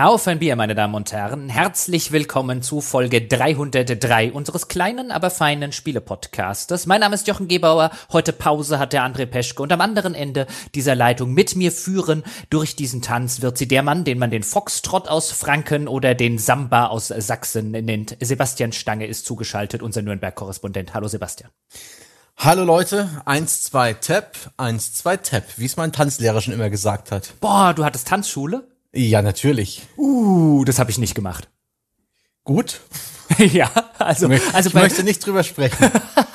Auf ein Bier, meine Damen und Herren. Herzlich willkommen zu Folge 303 unseres kleinen, aber feinen Spiele-Podcastes. Mein Name ist Jochen Gebauer. Heute Pause hat der André Peschke und am anderen Ende dieser Leitung mit mir führen durch diesen Tanz wird sie der Mann, den man den Foxtrott aus Franken oder den Samba aus Sachsen nennt. Sebastian Stange ist zugeschaltet, unser Nürnberg-Korrespondent. Hallo Sebastian. Hallo Leute, 1, 2, Tap, 1, 2, Tap, wie es mein Tanzlehrer schon immer gesagt hat. Boah, du hattest Tanzschule? Ja, natürlich. Das habe ich nicht gemacht. Gut. Ja, also ich möchte nicht drüber sprechen.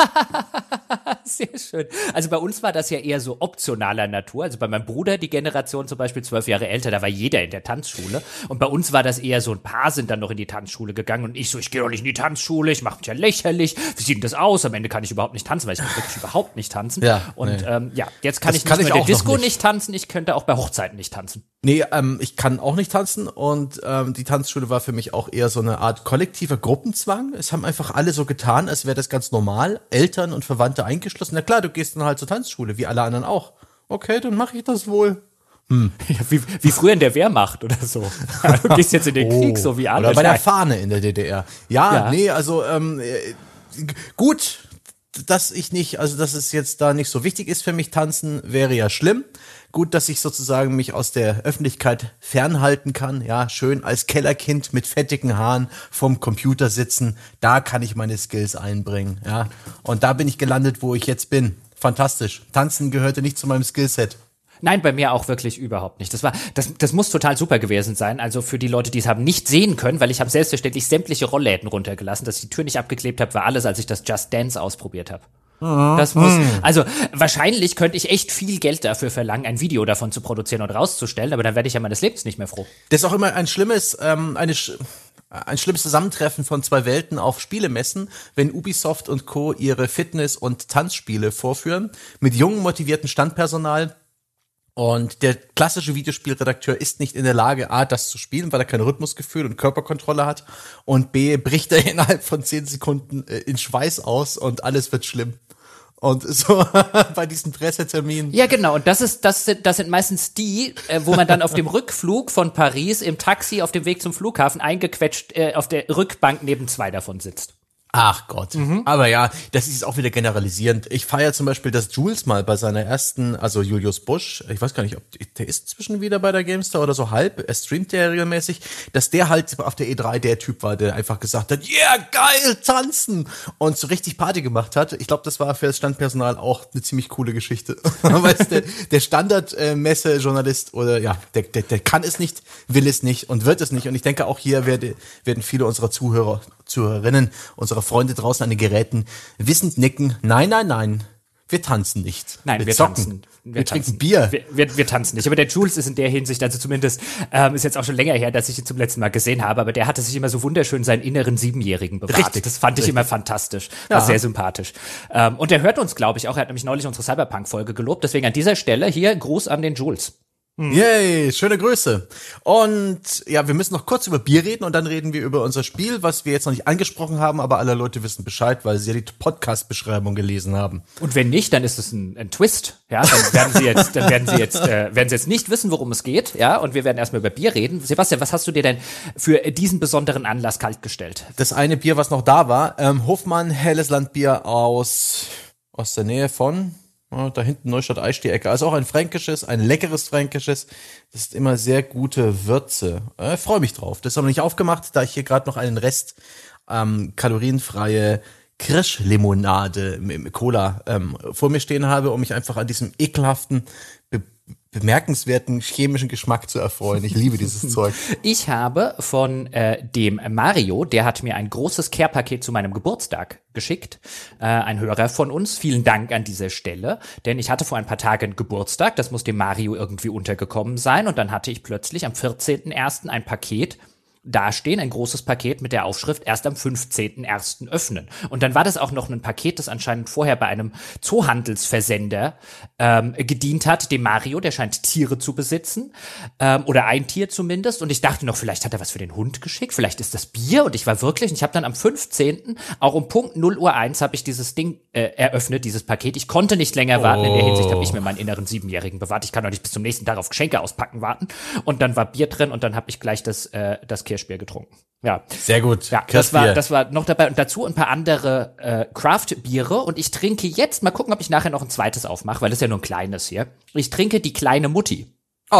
Sehr schön. Also bei uns war das ja eher so optionaler Natur. Also bei meinem Bruder, die Generation zum Beispiel 12 Jahre älter, da war jeder in der Tanzschule. Und bei uns war das eher so, ein paar sind dann noch in die Tanzschule gegangen. Und ich gehe doch nicht in die Tanzschule, ich mache mich ja lächerlich. Wie sieht denn das aus? Am Ende kann ich überhaupt nicht tanzen, weil ich kann wirklich überhaupt nicht tanzen. Ja, und nee. jetzt kann ich nicht mehr in der Disco nicht tanzen, ich könnte auch bei Hochzeiten nicht tanzen. Nee, ich kann auch nicht tanzen und die Tanzschule war für mich auch eher so eine Art kollektiver Gruppenzwang. Es haben einfach alle so getan, als wäre das ganz normal. Eltern und Verwandte eingeschlossen. Na klar, du gehst dann halt zur Tanzschule, wie alle anderen auch. Okay, dann mache ich das wohl. Ja, wie früher in der Wehrmacht oder so. Du gehst jetzt in den Krieg, so wie alle. Oder bei der Fahne in der DDR. Ja. Nee, also gut, dass es jetzt da nicht so wichtig ist für mich, tanzen wäre ja schlimm. Gut, dass ich sozusagen mich aus der Öffentlichkeit fernhalten kann. Ja, schön als Kellerkind mit fettigen Haaren vom Computer sitzen. Da kann ich meine Skills einbringen. Ja, und da bin ich gelandet, wo ich jetzt bin. Fantastisch. Tanzen gehörte nicht zu meinem Skillset. Nein, bei mir auch wirklich überhaupt nicht. Das muss total super gewesen sein. Also für die Leute, die es haben nicht sehen können, weil ich habe selbstverständlich sämtliche Rollläden runtergelassen, dass ich die Tür nicht abgeklebt habe, war alles, als ich das Just Dance ausprobiert habe. Das muss, also wahrscheinlich könnte ich echt viel Geld dafür verlangen, ein Video davon zu produzieren und rauszustellen, aber dann werde ich ja meines Lebens nicht mehr froh. Das ist auch immer ein schlimmes Zusammentreffen von zwei Welten auf Spielemessen, wenn Ubisoft und Co. ihre Fitness- und Tanzspiele vorführen, mit jungen, motivierten Standpersonal. Und der klassische Videospielredakteur ist nicht in der Lage, A, das zu spielen, weil er kein Rhythmusgefühl und Körperkontrolle hat, und B, bricht er innerhalb von 10 Sekunden in Schweiß aus und alles wird schlimm. Und so bei diesen Presseterminen. Ja, genau. Und das sind meistens die, wo man dann auf dem Rückflug von Paris im Taxi auf dem Weg zum Flughafen eingequetscht auf der Rückbank neben zwei davon sitzt. Ach Gott. Aber ja, das ist auch wieder generalisierend. Ich feiere zum Beispiel, dass Jules mal bei seiner ersten, also Julius Busch, ich weiß gar nicht, ob der ist inzwischen wieder bei der GameStar oder so halb, er streamt ja regelmäßig, dass der halt auf der E3 der Typ war, der einfach gesagt hat, yeah, geil, tanzen, und so richtig Party gemacht hat. Ich glaube, das war für das Standpersonal auch eine ziemlich coole Geschichte. Weil der Standard-Messe-Journalist oder ja, der kann es nicht, will es nicht und wird es nicht. Und ich denke, auch hier werden viele unserer Zuhörerinnen, unsere Freunde draußen an den Geräten wissend nicken. Nein, wir tanzen nicht. Nein, wir zocken. tanzen. Wir trinken Bier. Wir tanzen nicht. Aber der Jules ist in der Hinsicht, also zumindest ist jetzt auch schon länger her, dass ich ihn zum letzten Mal gesehen habe, aber der hatte sich immer so wunderschön seinen inneren Siebenjährigen bewahrt. Richtig. Das fand ich immer fantastisch. War sehr sympathisch. Und er hört uns, glaube ich, auch. Er hat nämlich neulich unsere Cyberpunk-Folge gelobt. Deswegen an dieser Stelle hier Gruß an den Jules. Yay, schöne Grüße. Und ja, wir müssen noch kurz über Bier reden und dann reden wir über unser Spiel, was wir jetzt noch nicht angesprochen haben, aber alle Leute wissen Bescheid, weil sie ja die Podcast-Beschreibung gelesen haben. Und wenn nicht, dann ist es ein Twist. Ja, dann werden sie jetzt nicht wissen, worum es geht. Ja, und wir werden erstmal über Bier reden. Sebastian, was hast du dir denn für diesen besonderen Anlass kalt gestellt? Das eine Bier, was noch da war, Hofmann Helles Landbier aus der Nähe von... Da hinten Neustadt-Eisch-die-Ecke. Also auch ein fränkisches, ein leckeres fränkisches. Das ist immer sehr gute Würze. Freue mich drauf. Das ist aber nicht aufgemacht, da ich hier gerade noch einen Rest kalorienfreie Kirschlimonade mit Cola vor mir stehen habe, um mich einfach an diesem ekelhaften, bemerkenswerten chemischen Geschmack zu erfreuen. Ich liebe dieses Zeug. Ich habe von dem Mario, der hat mir ein großes Care-Paket zu meinem Geburtstag geschickt. Ein Hörer von uns. Vielen Dank an dieser Stelle. Denn ich hatte vor ein paar Tagen Geburtstag. Das muss dem Mario irgendwie untergekommen sein. Und dann hatte ich plötzlich am 14.01. ein Paket dastehen, ein großes Paket mit der Aufschrift erst am 15.01. öffnen. Und dann war das auch noch ein Paket, das anscheinend vorher bei einem Zoohandelsversender gedient hat, dem Mario, der scheint Tiere zu besitzen, oder ein Tier zumindest. Und ich dachte noch, vielleicht hat er was für den Hund geschickt, vielleicht ist das Bier. Und ich war wirklich, und ich habe dann am 15., auch um Punkt 0:01 habe ich dieses Ding eröffnet, dieses Paket. Ich konnte nicht länger warten, in der Hinsicht habe ich mir meinen inneren 7-Jährigen bewahrt. Ich kann doch nicht bis zum nächsten Tag auf Geschenke auspacken warten. Und dann war Bier drin und dann habe ich gleich das Kirschbier getrunken. Ja. Sehr gut. Ja, das war noch dabei. Und dazu ein paar andere Craft-Biere. Und ich trinke jetzt, mal gucken, ob ich nachher noch ein zweites aufmache, weil das ist ja nur ein kleines hier. Ich trinke die kleine Mutti.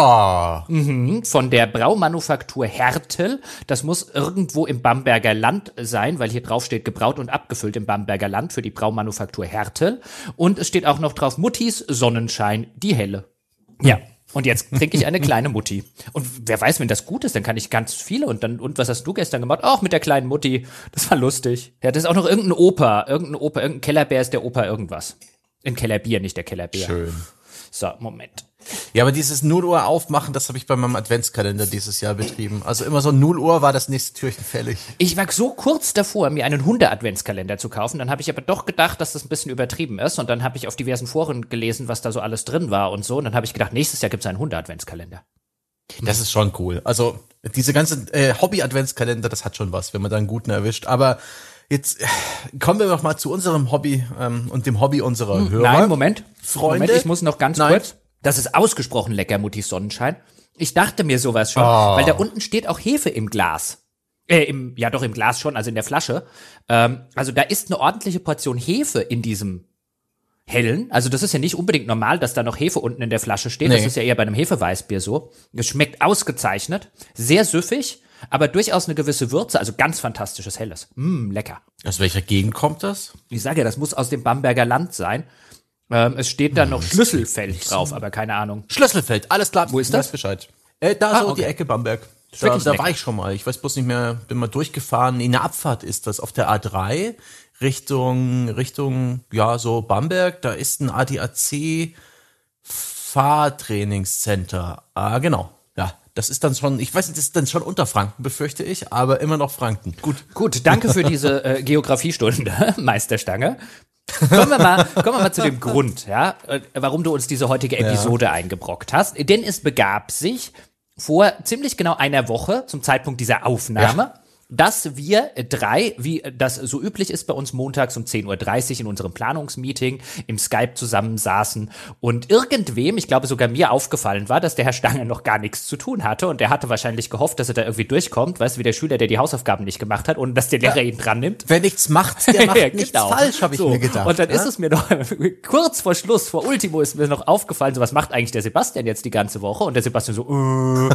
Oh. Von der Braumanufaktur Hertel. Das muss irgendwo im Bamberger Land sein, weil hier drauf steht gebraut und abgefüllt im Bamberger Land für die Braumanufaktur Hertel. Und es steht auch noch drauf Muttis Sonnenschein, die helle. Ja. Und jetzt trinke ich eine kleine Mutti. Und wer weiß, wenn das gut ist, dann kann ich ganz viele. Und was hast du gestern gemacht? Auch mit der kleinen Mutti. Das war lustig. Ja, das ist auch noch irgendein Kellerbär ist der Opa irgendwas. Ein Kellerbier, nicht der Kellerbär. Schön. So, Moment. Ja, aber dieses 0 Uhr aufmachen, das habe ich bei meinem Adventskalender dieses Jahr betrieben. Also immer so 0 Uhr war das nächste Türchen fällig. Ich war so kurz davor, mir einen Hunde-Adventskalender zu kaufen. Dann habe ich aber doch gedacht, dass das ein bisschen übertrieben ist. Und dann habe ich auf diversen Foren gelesen, was da so alles drin war und so. Und dann habe ich gedacht, nächstes Jahr gibt es einen Hunde-Adventskalender. Das ist schon cool. Also diese ganzen Hobby-Adventskalender, das hat schon was, wenn man da einen guten erwischt. Aber jetzt kommen wir noch mal zu unserem Hobby und dem Hobby unserer Hörer. Nein, Moment. Freunde. Moment, ich muss noch ganz kurz. Das ist ausgesprochen lecker, Muttis Sonnenschein. Ich dachte mir sowas schon, weil da unten steht auch Hefe im Glas. Im Glas schon, also in der Flasche. Also da ist eine ordentliche Portion Hefe in diesem hellen. Also das ist ja nicht unbedingt normal, dass da noch Hefe unten in der Flasche steht. Nee. Das ist ja eher bei einem Hefeweißbier so. Es schmeckt ausgezeichnet, sehr süffig, aber durchaus eine gewisse Würze, also ganz fantastisches Helles. Lecker. Aus welcher Gegend kommt das? Ich sage ja, das muss aus dem Bamberger Land sein. Es steht da noch Schlüsselfeld drauf, aber keine Ahnung. Schlüsselfeld, alles klar. Wo ist das? Weiß Bescheid. Die Ecke Bamberg. Da war ich schon mal. Ich weiß bloß nicht mehr, bin mal durchgefahren. In der Abfahrt ist das auf der A3 Richtung, ja, so Bamberg. Da ist ein ADAC Fahrtrainingscenter. Ah, genau. Ja, das ist dann schon, ich weiß nicht, das ist dann schon unter Franken, befürchte ich, aber immer noch Franken. Gut, danke für diese Geografiestunde, Meisterstange. Kommen wir mal zu dem Grund, ja, warum du uns diese heutige Episode eingebrockt hast. Denn es begab sich vor ziemlich genau einer Woche zum Zeitpunkt dieser Aufnahme, dass wir drei, wie das so üblich ist bei uns montags um 10:30 Uhr in unserem Planungsmeeting im Skype zusammensaßen und irgendwem, ich glaube sogar mir, aufgefallen war, dass der Herr Stange noch gar nichts zu tun hatte und der hatte wahrscheinlich gehofft, dass er da irgendwie durchkommt, weißt du, wie der Schüler, der die Hausaufgaben nicht gemacht hat, ohne dass der Lehrer ihn dran nimmt. Wer nichts macht, der macht nichts falsch, habe ich mir gedacht. Und dann ist es mir noch, kurz vor Schluss, vor Ultimo ist mir noch aufgefallen, so was macht eigentlich der Sebastian jetzt die ganze Woche? Und der Sebastian so,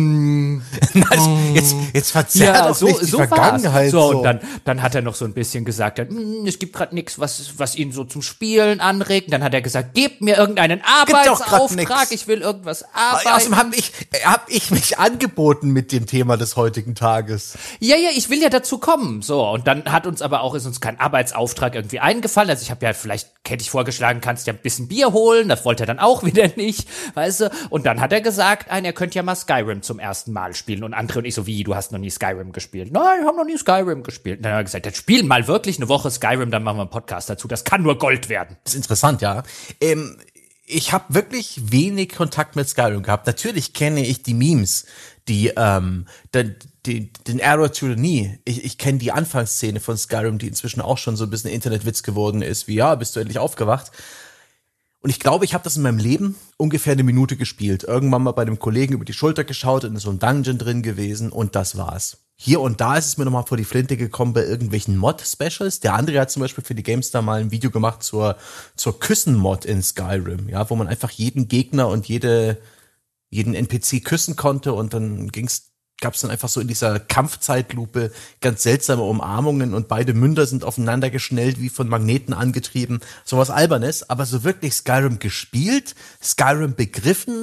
jetzt verzerrt doch nicht die Vergangenheit. So, und dann hat er noch so ein bisschen gesagt, es gibt gerade nichts, was ihn so zum Spielen anregt. Und dann hat er gesagt, gebt mir irgendeinen Arbeitsauftrag, ich will irgendwas arbeiten. Außerdem hab ich mich angeboten mit dem Thema des heutigen Tages. Ja, ich will ja dazu kommen. So, und dann ist uns kein Arbeitsauftrag irgendwie eingefallen. Also hätte ich vorgeschlagen, kannst ja ein bisschen Bier holen. Das wollte er dann auch wieder nicht, weißt du. Und dann hat er gesagt, er könnte ja mal Skyrim zum ersten Mal spielen. Und André und ich so, wie, du hast noch nie Skyrim gespielt? Nein, ich habe noch nie Skyrim gespielt. Und dann hat er gesagt, jetzt spielen mal wirklich eine Woche Skyrim, dann machen wir einen Podcast dazu. Das kann nur Gold werden. Das ist interessant, ja. Ich habe wirklich wenig Kontakt mit Skyrim gehabt. Natürlich kenne ich die Memes, den Arrow to the Knee. Ich kenne die Anfangsszene von Skyrim, die inzwischen auch schon so ein bisschen Internetwitz geworden ist, wie, ja, bist du endlich aufgewacht? Und ich glaube, ich habe das in meinem Leben ungefähr 1 Minute gespielt. Irgendwann mal bei einem Kollegen über die Schulter geschaut und in so einem Dungeon drin gewesen und das war's. Hier und da ist es mir nochmal vor die Flinte gekommen bei irgendwelchen Mod-Specials. Der André hat zum Beispiel für die GameStar mal ein Video gemacht zur Küssen-Mod in Skyrim, ja, wo man einfach jeden Gegner und jeden NPC küssen konnte und dann gab's dann einfach so in dieser Kampfzeitlupe ganz seltsame Umarmungen und beide Münder sind aufeinander geschnellt, wie von Magneten angetrieben. Sowas Albernes, aber so wirklich Skyrim gespielt, Skyrim begriffen,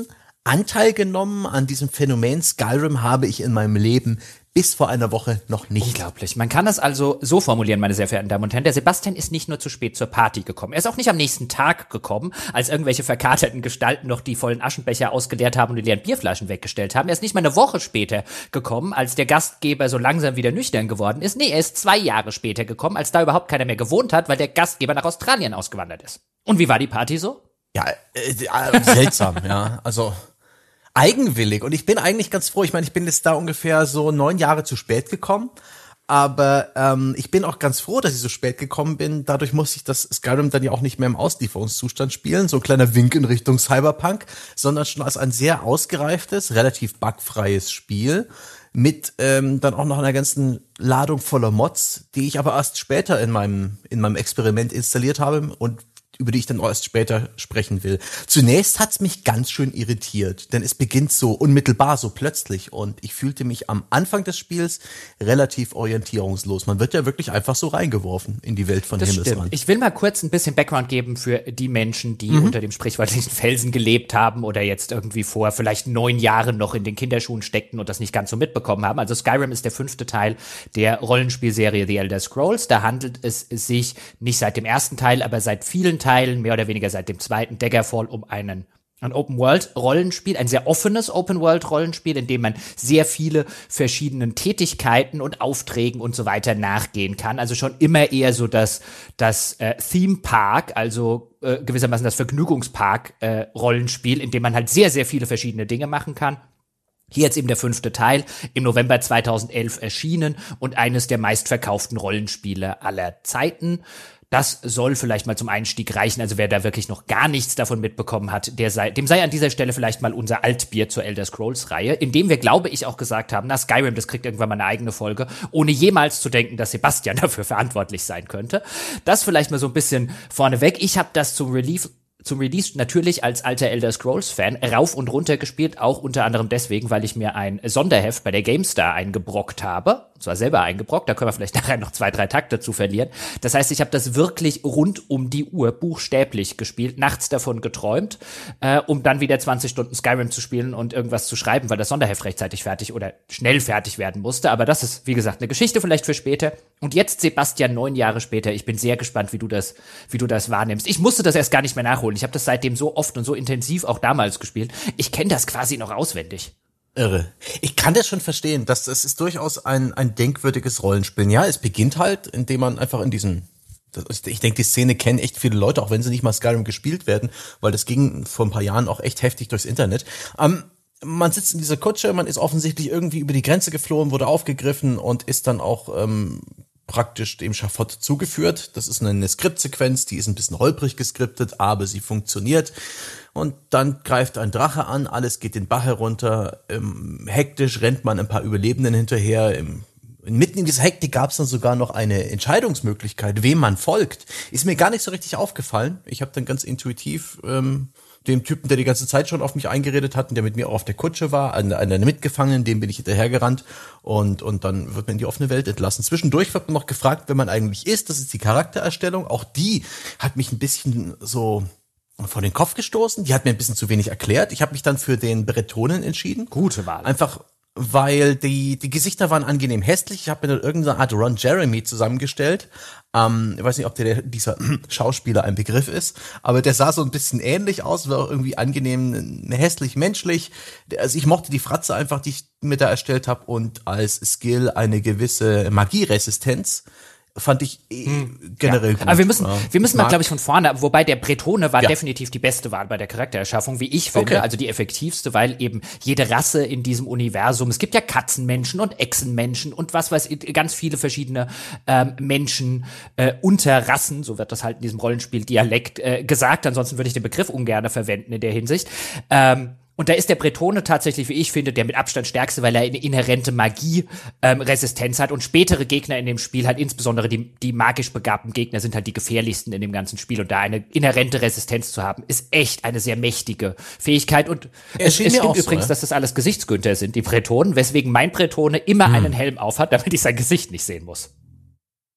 Anteil genommen an diesem Phänomen Skyrim habe ich in meinem Leben bis vor einer Woche noch nicht. Unglaublich. Man kann das also so formulieren, meine sehr verehrten Damen und Herren. Der Sebastian ist nicht nur zu spät zur Party gekommen. Er ist auch nicht am nächsten Tag gekommen, als irgendwelche verkaterten Gestalten noch die vollen Aschenbecher ausgeleert haben und die leeren Bierflaschen weggestellt haben. Er ist nicht mal eine Woche später gekommen, als der Gastgeber so langsam wieder nüchtern geworden ist. Nee, er ist 2 Jahre später gekommen, als da überhaupt keiner mehr gewohnt hat, weil der Gastgeber nach Australien ausgewandert ist. Und wie war die Party so? Ja, seltsam, ja. Also eigenwillig. Und ich bin eigentlich ganz froh. Ich meine, ich bin jetzt da ungefähr so 9 Jahre zu spät gekommen. Aber ich bin auch ganz froh, dass ich so spät gekommen bin. Dadurch musste ich das Skyrim dann ja auch nicht mehr im Auslieferungszustand spielen. So ein kleiner Wink in Richtung Cyberpunk. Sondern schon als ein sehr ausgereiftes, relativ bugfreies Spiel. Mit dann auch noch einer ganzen Ladung voller Mods, die ich aber erst später in meinem Experiment installiert habe und über die ich dann erst später sprechen will. Zunächst hat's mich ganz schön irritiert, denn es beginnt so unmittelbar, so plötzlich und ich fühlte mich am Anfang des Spiels relativ orientierungslos. Man wird ja wirklich einfach so reingeworfen in die Welt von Himmelsrand. Ich will mal kurz ein bisschen Background geben für die Menschen, die unter dem sprichwörtlichen Felsen gelebt haben oder jetzt irgendwie vor vielleicht 9 Jahren noch in den Kinderschuhen steckten und das nicht ganz so mitbekommen haben. Also Skyrim ist der 5. Teil der Rollenspielserie The Elder Scrolls. Da handelt es sich nicht seit dem ersten Teil, aber seit vielen Teilen, mehr oder weniger seit dem 2. Daggerfall, um ein Open-World-Rollenspiel, ein sehr offenes Open-World-Rollenspiel, in dem man sehr viele verschiedenen Tätigkeiten und Aufträgen und so weiter nachgehen kann. Also schon immer eher so das Theme Park, also gewissermaßen das Vergnügungspark-Rollenspiel, in dem man halt sehr, sehr viele verschiedene Dinge machen kann. Hier jetzt eben der 5. Teil, im November 2011 erschienen und eines der meistverkauften Rollenspiele aller Zeiten. Das soll vielleicht mal zum Einstieg reichen. Also wer da wirklich noch gar nichts davon mitbekommen hat, dem sei an dieser Stelle vielleicht mal unser Altbier zur Elder Scrolls-Reihe, in dem wir, glaube ich, auch gesagt haben, na, Skyrim, das kriegt irgendwann mal eine eigene Folge, ohne jemals zu denken, dass Sebastian dafür verantwortlich sein könnte. Das vielleicht mal so ein bisschen vorneweg. Ich habe das zum Release natürlich als alter Elder Scrolls-Fan rauf und runter gespielt, auch unter anderem deswegen, weil ich mir ein Sonderheft bei der GameStar eingebrockt habe. Und zwar selber eingebrockt, da können wir vielleicht nachher noch 2, 3 Takte zu verlieren. Das heißt, ich habe das wirklich rund um die Uhr buchstäblich gespielt, nachts davon geträumt, um dann wieder 20 Stunden Skyrim zu spielen und irgendwas zu schreiben, weil das Sonderheft rechtzeitig fertig oder schnell fertig werden musste. Aber das ist, wie gesagt, eine Geschichte vielleicht für später. Und jetzt, Sebastian, 9 Jahre später, ich bin sehr gespannt, wie du das wahrnimmst. Ich musste das erst gar nicht mehr nachholen. Ich habe das seitdem so oft und so intensiv auch damals gespielt. Ich kenne das quasi noch auswendig. Irre. Ich kann das schon verstehen, dass es ist durchaus ein denkwürdiges Rollenspiel. Ja, es beginnt halt, indem man einfach ich denke, die Szene kennen echt viele Leute, auch wenn sie nicht mal Skyrim gespielt werden, weil das ging vor ein paar Jahren auch echt heftig durchs Internet. Man sitzt in dieser Kutsche, man ist offensichtlich irgendwie über die Grenze geflohen, wurde aufgegriffen und ist dann auch praktisch dem Schafott zugeführt. Das ist eine Skriptsequenz, die ist ein bisschen holprig geskriptet, aber sie funktioniert. Und dann greift ein Drache an, alles geht den Bach herunter, hektisch rennt man ein paar Überlebenden hinterher. Mitten in dieser Hektik gab es dann sogar noch eine Entscheidungsmöglichkeit, wem man folgt. Ist mir gar nicht so richtig aufgefallen. Ich habe dann ganz intuitiv dem Typen, der die ganze Zeit schon auf mich eingeredet hat und der mit mir auch auf der Kutsche war, einer Mitgefangenen, dem bin ich hinterhergerannt und dann wird man in die offene Welt entlassen. Zwischendurch wird man noch gefragt, wer man eigentlich ist. Das ist die Charaktererstellung. Auch die hat mich ein bisschen so vor den Kopf gestoßen. Die hat mir ein bisschen zu wenig erklärt. Ich habe mich dann für den Bretonen entschieden. Gute Wahl. Einfach weil die Gesichter waren angenehm hässlich. Ich habe mir dann irgendeine Art Ron Jeremy zusammengestellt. Ich weiß nicht, ob dieser Schauspieler ein Begriff ist, aber der sah so ein bisschen ähnlich aus, war auch irgendwie angenehm hässlich, menschlich. Also ich mochte die Fratze einfach, die ich mir da erstellt habe, und als Skill eine gewisse Magieresistenz. Fand ich generell gut. Aber wir müssen mal, glaube ich, von vorne, wobei der Bretone war definitiv die beste Wahl bei der Charaktererschaffung, wie ich finde, also die effektivste, weil eben jede Rasse in diesem Universum, es gibt ja Katzenmenschen und Echsenmenschen und was weiß ich, ganz viele verschiedene Menschen, Unterrassen, so wird das halt in diesem Rollenspiel-Dialekt gesagt, ansonsten würde ich den Begriff ungern verwenden in der Hinsicht. Und da ist der Bretone tatsächlich, wie ich finde, der mit Abstand stärkste, weil er eine inhärente Magie-Resistenz hat. Und spätere Gegner in dem Spiel, halt insbesondere die magisch begabten Gegner, sind halt die gefährlichsten in dem ganzen Spiel. Und da eine inhärente Resistenz zu haben, ist echt eine sehr mächtige Fähigkeit. Und es stimmt übrigens, dass das alles Gesichtsgünter sind, die Bretonen, weswegen mein Bretone immer einen Helm aufhat, damit ich sein Gesicht nicht sehen muss.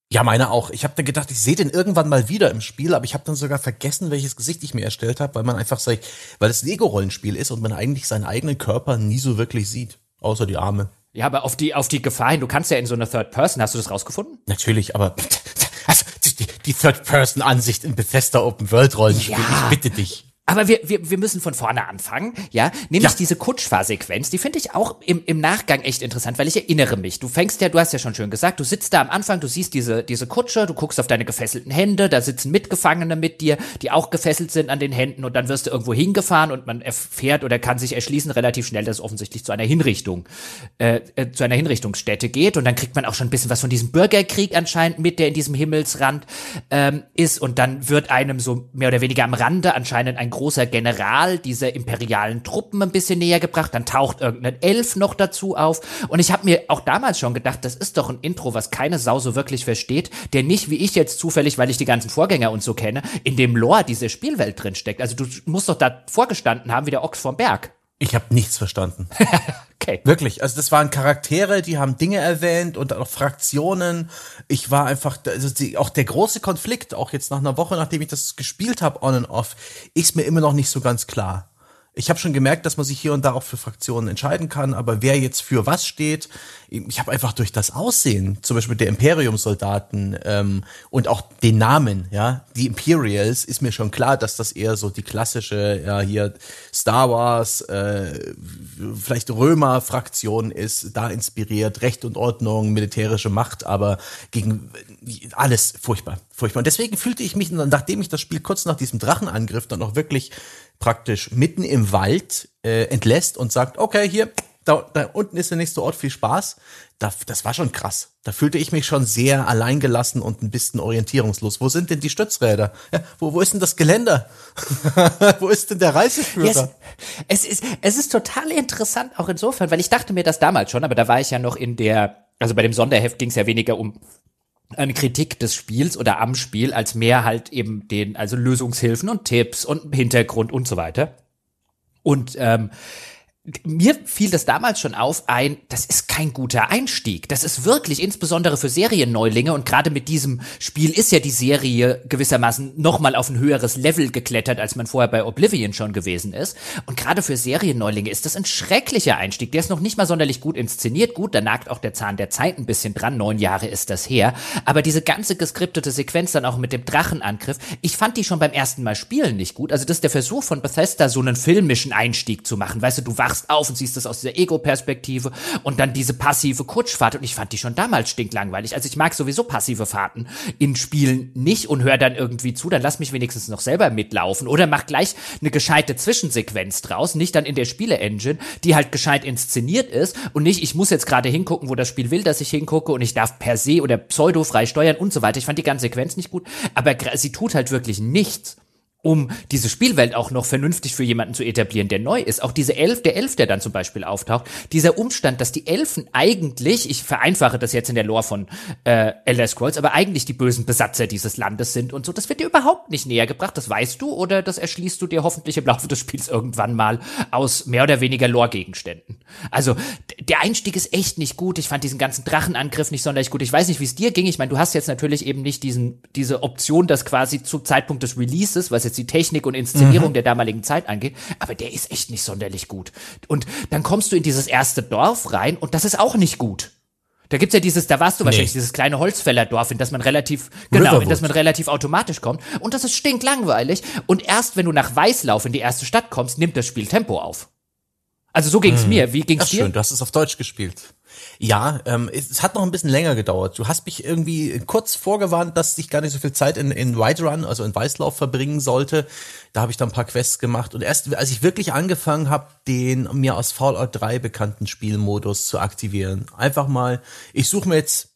Ja, meine auch. Ich habe dann gedacht, ich sehe den irgendwann mal wieder im Spiel, aber ich habe dann sogar vergessen, welches Gesicht ich mir erstellt habe, weil man einfach sagt, weil es ein Lego-Rollenspiel ist und man eigentlich seinen eigenen Körper nie so wirklich sieht, außer die Arme. Ja, aber auf die Gefahr hin, du kannst ja in so einer Third Person, hast du das rausgefunden? Natürlich, aber also die Third-Person-Ansicht in Bethesda Open-World-Rollenspiel, Ja. ich bitte dich. Aber wir müssen von vorne anfangen, ja, nämlich diese Kutschfahrsequenz, die finde ich auch im Nachgang echt interessant, weil ich erinnere mich, du hast ja schon schön gesagt, du sitzt da am Anfang, du siehst diese Kutsche, du guckst auf deine gefesselten Hände, da sitzen Mitgefangene mit dir, die auch gefesselt sind an den Händen und dann wirst du irgendwo hingefahren und man erfährt oder kann sich erschließen relativ schnell, dass es offensichtlich zu einer Hinrichtungsstätte geht und dann kriegt man auch schon ein bisschen was von diesem Bürgerkrieg anscheinend mit, der in diesem Himmelsrand ist und dann wird einem so mehr oder weniger am Rande anscheinend ein großer General dieser imperialen Truppen ein bisschen näher gebracht, dann taucht irgendein Elf noch dazu auf und ich habe mir auch damals schon gedacht, das ist doch ein Intro, was keine Sau so wirklich versteht, der nicht wie ich jetzt zufällig, weil ich die ganzen Vorgänger und so kenne, in dem Lore dieser Spielwelt drin steckt. Also du musst doch da vorgestanden haben wie der Ochs vom Berg. Ich habe nichts verstanden. Okay. Wirklich, also das waren Charaktere, die haben Dinge erwähnt und auch Fraktionen. Ich war einfach, also auch der große Konflikt, auch jetzt nach einer Woche, nachdem ich das gespielt habe, on and off, ist mir immer noch nicht so ganz klar. Ich habe schon gemerkt, dass man sich hier und da auch für Fraktionen entscheiden kann, aber wer jetzt für was steht, ich habe einfach durch das Aussehen, zum Beispiel der Imperium-Soldaten und auch den Namen, ja, die Imperials, ist mir schon klar, dass das eher so die klassische, ja, hier Star Wars, vielleicht Römer-Fraktion ist, da inspiriert, Recht und Ordnung, militärische Macht, aber gegen alles furchtbar, furchtbar. Und deswegen fühlte ich mich, nachdem ich das Spiel kurz nach diesem Drachenangriff dann auch wirklich praktisch mitten im Wald entlässt und sagt, okay, hier, da unten ist der nächste Ort, viel Spaß. Das war schon krass. Da fühlte ich mich schon sehr alleingelassen und ein bisschen orientierungslos. Wo sind denn die Stützräder? Ja, wo ist denn das Geländer? Wo ist denn der Reiseführer? Yes. Es ist total interessant, auch insofern, weil ich dachte mir das damals schon, aber da war ich ja noch also bei dem Sonderheft ging es ja weniger um eine Kritik des Spiels oder am Spiel, als mehr halt eben also Lösungshilfen und Tipps und Hintergrund und so weiter. Und mir fiel das damals schon auf, das ist kein guter Einstieg. Das ist wirklich, insbesondere für Serienneulinge, und gerade mit diesem Spiel ist ja die Serie gewissermaßen nochmal auf ein höheres Level geklettert, als man vorher bei Oblivion schon gewesen ist. Und gerade für Serienneulinge ist das ein schrecklicher Einstieg. Der ist noch nicht mal sonderlich gut inszeniert. Gut, da nagt auch der Zahn der Zeit ein bisschen dran. 9 Jahre ist das her. Aber diese ganze geskriptete Sequenz dann auch mit dem Drachenangriff, ich fand die schon beim ersten Mal spielen nicht gut. Also das ist der Versuch von Bethesda, so einen filmischen Einstieg zu machen. Weißt du wachst auf und siehst das aus dieser Ego-Perspektive und dann diese passive Kutschfahrt und ich fand die schon damals stinklangweilig. Also ich mag sowieso passive Fahrten in Spielen nicht und höre dann irgendwie zu, dann lass mich wenigstens noch selber mitlaufen oder mach gleich eine gescheite Zwischensequenz draus, nicht dann in der Spiele-Engine, die halt gescheit inszeniert ist und nicht, ich muss jetzt gerade hingucken, wo das Spiel will, dass ich hingucke und ich darf per se oder pseudo-frei steuern und so weiter. Ich fand die ganze Sequenz nicht gut, aber sie tut halt wirklich nichts, um diese Spielwelt auch noch vernünftig für jemanden zu etablieren, der neu ist. Auch der Elf, der dann zum Beispiel auftaucht, dieser Umstand, dass die Elfen eigentlich, ich vereinfache das jetzt in der Lore von Elder Scrolls, aber eigentlich die bösen Besatzer dieses Landes sind und so, das wird dir überhaupt nicht näher gebracht, das weißt du oder das erschließt du dir hoffentlich im Laufe des Spiels irgendwann mal aus mehr oder weniger Lore-Gegenständen. Also, der Einstieg ist echt nicht gut, ich fand diesen ganzen Drachenangriff nicht sonderlich gut, ich weiß nicht, wie es dir ging, ich meine, du hast jetzt natürlich eben nicht diese Option, dass quasi zum Zeitpunkt des Releases, was jetzt die Technik und Inszenierung der damaligen Zeit angeht, aber der ist echt nicht sonderlich gut. Und dann kommst du in dieses erste Dorf rein und das ist auch nicht gut. Da gibt's ja da warst du wahrscheinlich, dieses kleine Holzfällerdorf, in das man relativ automatisch kommt und das ist stinklangweilig und erst wenn du nach Weißlauf in die erste Stadt kommst, nimmt das Spiel Tempo auf. Also so ging's mir. Wie ging's dir? Schön, du hast es auf Deutsch gespielt. Ja, es hat noch ein bisschen länger gedauert. Du hast mich irgendwie kurz vorgewarnt, dass ich gar nicht so viel Zeit in Whiterun, also in Weißlauf, verbringen sollte. Da habe ich dann ein paar Quests gemacht. Und erst als ich wirklich angefangen habe, den mir aus Fallout 3 bekannten Spielmodus zu aktivieren, einfach mal, ich suche mir jetzt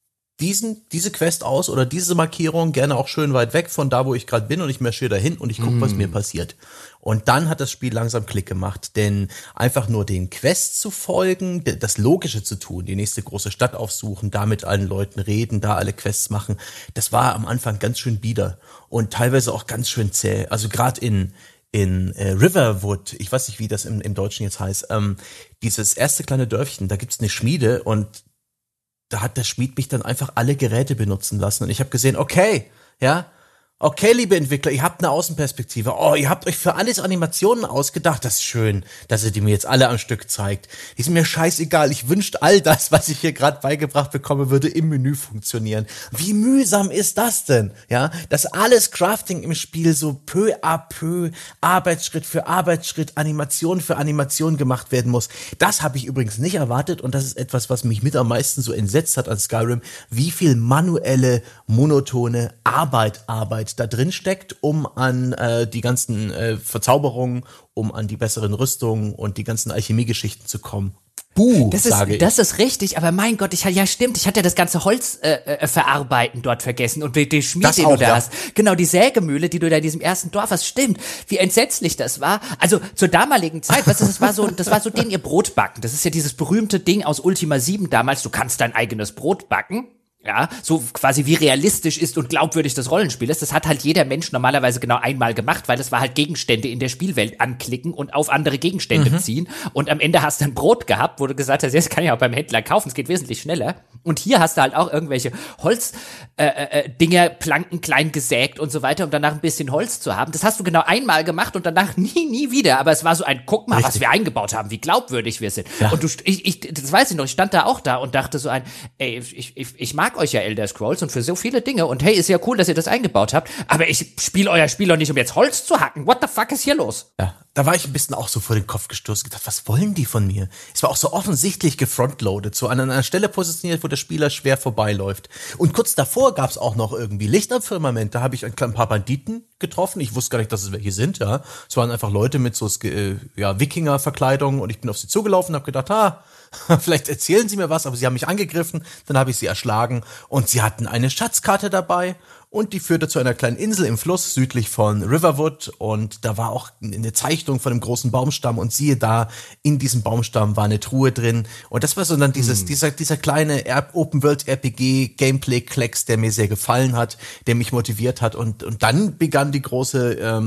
diese Quest aus oder diese Markierung, gerne auch schön weit weg von da, wo ich gerade bin und ich marschiere dahin und ich gucke, was mir passiert. Und dann hat das Spiel langsam Klick gemacht, denn einfach nur den Quests zu folgen, das Logische zu tun, die nächste große Stadt aufsuchen, da mit allen Leuten reden, da alle Quests machen, das war am Anfang ganz schön bieder und teilweise auch ganz schön zäh. Also gerade in Riverwood, ich weiß nicht, wie das im Deutschen jetzt heißt, dieses erste kleine Dörfchen, da gibt's eine Schmiede und da hat der Schmied mich dann einfach alle Geräte benutzen lassen und ich habe gesehen, okay, ja, okay, liebe Entwickler, ihr habt eine Außenperspektive. Oh, ihr habt euch für alles Animationen ausgedacht. Das ist schön, dass ihr die mir jetzt alle am Stück zeigt. Die sind mir scheißegal. Ich wünschte, all das, was ich hier gerade beigebracht bekomme, würde im Menü funktionieren. Wie mühsam ist das denn? Ja, dass alles Crafting im Spiel so peu à peu, Arbeitsschritt für Arbeitsschritt, Animation für Animation gemacht werden muss. Das habe ich übrigens nicht erwartet und das ist etwas, was mich mit am meisten so entsetzt hat an Skyrim, wie viel manuelle, monotone Arbeit da drin steckt, um an die ganzen Verzauberungen, um an die besseren Rüstungen und die ganzen Alchemiegeschichten zu kommen. Das ist richtig, aber mein Gott, ich hatte ja das ganze Holz verarbeiten dort vergessen und die Schmiede, den du da hast. Genau, die Sägemühle, die du da in diesem ersten Dorf hast, stimmt. Wie entsetzlich das war. Also zur damaligen Zeit, weißt du, das war so denen ihr Brot backen. Das ist ja dieses berühmte Ding aus Ultima 7 damals, du kannst dein eigenes Brot backen. Ja, so quasi wie realistisch ist und glaubwürdig das Rollenspiel ist. Das hat halt jeder Mensch normalerweise genau einmal gemacht, weil das war halt Gegenstände in der Spielwelt anklicken und auf andere Gegenstände ziehen. Und am Ende hast du ein Brot gehabt, wo du gesagt hast, jetzt kann ich auch beim Händler kaufen, es geht wesentlich schneller. Und hier hast du halt auch irgendwelche Dinger, Planken klein gesägt und so weiter, um danach ein bisschen Holz zu haben. Das hast du genau einmal gemacht und danach nie wieder. Aber es war so ein, guck mal, was wir eingebaut haben, wie glaubwürdig wir sind. Ja. Und das weiß ich noch, ich stand da auch da und dachte so ich mag euch ja Elder Scrolls und für so viele Dinge und hey, ist ja cool, dass ihr das eingebaut habt, aber ich spiele euer Spiel doch nicht, um jetzt Holz zu hacken. What the fuck ist hier los? Ja, da war ich ein bisschen auch so vor den Kopf gestoßen, gedacht, was wollen die von mir? Es war auch so offensichtlich gefrontloadet, so an einer Stelle positioniert, wo der Spieler schwer vorbeiläuft. Und kurz davor gab's auch noch irgendwie Licht am Firmament, da habe ich ein paar Banditen getroffen, ich wusste gar nicht, dass es welche sind, ja. Es waren einfach Leute mit so Wikinger-Verkleidung und ich bin auf sie zugelaufen und habe gedacht, vielleicht erzählen sie mir was, aber sie haben mich angegriffen, dann habe ich sie erschlagen und sie hatten eine Schatzkarte dabei und die führte zu einer kleinen Insel im Fluss südlich von Riverwood und da war auch eine Zeichnung von einem großen Baumstamm und siehe da, in diesem Baumstamm war eine Truhe drin und das war so dann dieser kleine Open-World-RPG-Gameplay-Klecks, der mir sehr gefallen hat, der mich motiviert hat und dann begann die große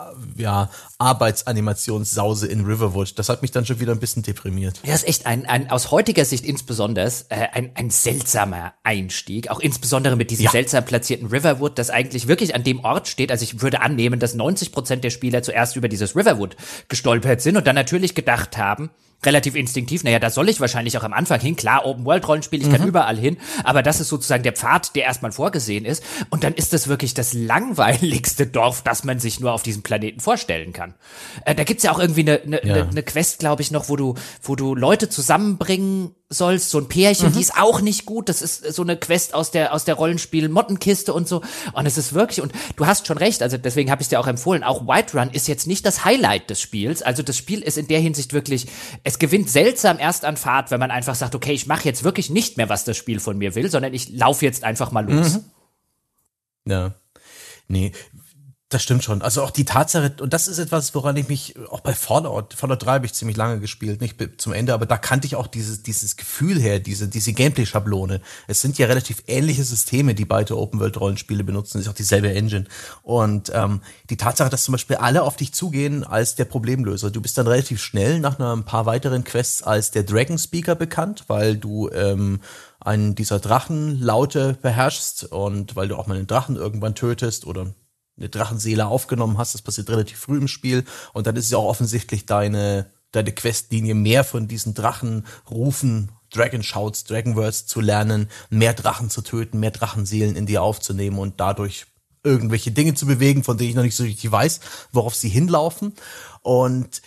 Arbeitsanimationssause in Riverwood. Das hat mich dann schon wieder ein bisschen deprimiert. Ja, das ist echt ein aus heutiger Sicht insbesondere ein seltsamer Einstieg, auch insbesondere mit diesem seltsam platzierten Riverwood, das eigentlich wirklich an dem Ort steht. Also ich würde annehmen, dass 90% der Spieler zuerst über dieses Riverwood gestolpert sind und dann natürlich gedacht haben, relativ instinktiv, naja, da soll ich wahrscheinlich auch am Anfang hin. Klar, Open-World-Rollenspiel, ich kann überall hin, aber das ist sozusagen der Pfad, der erstmal vorgesehen ist. Und dann ist das wirklich das langweiligste Dorf, das man sich nur auf diesem Planeten vorstellen kann. Da gibt's ja auch irgendwie eine Quest, glaube ich, noch, wo du Leute zusammenbringen sollst, so ein Pärchen, die ist auch nicht gut. Das ist so eine Quest aus der Rollenspiel-Mottenkiste und so. Und es ist wirklich, und du hast schon recht, also deswegen habe ich es dir auch empfohlen, auch Whiterun ist jetzt nicht das Highlight des Spiels. Also das Spiel ist in der Hinsicht wirklich, es gewinnt seltsam erst an Fahrt, wenn man einfach sagt, okay, ich mache jetzt wirklich nicht mehr, was das Spiel von mir will, sondern ich laufe jetzt einfach mal los. Ja. Nee. Das stimmt schon. Also auch die Tatsache, und das ist etwas, woran ich mich, auch bei Fallout 3 habe ich ziemlich lange gespielt, nicht zum Ende, aber da kannte ich auch dieses Gefühl her, diese Gameplay-Schablone. Es sind ja relativ ähnliche Systeme, die beide Open-World-Rollenspiele benutzen, ist auch dieselbe Engine. Und die Tatsache, dass zum Beispiel alle auf dich zugehen als der Problemlöser. Du bist dann relativ schnell nach ein paar weiteren Quests als der Dragon Speaker bekannt, weil du einen dieser Drachenlaute beherrschst und weil du auch mal einen Drachen irgendwann tötest oder eine Drachenseele aufgenommen hast, das passiert relativ früh im Spiel und dann ist es ja auch offensichtlich deine Questlinie mehr von diesen Drachenrufen, Dragon Shouts, Dragon Words zu lernen, mehr Drachen zu töten, mehr Drachenseelen in dir aufzunehmen und dadurch irgendwelche Dinge zu bewegen, von denen ich noch nicht so richtig weiß, worauf sie hinlaufen. Und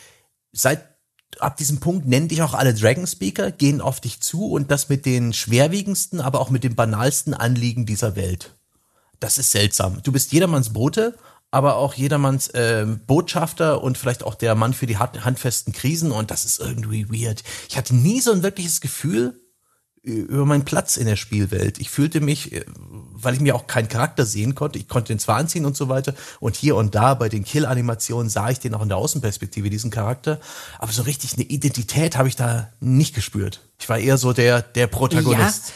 ab diesem Punkt nennen dich auch alle Dragon Speaker, gehen auf dich zu und das mit den schwerwiegendsten, aber auch mit den banalsten Anliegen dieser Welt. Das ist seltsam. Du bist jedermanns Bote, aber auch jedermanns Botschafter und vielleicht auch der Mann für die handfesten Krisen und das ist irgendwie weird. Ich hatte nie so ein wirkliches Gefühl über meinen Platz in der Spielwelt. Ich fühlte mich, weil ich mir auch keinen Charakter sehen konnte, ich konnte den zwar anziehen und so weiter und hier und da bei den Kill-Animationen sah ich den auch in der Außenperspektive, diesen Charakter, aber so richtig eine Identität habe ich da nicht gespürt. Ich war eher so der Protagonist,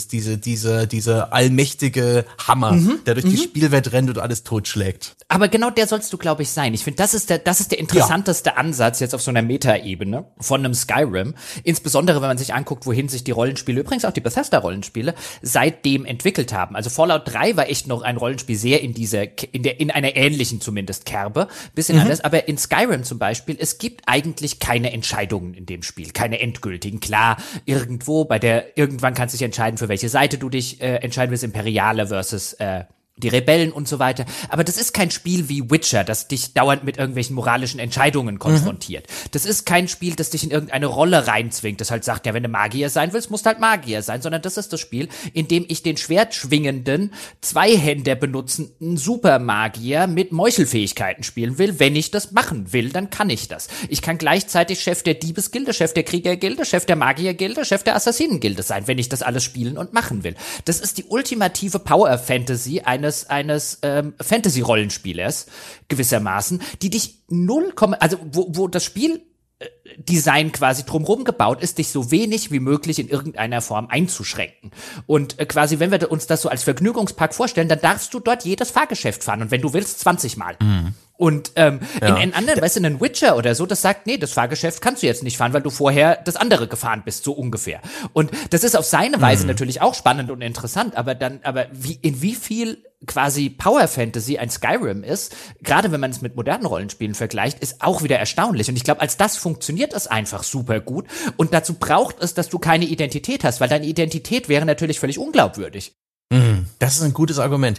diese allmächtige Hammer, der durch die Spielwelt rennt und alles totschlägt. Aber genau der sollst du, glaube ich, sein. Ich finde, das ist der interessanteste Ansatz jetzt auf so einer Meta-Ebene von einem Skyrim. Insbesondere, wenn man sich anguckt, wohin sich die Rollenspiele, übrigens auch die Bethesda-Rollenspiele, seitdem entwickelt haben. Also Fallout 3 war echt noch ein Rollenspiel sehr in einer ähnlichen zumindest Kerbe, bisschen anders. Aber in Skyrim zum Beispiel, es gibt eigentlich keine Entscheidungen in dem Spiel, keine endgültigen. Klar, irgendwann kannst du dich entscheiden, für welche Seite du dich entscheiden willst, Imperiale versus die Rebellen und so weiter. Aber das ist kein Spiel wie Witcher, das dich dauernd mit irgendwelchen moralischen Entscheidungen konfrontiert. Das ist kein Spiel, das dich in irgendeine Rolle reinzwingt, das halt sagt, ja, wenn du Magier sein willst, musst du halt Magier sein, sondern das ist das Spiel, in dem ich den schwertschwingenden, Zweihänder benutzenden Supermagier mit Meuchelfähigkeiten spielen will. Wenn ich das machen will, dann kann ich das. Ich kann gleichzeitig Chef der Diebesgilde, Chef der Kriegergilde, Chef der Magiergilde, Chef der Assassinengilde sein, wenn ich das alles spielen und machen will. Das ist die ultimative Power-Fantasy eines Fantasy-Rollenspielers gewissermaßen, die dich wo das Spieldesign quasi drumherum gebaut ist, dich so wenig wie möglich in irgendeiner Form einzuschränken. Und quasi, wenn wir uns das so als Vergnügungspark vorstellen, dann darfst du dort jedes Fahrgeschäft fahren und wenn du willst, 20 Mal. Und in anderen, weißt du, in einem Witcher oder so, das sagt, nee, das Fahrgeschäft kannst du jetzt nicht fahren, weil du vorher das andere gefahren bist, so ungefähr. Und das ist auf seine Weise natürlich auch spannend und interessant, aber in wie viel quasi Power Fantasy ein Skyrim ist, gerade wenn man es mit modernen Rollenspielen vergleicht, ist auch wieder erstaunlich. Und ich glaube, als das funktioniert es einfach super gut. Und dazu braucht es, dass du keine Identität hast, weil deine Identität wäre natürlich völlig unglaubwürdig. Das ist ein gutes Argument.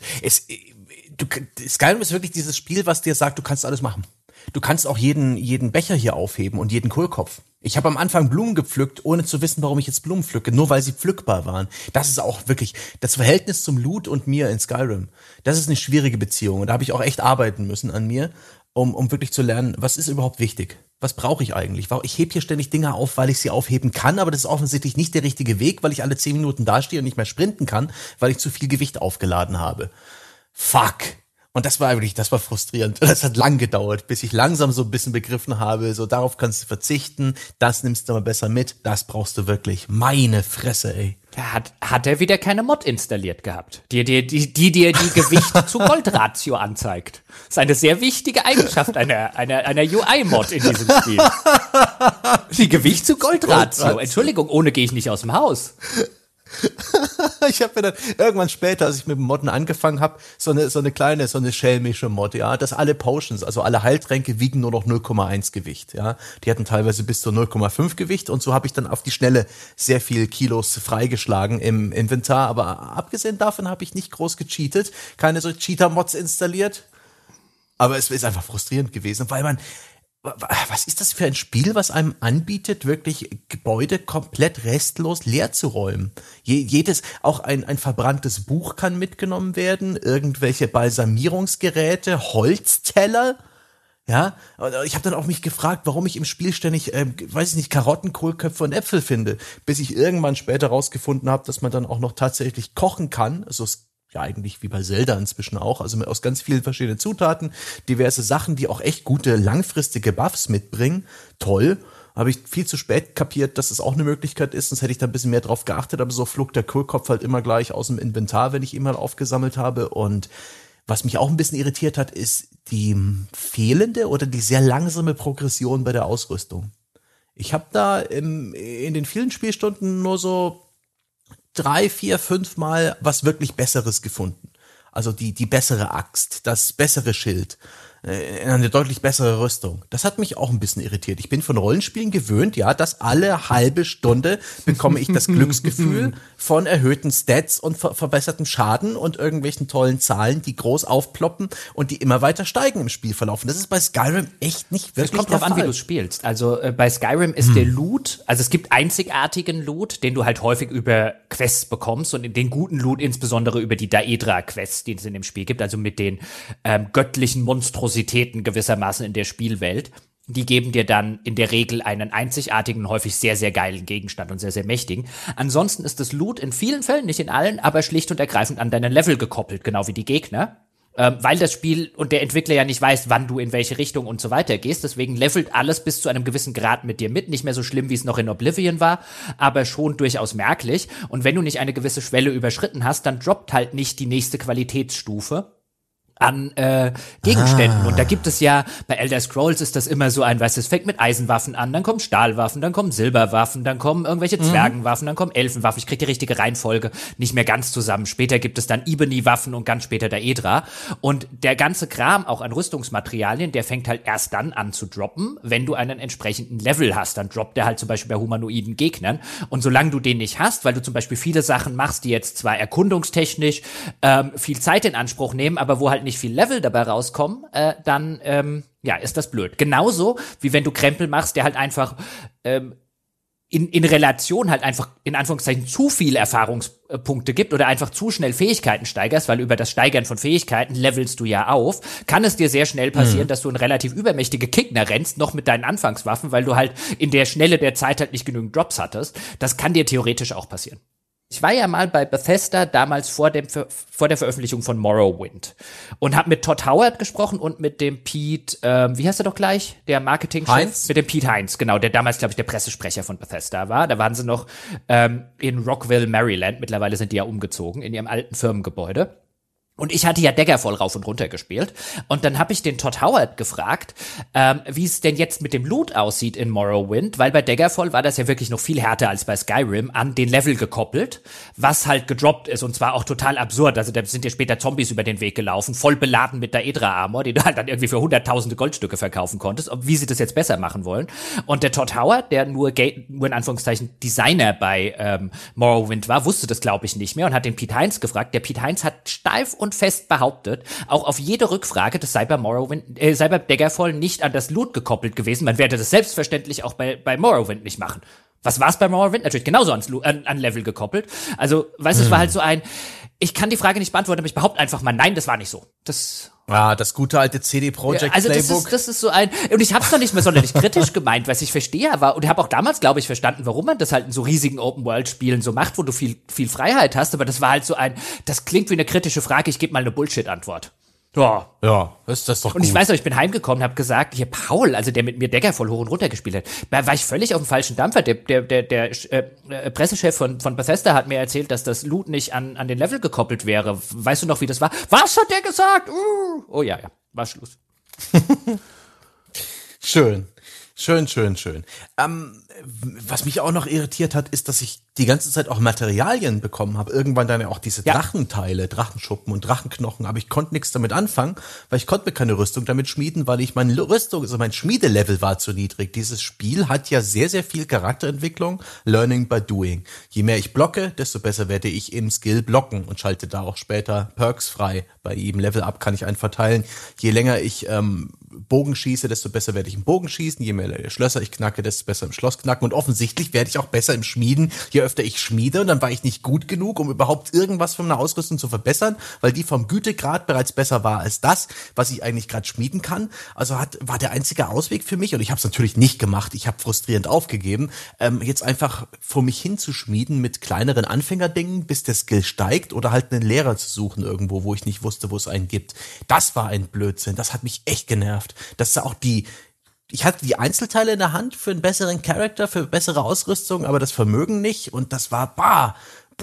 Skyrim ist wirklich dieses Spiel, was dir sagt, du kannst alles machen. Du kannst auch jeden Becher hier aufheben und jeden Kohlkopf. Ich habe am Anfang Blumen gepflückt, ohne zu wissen, warum ich jetzt Blumen pflücke, nur weil sie pflückbar waren. Das ist auch wirklich das Verhältnis zum Loot und mir in Skyrim. Das ist eine schwierige Beziehung und da habe ich auch echt arbeiten müssen an mir, um wirklich zu lernen, was ist überhaupt wichtig? Was brauche ich eigentlich? Ich hebe hier ständig Dinge auf, weil ich sie aufheben kann, aber das ist offensichtlich nicht der richtige Weg, weil ich alle 10 Minuten dastehe und nicht mehr sprinten kann, weil ich zu viel Gewicht aufgeladen habe. Fuck. Und das war frustrierend. Das hat lang gedauert, bis ich langsam so ein bisschen begriffen habe, so darauf kannst du verzichten, das nimmst du mal besser mit, das brauchst du wirklich. Meine Fresse, ey. Hat er wieder keine Mod installiert gehabt, die dir die Gewicht zu Gold-Ratio anzeigt. Das ist eine sehr wichtige Eigenschaft einer UI-Mod in diesem Spiel. Die Gewicht zu Gold-Ratio. Entschuldigung, ohne gehe ich nicht aus dem Haus. Ich habe mir dann irgendwann später, als ich mit dem Modden angefangen habe, so eine schelmische Mod, ja, dass alle Potions, also alle Heiltränke wiegen nur noch 0,1 Gewicht, ja. Die hatten teilweise bis zu 0,5 Gewicht und so habe ich dann auf die Schnelle sehr viel Kilos freigeschlagen im Inventar, aber abgesehen davon habe ich nicht groß gecheatet, keine so Cheater-Mods installiert, aber es ist einfach frustrierend gewesen, weil was ist das für ein Spiel, was einem anbietet, wirklich Gebäude komplett restlos leer zu räumen? Auch ein verbranntes Buch kann mitgenommen werden, irgendwelche Balsamierungsgeräte, Holzteller. Ja, ich habe dann auch mich gefragt, warum ich im Spiel ständig, Karotten, Kohlköpfe und Äpfel finde, bis ich irgendwann später rausgefunden habe, dass man dann auch noch tatsächlich kochen kann, also ja eigentlich wie bei Zelda inzwischen auch, also aus ganz vielen verschiedenen Zutaten, diverse Sachen, die auch echt gute langfristige Buffs mitbringen. Toll. Habe ich viel zu spät kapiert, dass es auch eine Möglichkeit ist, sonst hätte ich da ein bisschen mehr drauf geachtet, aber so flog der Kohlkopf halt immer gleich aus dem Inventar, wenn ich ihn mal aufgesammelt habe. Und was mich auch ein bisschen irritiert hat, ist die fehlende oder die sehr langsame Progression bei der Ausrüstung. Ich habe da in den vielen Spielstunden nur so 3, 4, 5 Mal was wirklich Besseres gefunden. Also die bessere Axt, das bessere Schild, eine deutlich bessere Rüstung. Das hat mich auch ein bisschen irritiert. Ich bin von Rollenspielen gewöhnt, ja, dass alle halbe Stunde bekomme ich das Glücksgefühl von erhöhten Stats und verbessertem Schaden und irgendwelchen tollen Zahlen, die groß aufploppen und die immer weiter steigen im Spielverlauf. Und das ist bei Skyrim echt nicht wirklich der Fall. Es kommt drauf an, wie du spielst. Also bei Skyrim ist der Loot, also es gibt einzigartigen Loot, den du halt häufig über Quests bekommst und den guten Loot insbesondere über die Daedra-Quests, die es in dem Spiel gibt, also mit den göttlichen Monstrositäten gewissermaßen in der Spielwelt. Die geben dir dann in der Regel einen einzigartigen, häufig sehr, sehr geilen Gegenstand und sehr, sehr mächtigen. Ansonsten ist das Loot in vielen Fällen, nicht in allen, aber schlicht und ergreifend an deinen Level gekoppelt, genau wie die Gegner. weil das Spiel und der Entwickler ja nicht weiß, wann du in welche Richtung und so weiter gehst. Deswegen levelt alles bis zu einem gewissen Grad mit dir mit. Nicht mehr so schlimm, wie es noch in Oblivion war, aber schon durchaus merklich. Und wenn du nicht eine gewisse Schwelle überschritten hast, dann droppt halt nicht die nächste Qualitätsstufe an Gegenständen. Und da gibt es ja, bei Elder Scrolls ist das immer so ein, weißt du, es fängt mit Eisenwaffen an, dann kommen Stahlwaffen, dann kommen Silberwaffen, dann kommen irgendwelche Zwergenwaffen, dann kommen Elfenwaffen. Ich krieg die richtige Reihenfolge nicht mehr ganz zusammen. Später gibt es dann Ibeni-Waffen und ganz später Daedra. Und der ganze Kram, auch an Rüstungsmaterialien, der fängt halt erst dann an zu droppen, wenn du einen entsprechenden Level hast. Dann droppt der halt zum Beispiel bei humanoiden Gegnern. Und solange du den nicht hast, weil du zum Beispiel viele Sachen machst, die jetzt zwar erkundungstechnisch viel Zeit in Anspruch nehmen, aber wo halt nicht viel Level dabei rauskommen, dann ist das blöd. Genauso wie wenn du Krempel machst, der halt einfach in Relation halt einfach in Anführungszeichen zu viel Erfahrungspunkte gibt oder einfach zu schnell Fähigkeiten steigerst, weil über das Steigern von Fähigkeiten levelst du ja auf, kann es dir sehr schnell passieren, dass du in relativ übermächtige Gegner rennst, noch mit deinen Anfangswaffen, weil du halt in der Schnelle der Zeit halt nicht genügend Drops hattest. Das kann dir theoretisch auch passieren. Ich war ja mal bei Bethesda damals vor der Veröffentlichung von Morrowind und habe mit Todd Howard gesprochen und mit dem Pete, wie heißt er doch gleich, der Marketingchef? Heinz? Mit dem Pete Heinz, genau, der damals, glaube ich, der Pressesprecher von Bethesda war. Da waren sie noch in Rockville, Maryland. Mittlerweile sind die ja umgezogen in ihrem alten Firmengebäude. Und ich hatte ja Daggerfall rauf und runter gespielt. Und dann habe ich den Todd Howard gefragt, wie es denn jetzt mit dem Loot aussieht in Morrowind, weil bei Daggerfall war das ja wirklich noch viel härter als bei Skyrim an den Level gekoppelt, was halt gedroppt ist und zwar auch total absurd. Also da sind ja später Zombies über den Weg gelaufen, voll beladen mit Daedra-Armor, die du halt dann irgendwie für hunderttausende Goldstücke verkaufen konntest, wie sie das jetzt besser machen wollen. Und der Todd Howard, der nur in Anführungszeichen Designer bei Morrowind war, wusste das, glaube ich, nicht mehr und hat den Pete Heinz gefragt. Der Pete Heinz hat steif und fest behauptet, auch auf jede Rückfrage, das sei bei Daggerfall nicht an das Loot gekoppelt gewesen. Man werde das selbstverständlich auch bei Morrowind nicht machen. Was war's bei Morrowind? Natürlich genauso an Level gekoppelt. Also, weißt du, es war halt so ich kann die Frage nicht beantworten, aber ich behaupte einfach mal, nein, das war nicht so. Das gute alte CD Projekt Playbook. Das ist so und ich hab's noch nicht mehr sonderlich kritisch gemeint, was ich verstehe, aber und ich habe auch damals, glaube ich, verstanden, warum man das halt in so riesigen Open-World-Spielen so macht, wo du viel Freiheit hast, aber das war halt so das klingt wie eine kritische Frage, ich gebe mal eine Bullshit-Antwort. Ja, ist das doch gut. Und ich weiß noch, ich bin heimgekommen und habe gesagt, hier Paul, also der mit mir Daggerfall hoch und runter gespielt hat, da war ich völlig auf dem falschen Dampfer. Der Pressechef von Bethesda hat mir erzählt, dass das Loot nicht an den Level gekoppelt wäre. Weißt du noch, wie das war? Was hat der gesagt? Oh ja, war Schluss. Schön. Was mich auch noch irritiert hat, ist, dass ich die ganze Zeit auch Materialien bekommen habe. Irgendwann dann ja auch diese Drachenteile, Drachenschuppen und Drachenknochen, aber ich konnte nichts damit anfangen, weil ich konnte mir keine Rüstung damit schmieden, weil ich mein Schmiedelevel war zu niedrig. Dieses Spiel hat ja sehr, sehr viel Charakterentwicklung, Learning by Doing. Je mehr ich blocke, desto besser werde ich im Skill blocken und schalte da auch später Perks frei. Bei jedem Level Up kann ich einen verteilen. Je länger ich Bogen schieße, desto besser werde ich im Bogen schießen. Je mehr Schlösser ich knacke, desto besser im Schloss knacken. Und offensichtlich werde ich auch besser im Schmieden, je öfter ich schmiede. Und dann war ich nicht gut genug, um überhaupt irgendwas von meiner Ausrüstung zu verbessern, weil die vom Gütegrad bereits besser war als das, was ich eigentlich gerade schmieden kann. Also war der einzige Ausweg für mich, und ich habe es natürlich nicht gemacht, ich habe frustrierend aufgegeben, jetzt einfach vor mich hin zu schmieden mit kleineren Anfängerdingen, bis der Skill steigt, oder halt einen Lehrer zu suchen irgendwo, wo ich nicht wusste, wo es einen gibt. Das war ein Blödsinn, das hat mich echt genervt. Das ist auch ich hatte die Einzelteile in der Hand für einen besseren Charakter, für bessere Ausrüstung, aber das Vermögen nicht, und das war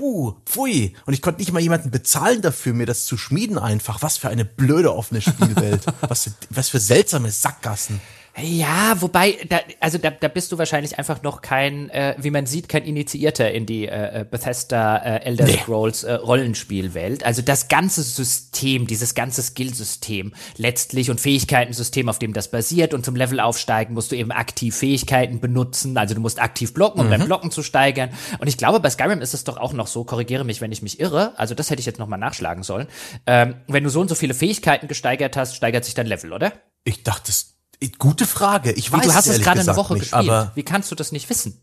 pfui. Und ich konnte nicht mal jemanden bezahlen dafür, mir das zu schmieden einfach. Was für eine blöde offene Spielwelt. Was für seltsame Sackgassen. Ja, wobei, da bist du wahrscheinlich einfach noch kein, wie man sieht, kein Initiierter in die Bethesda Elder Scrolls Rollenspielwelt. Also das ganze System, dieses ganze Skillsystem letztlich und Fähigkeitensystem, auf dem das basiert, und zum Level aufsteigen musst du eben aktiv Fähigkeiten benutzen. Also du musst aktiv blocken, um dein Blocken zu steigern. Und ich glaube, bei Skyrim ist es doch auch noch so, korrigiere mich, wenn ich mich irre, also das hätte ich jetzt nochmal nachschlagen sollen. Wenn du so und so viele Fähigkeiten gesteigert hast, steigert sich dein Level, oder? Ich dachte, gute Frage. Ich weiß, du hast es gerade eine Woche nicht, gespielt. Aber wie kannst du das nicht wissen?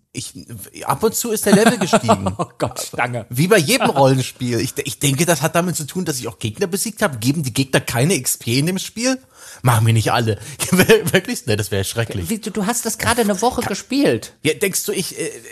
Ab und zu ist der Level gestiegen. Oh Gott, danke. Wie bei jedem Rollenspiel. Ich denke, das hat damit zu tun, dass ich auch Gegner besiegt habe. Geben die Gegner keine XP in dem Spiel? Machen wir nicht alle. Wirklich? Ne, das wäre schrecklich. Du hast das gerade eine Woche gespielt. Ja, denkst du,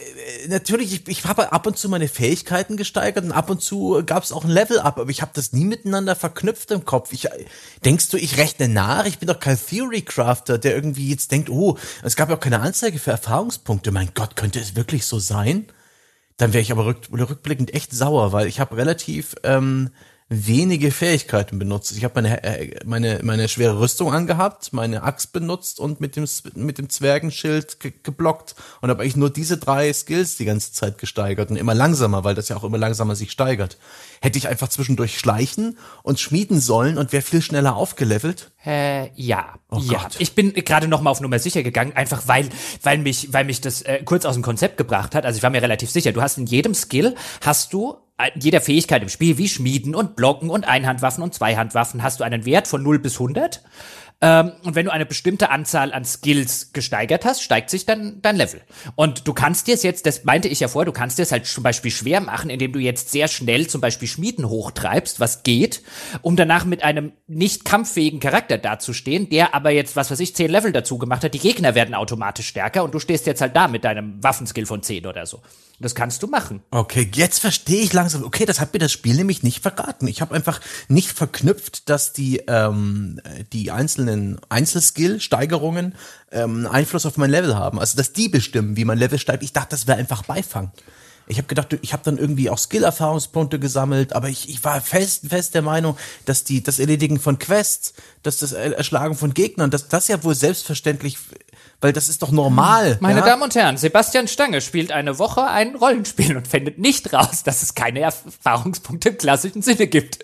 natürlich, ich habe ab und zu meine Fähigkeiten gesteigert und ab und zu gab es auch ein Level-Up, aber ich habe das nie miteinander verknüpft im Kopf. Denkst du, ich rechne nach? Ich bin doch kein Theory-Crafter, der irgendwie jetzt denkt, oh, es gab ja auch keine Anzeige für Erfahrungspunkte. Mein Gott, könnte es wirklich so sein? Dann wäre ich aber rückblickend echt sauer, weil ich habe relativ wenige Fähigkeiten benutzt. Ich habe meine schwere Rüstung angehabt, meine Axt benutzt und mit dem Zwergenschild geblockt und habe eigentlich nur diese 3 Skills die ganze Zeit gesteigert und immer langsamer, weil das ja auch immer langsamer sich steigert. Hätte ich einfach zwischendurch schleichen und schmieden sollen und wäre viel schneller aufgelevelt? Ja. Oh ja. Gott. Ich bin gerade noch mal auf Nummer sicher gegangen, einfach weil mich das kurz aus dem Konzept gebracht hat. Also ich war mir relativ sicher, du hast in jedem Skill, jeder Fähigkeit im Spiel, wie Schmieden und Blocken und Einhandwaffen und Zweihandwaffen, hast du einen Wert von 0 bis 100. Und wenn du eine bestimmte Anzahl an Skills gesteigert hast, steigt sich dann dein Level. Und du kannst dir es jetzt, das meinte ich ja vorher, du kannst dir es halt zum Beispiel schwer machen, indem du jetzt sehr schnell zum Beispiel Schmieden hochtreibst, was geht, um danach mit einem nicht kampffähigen Charakter dazustehen, der aber jetzt, 10 Level dazu gemacht hat. Die Gegner werden automatisch stärker und du stehst jetzt halt da mit deinem Waffenskill von 10 oder so. Das kannst du machen. Okay, jetzt verstehe ich langsam. Okay, das hat mir das Spiel nämlich nicht verraten. Ich habe einfach nicht verknüpft, dass die einzelnen Einzelskill-Steigerungen Einfluss auf mein Level haben. Also, dass die bestimmen, wie mein Level steigt. Ich dachte, das wäre einfach Beifang. Ich habe gedacht, ich habe dann irgendwie auch Skill-Erfahrungspunkte gesammelt, aber ich war fest der Meinung, dass das Erledigen von Quests, dass das Erschlagen von Gegnern, dass das ja wohl selbstverständlich, weil das ist doch normal. Meine Damen und Herren, Sebastian Stange spielt eine Woche ein Rollenspiel und findet nicht raus, dass es keine Erfahrungspunkte im klassischen Sinne gibt.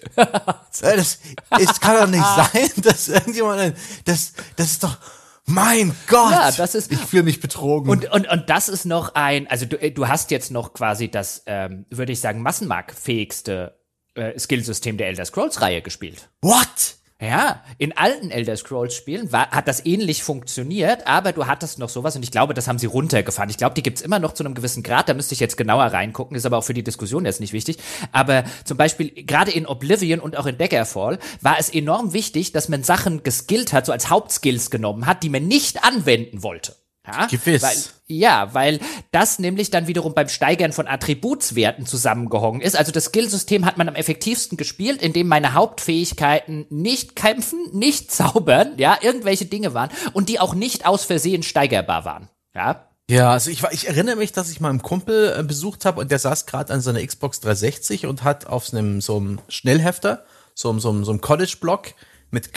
Es kann doch nicht sein, dass irgendjemand, das ist doch, mein Gott! Ja, das ist. Ich fühle mich betrogen. Und das ist noch also du hast jetzt noch quasi das, würde ich sagen, massenmarktfähigste Skillsystem der Elder Scrolls-Reihe gespielt. What? Ja, in alten Elder Scrolls-Spielen hat das ähnlich funktioniert, aber du hattest noch sowas und ich glaube, das haben sie runtergefahren. Ich glaube, die gibt's immer noch zu einem gewissen Grad, da müsste ich jetzt genauer reingucken, ist aber auch für die Diskussion jetzt nicht wichtig. Aber zum Beispiel, gerade in Oblivion und auch in Daggerfall war es enorm wichtig, dass man Sachen geskillt hat, so als Hauptskills genommen hat, die man nicht anwenden wollte. Ja? Gewiss. Weil das nämlich dann wiederum beim Steigern von Attributswerten zusammengehangen ist. Also das Skillsystem hat man am effektivsten gespielt, indem meine Hauptfähigkeiten nicht kämpfen, nicht zaubern, ja, irgendwelche Dinge waren und die auch nicht aus Versehen steigerbar waren, ja. Ja, also ich erinnere mich, dass ich mal einen Kumpel besucht habe und der saß gerade an seiner Xbox 360 und hat auf so einem Schnellhefter, so einem College-Block, mit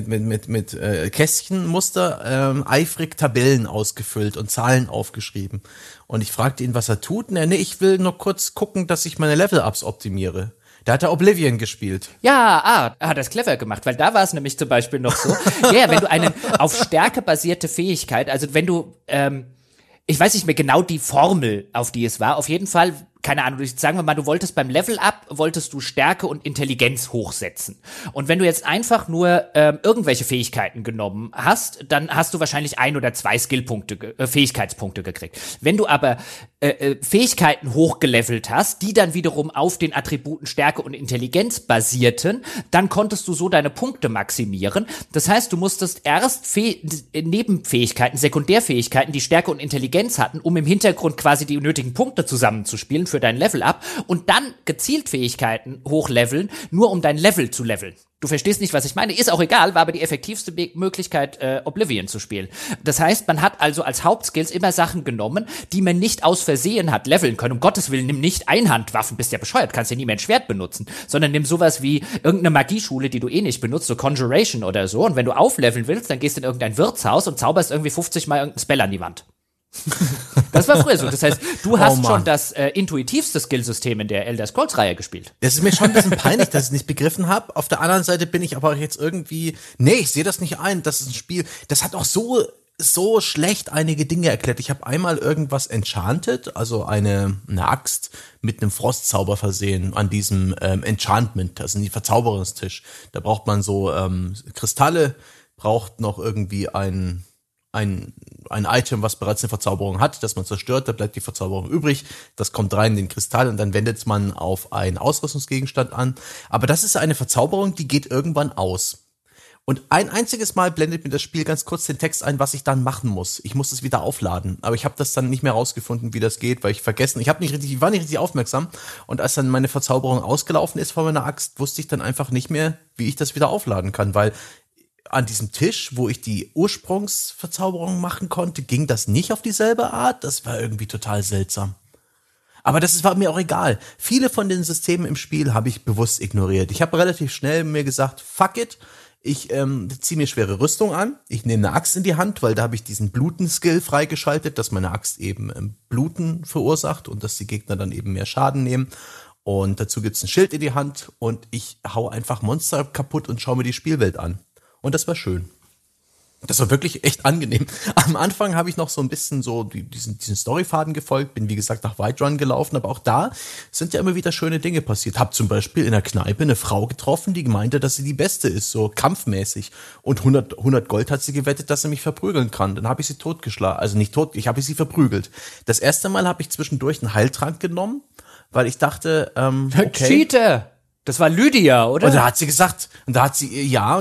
Kästchenmuster eifrig Tabellen ausgefüllt und Zahlen aufgeschrieben. Und ich fragte ihn, was er tut. Nee, ich will nur kurz gucken, dass ich meine Level-Ups optimiere. Da hat er Oblivion gespielt. Ja, hat das clever gemacht, weil da war es nämlich zum Beispiel noch so, wenn du eine auf Stärke basierte Fähigkeit, also wenn du, ich weiß nicht mehr genau die Formel, auf die es war, auf jeden Fall, keine Ahnung, sagen wir mal, du wolltest beim Level-Up, Stärke und Intelligenz hochsetzen. Und wenn du jetzt einfach nur irgendwelche Fähigkeiten genommen hast, dann hast du wahrscheinlich 1 oder 2 Fähigkeitspunkte gekriegt. Wenn du aber Fähigkeiten hochgelevelt hast, die dann wiederum auf den Attributen Stärke und Intelligenz basierten, dann konntest du so deine Punkte maximieren. Das heißt, du musstest erst Nebenfähigkeiten, Sekundärfähigkeiten, die Stärke und Intelligenz hatten, um im Hintergrund quasi die nötigen Punkte zusammenzuspielen für dein Level-Up und dann gezielt Fähigkeiten hochleveln, nur um dein Level zu leveln. Du verstehst nicht, was ich meine. Ist auch egal, war aber die effektivste Möglichkeit, Oblivion zu spielen. Das heißt, man hat also als Hauptskills immer Sachen genommen, die man nicht aus Versehen hat leveln können. Um Gottes Willen, nimm nicht Einhandwaffen, bist ja bescheuert, kannst ja nie mehr ein Schwert benutzen. Sondern nimm sowas wie irgendeine Magieschule, die du eh nicht benutzt, so Conjuration oder so. Und wenn du aufleveln willst, dann gehst du in irgendein Wirtshaus und zauberst irgendwie 50 Mal irgendein Spell an die Wand. Das war früher so. Das heißt, du hast schon das intuitivste Skillsystem in der Elder Scrolls-Reihe gespielt. Das ist mir schon ein bisschen peinlich, dass ich es nicht begriffen habe. Auf der anderen Seite bin ich aber jetzt irgendwie, ich sehe das nicht ein. Das ist ein Spiel, das hat auch so schlecht einige Dinge erklärt. Ich habe einmal irgendwas enchanted, also eine Axt mit einem Frostzauber versehen an diesem Enchantment, also die Verzauberungstisch. Da braucht man so Kristalle, braucht noch irgendwie ein Item, was bereits eine Verzauberung hat, das man zerstört, da bleibt die Verzauberung übrig, das kommt rein in den Kristall und dann wendet man auf einen Ausrüstungsgegenstand an. Aber das ist eine Verzauberung, die geht irgendwann aus. Und ein einziges Mal blendet mir das Spiel ganz kurz den Text ein, was ich dann machen muss. Ich muss es wieder aufladen. Aber ich habe das dann nicht mehr rausgefunden, wie das geht, weil ich war nicht richtig aufmerksam. Und als dann meine Verzauberung ausgelaufen ist von meiner Axt, wusste ich dann einfach nicht mehr, wie ich das wieder aufladen kann, weil an diesem Tisch, wo ich die Ursprungsverzauberung machen konnte, ging das nicht auf dieselbe Art. Das war irgendwie total seltsam. Aber war mir auch egal. Viele von den Systemen im Spiel habe ich bewusst ignoriert. Ich habe relativ schnell mir gesagt, fuck it. Ich ziehe mir schwere Rüstung an, ich nehme eine Axt in die Hand, weil da habe ich diesen Bluten-Skill freigeschaltet, dass meine Axt eben Bluten verursacht und dass die Gegner dann eben mehr Schaden nehmen. Und dazu gibt's ein Schild in die Hand und ich hau einfach Monster kaputt und schaue mir die Spielwelt an. Und das war schön. Das war wirklich echt angenehm. Am Anfang habe ich noch so ein bisschen so diesen Storyfaden gefolgt, bin wie gesagt nach Whiterun gelaufen, aber auch da sind ja immer wieder schöne Dinge passiert. Hab zum Beispiel in der Kneipe eine Frau getroffen, die meinte, dass sie die Beste ist, so kampfmäßig. Und 100 Gold hat sie gewettet, dass sie mich verprügeln kann. Dann habe ich sie totgeschlagen. Also nicht tot, ich habe sie verprügelt. Das erste Mal habe ich zwischendurch einen Heiltrank genommen, weil ich dachte, okay. Cheater! Das war Lydia, oder? Und da hat sie gesagt, und da hat sie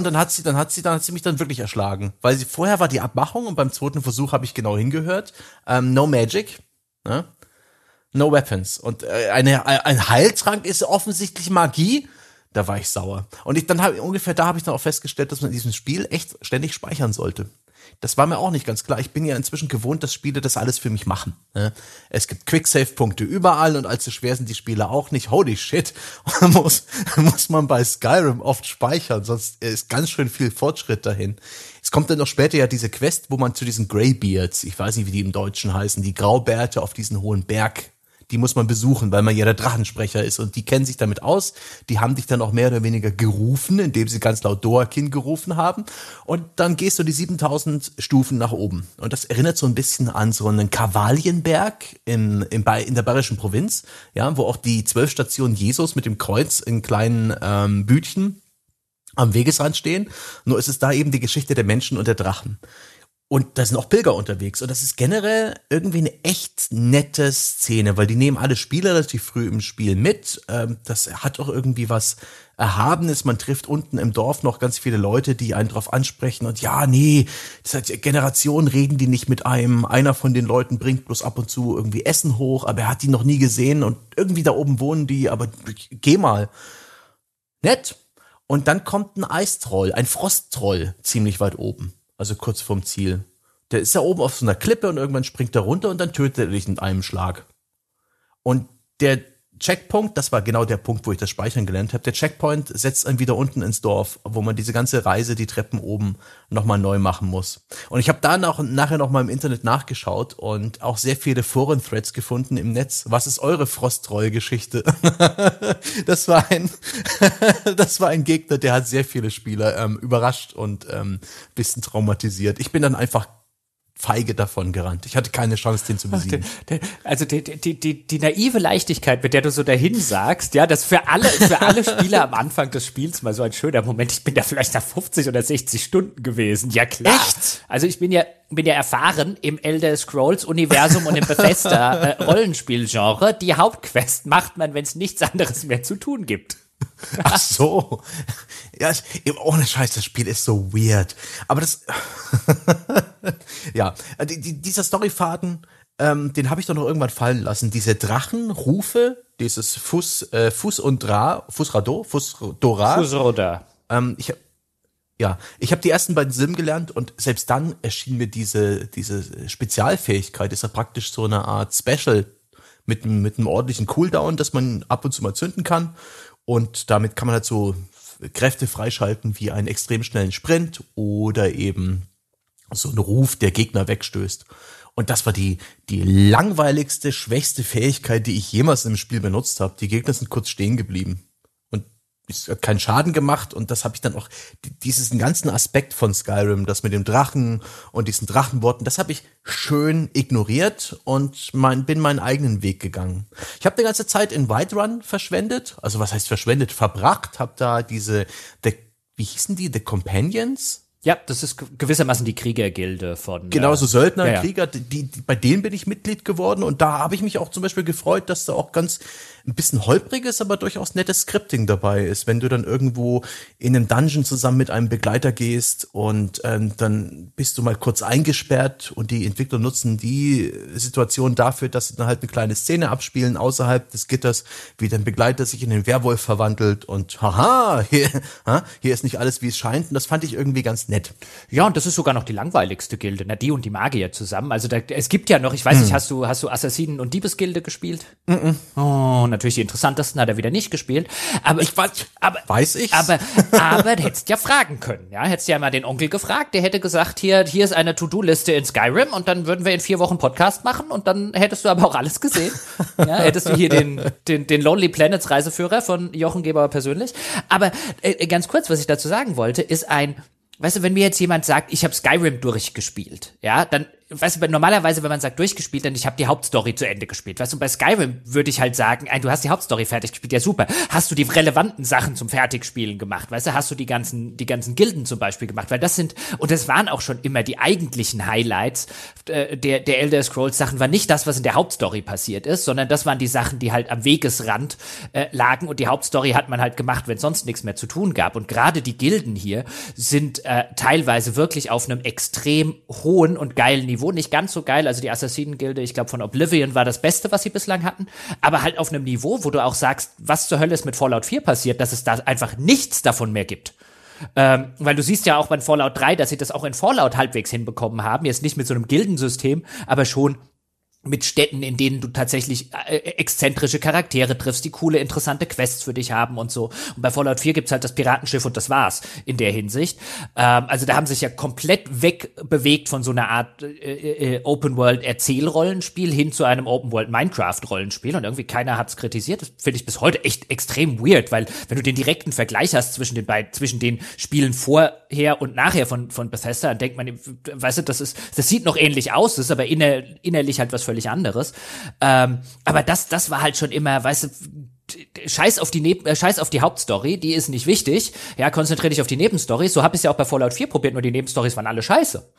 mich dann wirklich erschlagen. Weil vorher war die Abmachung und beim zweiten Versuch habe ich genau hingehört. No Magic, ne? No Weapons. Und ein Heiltrank ist offensichtlich Magie. Da war ich sauer. Und da habe ich dann auch festgestellt, dass man in diesem Spiel echt ständig speichern sollte. Das war mir auch nicht ganz klar. Ich bin ja inzwischen gewohnt, dass Spiele das alles für mich machen. Es gibt Quicksave-Punkte überall und allzu schwer sind die Spiele auch nicht. Holy shit, muss man bei Skyrim oft speichern, sonst ist ganz schön viel Fortschritt dahin. Es kommt dann noch später ja diese Quest, wo man zu diesen Greybeards, ich weiß nicht, wie die im Deutschen heißen, die Graubärte auf diesen hohen Berg, die muss man besuchen, weil man ja der Drachensprecher ist und die kennen sich damit aus. Die haben dich dann auch mehr oder weniger gerufen, indem sie ganz laut Doakin gerufen haben. Und dann gehst du die 7000 Stufen nach oben. Und das erinnert so ein bisschen an so einen Kavalienberg in der bayerischen Provinz, ja, wo auch die 12 Stationen Jesus mit dem Kreuz in kleinen Bütchen am Wegesrand stehen. Nur ist es da eben die Geschichte der Menschen und der Drachen. Und da sind auch Pilger unterwegs. Und das ist generell irgendwie eine echt nette Szene, weil die nehmen alle Spieler relativ früh im Spiel mit. Das hat auch irgendwie was Erhabenes. Man trifft unten im Dorf noch ganz viele Leute, die einen drauf ansprechen. Und ja, nee, seit Generationen reden die nicht mit einem. Einer von den Leuten bringt bloß ab und zu irgendwie Essen hoch, aber er hat die noch nie gesehen. Und irgendwie da oben wohnen die, aber geh mal. Nett. Und dann kommt ein Eistroll, ein Frosttroll, ziemlich weit oben. Also kurz vorm Ziel. Der ist ja oben auf so einer Klippe und irgendwann springt er runter und dann tötet er dich mit einem Schlag. Und der Checkpoint, das war genau der Punkt, wo ich das Speichern gelernt habe, der Checkpoint setzt einen wieder unten ins Dorf, wo man diese ganze Reise, die Treppen oben nochmal neu machen muss. Und ich habe da nachher nochmal im Internet nachgeschaut und auch sehr viele Foren-Threads gefunden im Netz. Was ist eure Frosttroll-Geschichte? Das war ein Gegner, der hat sehr viele Spieler überrascht und bisschen traumatisiert. Ich bin dann einfach feige davon gerannt. Ich hatte keine Chance, den zu besiegen. Also die naive Leichtigkeit, mit der du so dahin sagst, ja, das für alle Spieler am Anfang des Spiels mal so ein schöner Moment. Ich bin da vielleicht nach 50 oder 60 Stunden gewesen. Ja, klar. Echt? Also ich bin ja erfahren im Elder Scrolls Universum und im Bethesda Rollenspielgenre. Die Hauptquest macht man, wenn es nichts anderes mehr zu tun gibt. Ach so. Ja, ohne Scheiß, das Spiel ist so weird. Aber das, ja, dieser Storyfaden, den habe ich doch noch irgendwann fallen lassen. Diese Drachenrufe, dieses Fusrodra. Ich habe die ersten beiden Silben gelernt und selbst dann erschien mir diese Spezialfähigkeit, ist ja praktisch so eine Art Special mit einem ordentlichen Cooldown, dass man ab und zu mal zünden kann. Und damit kann man halt so Kräfte freischalten wie einen extrem schnellen Sprint oder eben so einen Ruf, der Gegner wegstößt. Und das war die langweiligste, schwächste Fähigkeit, die ich jemals im Spiel benutzt habe. Die Gegner sind kurz stehen geblieben. Und es hat keinen Schaden gemacht. Und das habe ich dann auch, diesen ganzen Aspekt von Skyrim, das mit dem Drachen und diesen Drachenworten, das habe ich schön ignoriert und bin meinen eigenen Weg gegangen. Ich habe die ganze Zeit in Whiterun verschwendet. Also was heißt verschwendet? Verbracht. Habe da wie hießen die? The Companions? Ja, das ist gewissermaßen die Kriegergilde von. Genau, so Söldner, ja. Krieger, bei denen bin ich Mitglied geworden und da habe ich mich auch zum Beispiel gefreut, dass da auch ganz ein bisschen holpriges, aber durchaus nettes Scripting dabei ist, wenn du dann irgendwo in einem Dungeon zusammen mit einem Begleiter gehst und dann bist du mal kurz eingesperrt und die Entwickler nutzen die Situation dafür, dass sie dann halt eine kleine Szene abspielen außerhalb des Gitters, wie dein Begleiter sich in den Werwolf verwandelt und haha, hier ist nicht alles, wie es scheint und das fand ich irgendwie ganz nett. Ja, und das ist sogar noch die langweiligste Gilde, ne? Die und die Magier zusammen. Also es gibt ja noch, ich weiß nicht, hast du Assassinen- und Diebesgilde gespielt? Oh, natürlich die interessantesten hat er wieder nicht gespielt. Aber Weiß ich. Aber du hättest ja fragen können, ja? Hättest ja mal den Onkel gefragt, der hätte gesagt, hier ist eine To-Do-Liste in Skyrim und dann würden wir in 4 Wochen Podcast machen und dann hättest du aber auch alles gesehen. Ja, hättest du hier den Lonely Planets Reiseführer von Jochen Gebauer persönlich. Aber ganz kurz, was ich dazu sagen wollte, ist weißt du, wenn mir jetzt jemand sagt, ich habe Skyrim durchgespielt, ja, dann, weißt du, normalerweise, wenn man sagt durchgespielt, dann ich habe die Hauptstory zu Ende gespielt. Weißt du, bei Skyrim würde ich halt sagen, du hast die Hauptstory fertig gespielt, ja super. Hast du die relevanten Sachen zum Fertigspielen gemacht? Weißt du, hast du die ganzen Gilden zum Beispiel gemacht? Weil das waren auch schon immer die eigentlichen Highlights der Elder Scrolls Sachen, war nicht das, was in der Hauptstory passiert ist, sondern das waren die Sachen, die halt am Wegesrand lagen und die Hauptstory hat man halt gemacht, wenn es sonst nichts mehr zu tun gab. Und gerade die Gilden hier sind teilweise wirklich auf einem extrem hohen und geilen Niveau. Nicht ganz so geil, also die Assassinen-Gilde, ich glaube von Oblivion war das Beste, was sie bislang hatten, aber halt auf einem Niveau, wo du auch sagst, was zur Hölle ist mit Fallout 4 passiert, dass es da einfach nichts davon mehr gibt. Weil du siehst ja auch bei Fallout 3, dass sie das auch in Fallout halbwegs hinbekommen haben, jetzt nicht mit so einem Gildensystem, aber schon mit Städten, in denen du tatsächlich exzentrische Charaktere triffst, die coole, interessante Quests für dich haben und so. Und bei Fallout 4 gibt's halt das Piratenschiff und das war's in der Hinsicht. Also da haben sich ja komplett wegbewegt von so einer Art Open-World-Erzählrollenspiel hin zu einem Open-World-Minecraft-Rollenspiel und irgendwie keiner hat's kritisiert. Das finde ich bis heute echt extrem weird, weil wenn du den direkten Vergleich hast zwischen den Spielen vorher und nachher von Bethesda, dann denkt man, weißt du, das sieht noch ähnlich aus, das ist aber innerlich halt was völlig anderes. Aber das war halt schon immer, weißt du, Scheiß auf die Hauptstory, die ist nicht wichtig. Ja, konzentrier dich auf die Nebenstories. So habe ich es ja auch bei Fallout 4 probiert, nur die Nebenstories waren alle scheiße.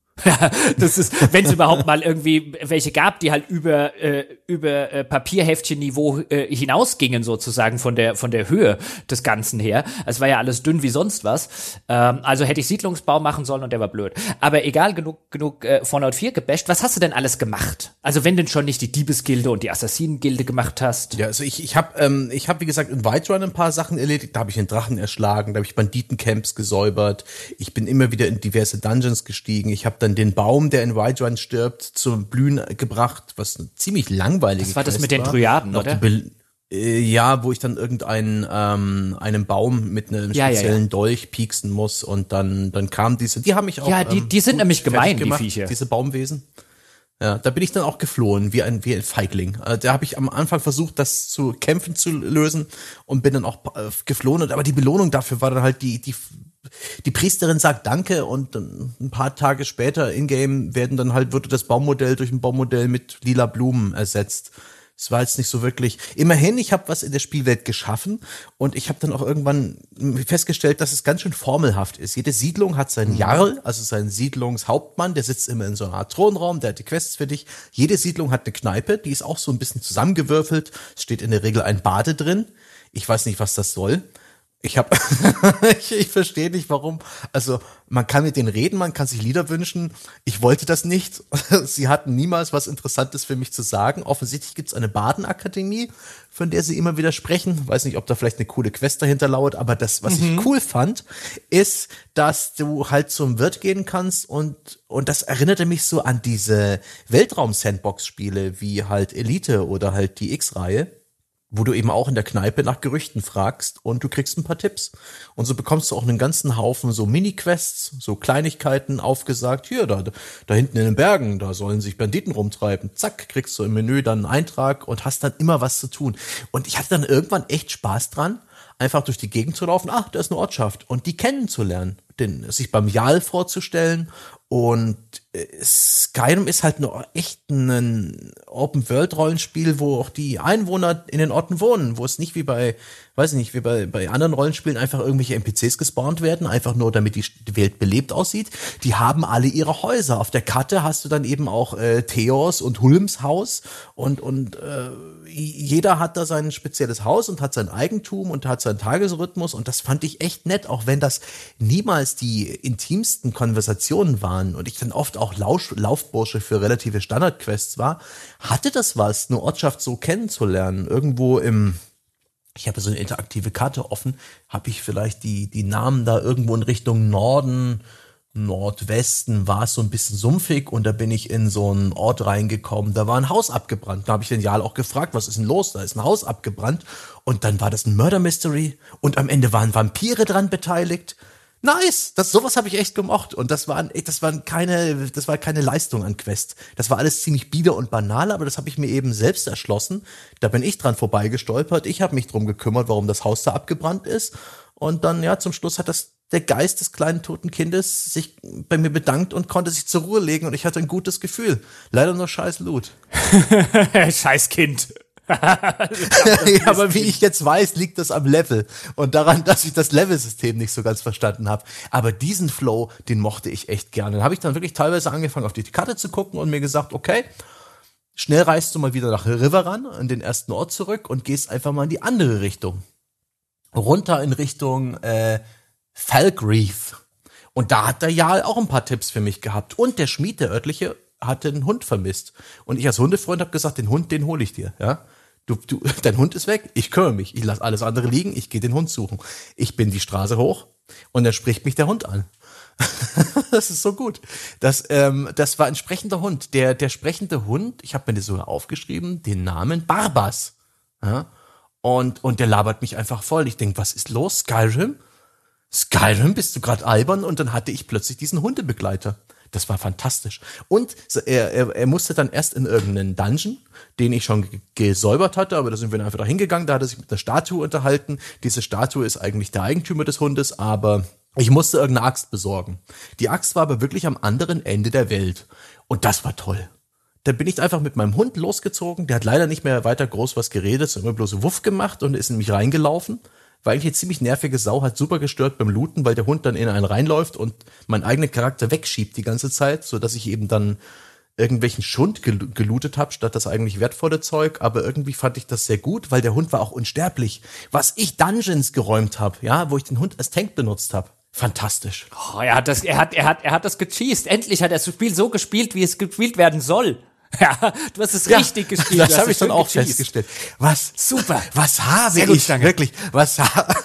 Das ist, wenn es überhaupt mal irgendwie welche gab, die halt über Papierheftchen-Niveau hinausgingen sozusagen von der Höhe des Ganzen her. Es war ja alles dünn wie sonst was. Also hätte ich Siedlungsbau machen sollen und der war blöd. Aber egal, genug Fallout 4 gebasht. Was hast du denn alles gemacht? Also wenn denn schon nicht die Diebesgilde und die Assassinen-Gilde gemacht hast. Ja, also ich hab wie gesagt in Whiterun ein paar Sachen erledigt. Da habe ich einen Drachen erschlagen, da habe ich Banditencamps gesäubert. Ich bin immer wieder in diverse Dungeons gestiegen. Ich habe dann den Baum, der in Whiterun stirbt, zum Blühen gebracht, was eine ziemlich langweilige Das war das mit den Dryaden, oder? Ja, wo ich dann einen Baum mit einem speziellen Dolch pieksen muss und dann kamen die haben mich auch die sind nämlich gemein, die Viecher. Diese Baumwesen. Ja, da bin ich dann auch geflohen, wie ein Feigling. Da habe ich am Anfang versucht, das zu kämpfen zu lösen und bin dann auch geflohen. Aber die Belohnung dafür war dann halt die Priesterin sagt Danke und ein paar Tage später in-game wurde das Baummodell durch ein Baummodell mit lila Blumen ersetzt. Es war jetzt nicht so wirklich. Immerhin, ich habe was in der Spielwelt geschaffen und ich habe dann auch irgendwann festgestellt, dass es ganz schön formelhaft ist. Jede Siedlung hat seinen Jarl, also seinen Siedlungshauptmann, der sitzt immer in so einer Art Thronraum, der hat die Quests für dich. Jede Siedlung hat eine Kneipe, die ist auch so ein bisschen zusammengewürfelt. Es steht in der Regel ein Bade drin. Ich weiß nicht, was das soll. Ich verstehe nicht, warum. Also, man kann mit denen reden, man kann sich Lieder wünschen. Ich wollte das nicht. Sie hatten niemals was Interessantes für mich zu sagen. Offensichtlich gibt's eine Badenakademie, von der sie immer wieder sprechen. Weiß nicht, ob da vielleicht eine coole Quest dahinter lauert, aber das, was ich cool fand, ist, dass du halt zum Wirt gehen kannst und das erinnerte mich so an diese Weltraum-Sandbox-Spiele wie halt Elite oder halt die X-Reihe, wo du eben auch in der Kneipe nach Gerüchten fragst und du kriegst ein paar Tipps. Und so bekommst du auch einen ganzen Haufen so Mini-Quests, so Kleinigkeiten aufgesagt. Hier, da hinten in den Bergen, da sollen sich Banditen rumtreiben. Zack, kriegst du im Menü dann einen Eintrag und hast dann immer was zu tun. Und ich hatte dann irgendwann echt Spaß dran, einfach durch die Gegend zu laufen. Da ist eine Ortschaft und die kennenzulernen. sich beim Jarl vorzustellen. Und Skyrim ist halt nur echt ein Open-World-Rollenspiel, wo auch die Einwohner in den Orten wohnen, wo es nicht wie bei anderen Rollenspielen einfach irgendwelche NPCs gespawnt werden, einfach nur damit die Welt belebt aussieht. Die haben alle ihre Häuser. Auf der Karte hast du dann eben auch Theos und Hulms Haus und jeder hat da sein spezielles Haus und hat sein Eigentum und hat seinen Tagesrhythmus und das fand ich echt nett, auch wenn das niemals die intimsten Konversationen waren und ich dann oft auch Laufbursche für relative Standardquests war, hatte das was, eine Ortschaft so kennenzulernen. Irgendwo ich habe so eine interaktive Karte offen, habe ich vielleicht die Namen da irgendwo in Richtung Norden, Nordwesten war es so ein bisschen sumpfig und da bin ich in so einen Ort reingekommen, da war ein Haus abgebrannt. Da habe ich den Jarl auch gefragt, was ist denn los? Da ist ein Haus abgebrannt und dann war das ein Murder Mystery und am Ende waren Vampire dran beteiligt. Nice, sowas habe ich echt gemocht und das war keine Leistung an Quest. Das war alles ziemlich bieder und banal, aber das habe ich mir eben selbst erschlossen. Da bin ich dran vorbeigestolpert. Ich habe mich drum gekümmert, warum das Haus da abgebrannt ist und dann zum Schluss hat der Geist des kleinen toten Kindes sich bei mir bedankt und konnte sich zur Ruhe legen und ich hatte ein gutes Gefühl. Leider nur scheiß Loot. Scheiß Kind. Ja, aber wie ich jetzt weiß, liegt das am Level und daran, dass ich das Level-System nicht so ganz verstanden habe. Aber diesen Flow, den mochte ich echt gerne. Dann habe ich dann wirklich teilweise angefangen, auf die Karte zu gucken und mir gesagt, okay, schnell reist du mal wieder nach Riverrun, in den ersten Ort zurück und gehst einfach mal in die andere Richtung. Runter in Richtung Falkreath. Und da hat der Jarl auch ein paar Tipps für mich gehabt. Und der Schmied, der örtliche, hatte einen Hund vermisst. Und ich als Hundefreund habe gesagt, den Hund, den hole ich dir, ja. Dein Hund ist weg, ich kümmere mich, ich lasse alles andere liegen, ich gehe den Hund suchen. Ich bin die Straße hoch und dann spricht mich der Hund an. Das ist so gut. Das war ein sprechender Hund. Der sprechende Hund, ich habe mir das sogar aufgeschrieben, den Namen Barbas. Ja? Und der labert mich einfach voll. Ich denke, was ist los, Skyrim? Skyrim, bist du gerade albern? Und dann hatte ich plötzlich diesen Hundebegleiter. Das war fantastisch. Und er musste dann erst in irgendeinen Dungeon, den ich schon gesäubert hatte, aber da sind wir dann einfach da hingegangen, da hat er sich mit der Statue unterhalten. Diese Statue ist eigentlich der Eigentümer des Hundes, aber ich musste irgendeine Axt besorgen. Die Axt war aber wirklich am anderen Ende der Welt. Und das war toll. Dann bin ich einfach mit meinem Hund losgezogen, der hat leider nicht mehr weiter groß was geredet, sondern immer bloß Wuff gemacht und ist in mich reingelaufen. War eigentlich eine ziemlich nervige Sau, hat super gestört beim Looten, weil der Hund dann in einen reinläuft und meinen eigenen Charakter wegschiebt die ganze Zeit, so dass ich eben dann irgendwelchen Schund gelootet habe, statt das eigentlich wertvolle Zeug. Aber irgendwie fand ich das sehr gut, weil der Hund war auch unsterblich. Was ich Dungeons geräumt habe, ja, wo ich den Hund als Tank benutzt habe. Fantastisch. Oh, er hat das gecheased. Endlich hat er das Spiel so gespielt, wie es gespielt werden soll. Ja, du hast es richtig gespielt. Das habe ich dann auch festgestellt. Super. Was habe ich wirklich? Was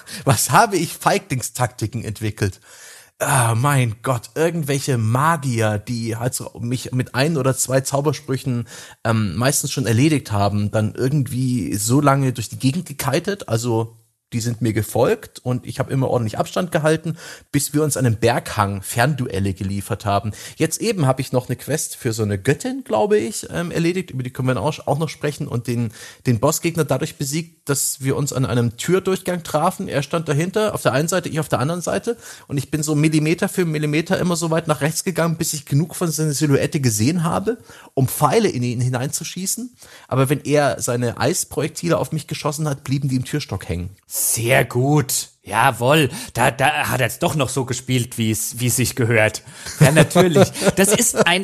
habe ich Feiglingstaktiken entwickelt? Ah, mein Gott, irgendwelche Magier, die halt so mich mit 1 oder 2 Zaubersprüchen meistens schon erledigt haben, dann irgendwie so lange durch die Gegend gekitet, also die sind mir gefolgt und ich habe immer ordentlich Abstand gehalten, bis wir uns an einem Berghang Fernduelle geliefert haben. Jetzt eben habe ich noch eine Quest für so eine Göttin, glaube ich, erledigt. Über die können wir auch noch sprechen und den Bossgegner dadurch besiegt, dass wir uns an einem Türdurchgang trafen. Er stand dahinter, auf der einen Seite, ich auf der anderen Seite und ich bin so Millimeter für Millimeter immer so weit nach rechts gegangen, bis ich genug von seiner Silhouette gesehen habe, um Pfeile in ihn hineinzuschießen. Aber wenn er seine Eisprojektile auf mich geschossen hat, blieben die im Türstock hängen. Sehr gut. Jawohl. Da hat er jetzt doch noch so gespielt, wie es sich gehört. Ja, natürlich. Das ist ein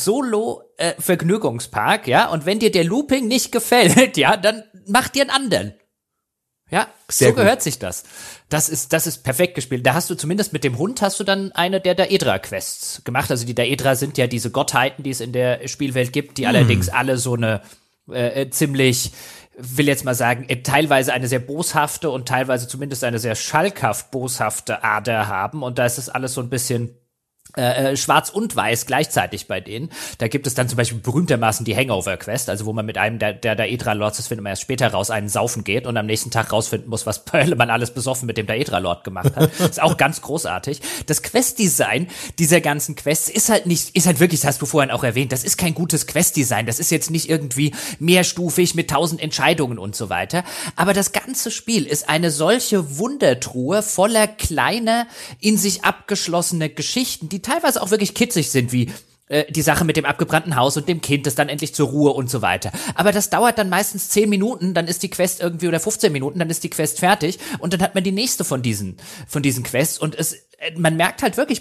Solo-Vergnügungspark, ja. Und wenn dir der Looping nicht gefällt, ja, dann mach dir einen anderen. Ja, sehr so gut. Gehört sich das. Das ist perfekt gespielt. Da hast du zumindest mit dem Hund dann eine der Daedra-Quests gemacht. Also die Daedra sind ja diese Gottheiten, die es in der Spielwelt gibt, die allerdings alle so eine ziemlich, will jetzt mal sagen, teilweise eine sehr boshafte und teilweise zumindest eine sehr schalkhaft boshafte Ader haben. Und da ist es alles so ein bisschen Schwarz und Weiß gleichzeitig bei denen. Da gibt es dann zum Beispiel berühmtermaßen die Hangover-Quest, also wo man mit einem der Daedra-Lords, das findet man erst später raus, einen saufen geht und am nächsten Tag rausfinden muss, was man alles besoffen mit dem Daedra-Lord gemacht hat. Das ist auch ganz großartig. Das Quest-Design dieser ganzen Quests ist halt wirklich, das hast du vorhin auch erwähnt, das ist kein gutes Quest-Design. Das ist jetzt nicht irgendwie mehrstufig mit 1000 Entscheidungen und so weiter. Aber das ganze Spiel ist eine solche Wundertruhe voller kleiner, in sich abgeschlossene Geschichten, die teilweise auch wirklich kitzig sind, wie die Sache mit dem abgebrannten Haus und dem Kind, das dann endlich zur Ruhe und so weiter. Aber das dauert dann meistens 10 Minuten, dann ist die Quest irgendwie, oder 15 Minuten, dann ist die Quest fertig und dann hat man die nächste von diesen Quests und man merkt halt wirklich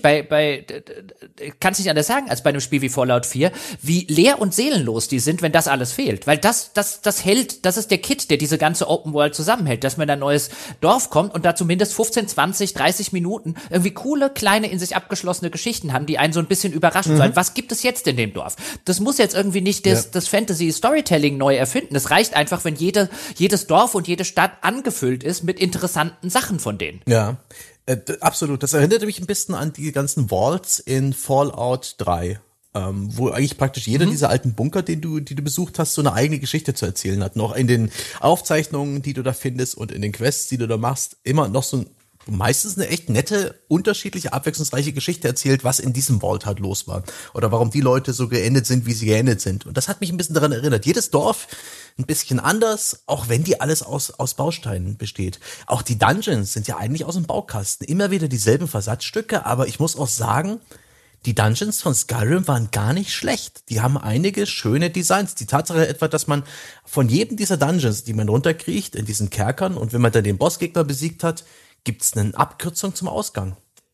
kann's nicht anders sagen als bei einem Spiel wie Fallout 4, wie leer und seelenlos die sind, wenn das alles fehlt. Weil das hält, das ist der Kit, der diese ganze Open World zusammenhält, dass man in ein neues Dorf kommt und da zumindest 15, 20, 30 Minuten irgendwie coole, kleine, in sich abgeschlossene Geschichten haben, die einen so ein bisschen überraschen sollen. Was gibt es jetzt in dem Dorf? Das muss jetzt irgendwie nicht das Fantasy-Storytelling neu erfinden. Es reicht einfach, wenn jedes Dorf und jede Stadt angefüllt ist mit interessanten Sachen von denen. Ja. Absolut. Das erinnert mich ein bisschen an die ganzen Vaults in Fallout 3, wo eigentlich praktisch jeder dieser alten Bunker, die du besucht hast, so eine eigene Geschichte zu erzählen hat. Noch in den Aufzeichnungen, die du da findest und in den Quests, die du da machst, immer noch so meistens eine echt nette, unterschiedliche, abwechslungsreiche Geschichte erzählt, was in diesem Vault halt los war. Oder warum die Leute so geendet sind, wie sie geendet sind. Und das hat mich ein bisschen daran erinnert. Jedes Dorf ein bisschen anders, auch wenn die alles aus Bausteinen besteht. Auch die Dungeons sind ja eigentlich aus dem Baukasten. Immer wieder dieselben Versatzstücke, aber ich muss auch sagen, die Dungeons von Skyrim waren gar nicht schlecht. Die haben einige schöne Designs. Die Tatsache etwa, dass man von jedem dieser Dungeons, die man runterkriecht, in diesen Kerkern, und wenn man dann den Bossgegner besiegt hat, gibt's eine Abkürzung zum Ausgang.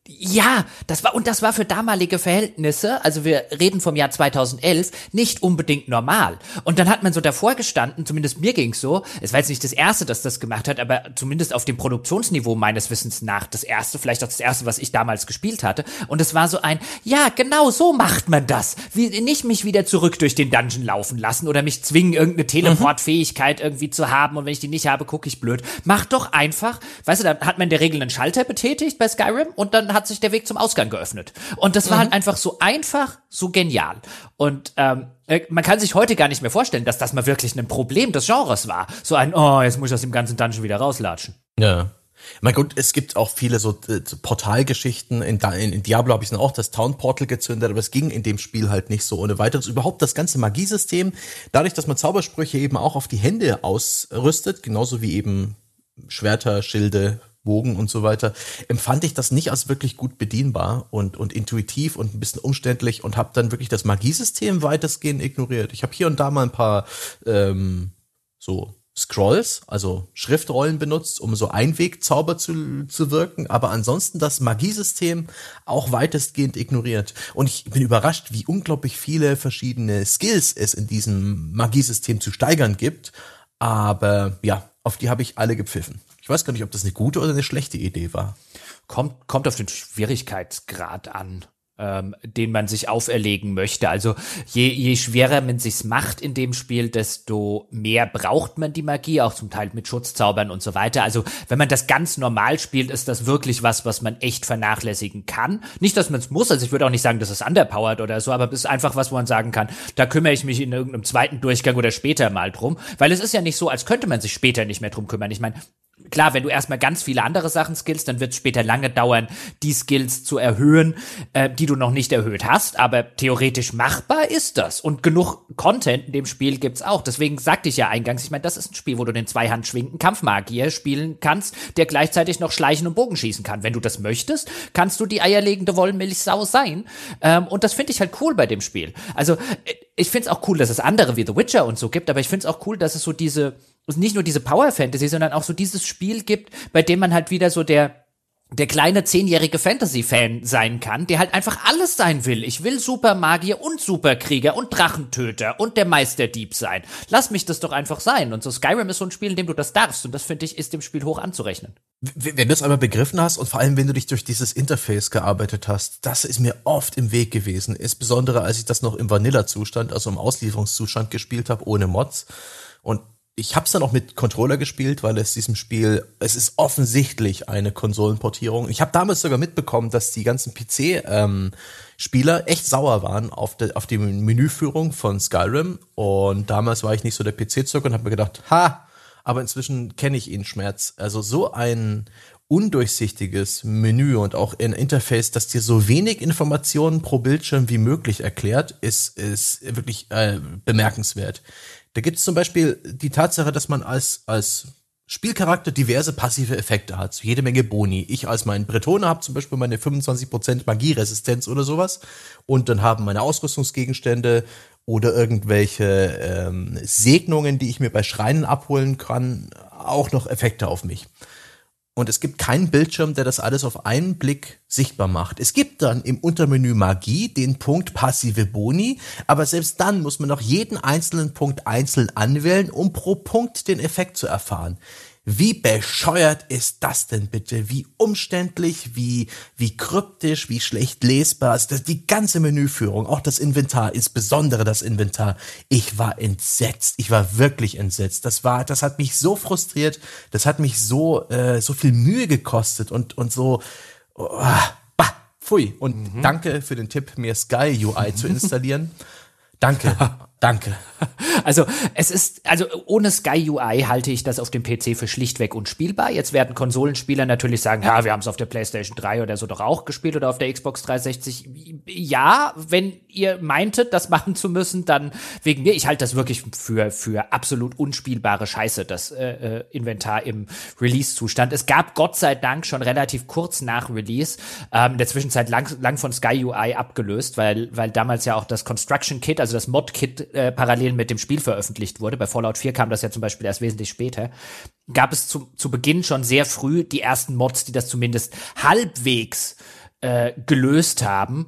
Ja, das war für damalige Verhältnisse, also wir reden vom Jahr 2011, nicht unbedingt normal. Und dann hat man so davor gestanden, zumindest mir ging's so, es war jetzt nicht das Erste, das gemacht hat, aber zumindest auf dem Produktionsniveau meines Wissens nach das Erste, vielleicht auch das Erste, was ich damals gespielt hatte. Und es war so ja, genau so macht man das. Nicht mich wieder zurück durch den Dungeon laufen lassen oder mich zwingen, irgendeine Teleportfähigkeit irgendwie zu haben und wenn ich die nicht habe, gucke ich blöd. Mach doch einfach, weißt du, da hat man in der Regel einen Schalter betätigt bei Skyrim und dann hat sich der Weg zum Ausgang geöffnet. Und das war halt einfach so einfach, so genial. Und man kann sich heute gar nicht mehr vorstellen, dass das mal wirklich ein Problem des Genres war. So jetzt muss ich aus dem ganzen Dungeon wieder rauslatschen. Ja. Mein Gott, es gibt auch viele so Portalgeschichten. In Diablo habe ich dann auch das Town Portal gezündet, aber es ging in dem Spiel halt nicht so ohne weiteres. Überhaupt das ganze Magiesystem, dadurch, dass man Zaubersprüche eben auch auf die Hände ausrüstet, genauso wie eben Schwerter, Schilde, Bogen und so weiter, empfand ich das nicht als wirklich gut bedienbar und intuitiv und ein bisschen umständlich und habe dann wirklich das Magiesystem weitestgehend ignoriert. Ich habe hier und da mal ein paar so Scrolls, also Schriftrollen benutzt, um so Einwegzauber zu wirken, aber ansonsten das Magiesystem auch weitestgehend ignoriert. Und ich bin überrascht, wie unglaublich viele verschiedene Skills es in diesem Magiesystem zu steigern gibt, aber ja, auf die habe ich alle gepfiffen. Ich weiß gar nicht, ob das eine gute oder eine schlechte Idee war. Kommt auf den Schwierigkeitsgrad an, den man sich auferlegen möchte. Also je schwerer man sich's macht in dem Spiel, desto mehr braucht man die Magie, auch zum Teil mit Schutzzaubern und so weiter. Also wenn man das ganz normal spielt, ist das wirklich was man echt vernachlässigen kann. Nicht, dass man es muss, also ich würde auch nicht sagen, das ist underpowered oder so, aber es ist einfach was, wo man sagen kann, da kümmere ich mich in irgendeinem zweiten Durchgang oder später mal drum. Weil es ist ja nicht so, als könnte man sich später nicht mehr drum kümmern. Ich meine, klar, wenn du erstmal ganz viele andere Sachen skillst, dann wird es später lange dauern, die Skills zu erhöhen, die du noch nicht erhöht hast, aber theoretisch machbar ist das. Und genug Content in dem Spiel gibt's auch. Deswegen sagte ich ja eingangs, ich meine, das ist ein Spiel, wo du den zweihandschwingenden Kampfmagier spielen kannst, der gleichzeitig noch schleichen und Bogenschießen kann. Wenn du das möchtest, kannst du die eierlegende Wollmilchsau sein. Und das finde ich halt cool bei dem Spiel. Also ich finde es auch cool, dass es andere wie The Witcher und so gibt, aber ich finde es auch cool, dass es so nicht nur diese Power-Fantasy, sondern auch so dieses Spiel gibt, bei dem man halt wieder so der kleine 10-jährige Fantasy-Fan sein kann, der halt einfach alles sein will. Ich will Supermagier und Superkrieger und Drachentöter und der Meisterdieb sein. Lass mich das doch einfach sein. Und so Skyrim ist so ein Spiel, in dem du das darfst. Und das, finde ich, ist dem Spiel hoch anzurechnen. Wenn du es einmal begriffen hast und vor allem, wenn du dich durch dieses Interface gearbeitet hast, das ist mir oft im Weg gewesen. Insbesondere, als ich das noch im Vanilla-Zustand, also im Auslieferungszustand gespielt habe, ohne Mods. Und ich habe es dann auch mit Controller gespielt, weil es es ist offensichtlich eine Konsolenportierung. Ich habe damals sogar mitbekommen, dass die ganzen PC-Spieler echt sauer waren auf die Menüführung von Skyrim. Und damals war ich nicht so der PC-Zocker und habe mir gedacht, aber inzwischen kenne ich ihren Schmerz. Also so ein undurchsichtiges Menü und auch ein Interface, das dir so wenig Informationen pro Bildschirm wie möglich erklärt, ist wirklich bemerkenswert. Da gibt es zum Beispiel die Tatsache, dass man als Spielcharakter diverse passive Effekte hat, so jede Menge Boni. Ich als mein Bretoner habe zum Beispiel meine 25% Magieresistenz oder sowas und dann haben meine Ausrüstungsgegenstände oder irgendwelche Segnungen, die ich mir bei Schreinen abholen kann, auch noch Effekte auf mich. Und es gibt keinen Bildschirm, der das alles auf einen Blick sichtbar macht. Es gibt dann im Untermenü Magie den Punkt passive Boni, aber selbst dann muss man noch jeden einzelnen Punkt einzeln anwählen, um pro Punkt den Effekt zu erfahren. Wie bescheuert ist das denn bitte? Wie umständlich, wie kryptisch, wie schlecht lesbar. Also die ganze Menüführung, auch das Inventar, insbesondere das Inventar. Ich war entsetzt. Ich war wirklich entsetzt. Das hat mich so frustriert. Das hat mich so viel Mühe gekostet und so, pfui. Und danke für den Tipp, mir Sky UI zu installieren. Danke. Also ohne Sky UI halte ich das auf dem PC für schlichtweg unspielbar. Jetzt werden Konsolenspieler natürlich sagen, ja, wir haben es auf der PlayStation 3 oder so doch auch gespielt oder auf der Xbox 360. Ja, wenn ihr meintet, das machen zu müssen, dann wegen mir. Ich halte das wirklich für absolut unspielbare Scheiße, das Inventar im Release-Zustand. Es gab Gott sei Dank schon relativ kurz nach Release, in der Zwischenzeit lang von Sky UI abgelöst, weil damals ja auch das Construction Kit, also das Mod-Kit parallel mit dem Spiel veröffentlicht wurde. Bei Fallout 4 kam das ja zum Beispiel erst wesentlich später. Gab es zu Beginn schon sehr früh die ersten Mods, die das zumindest halbwegs gelöst haben.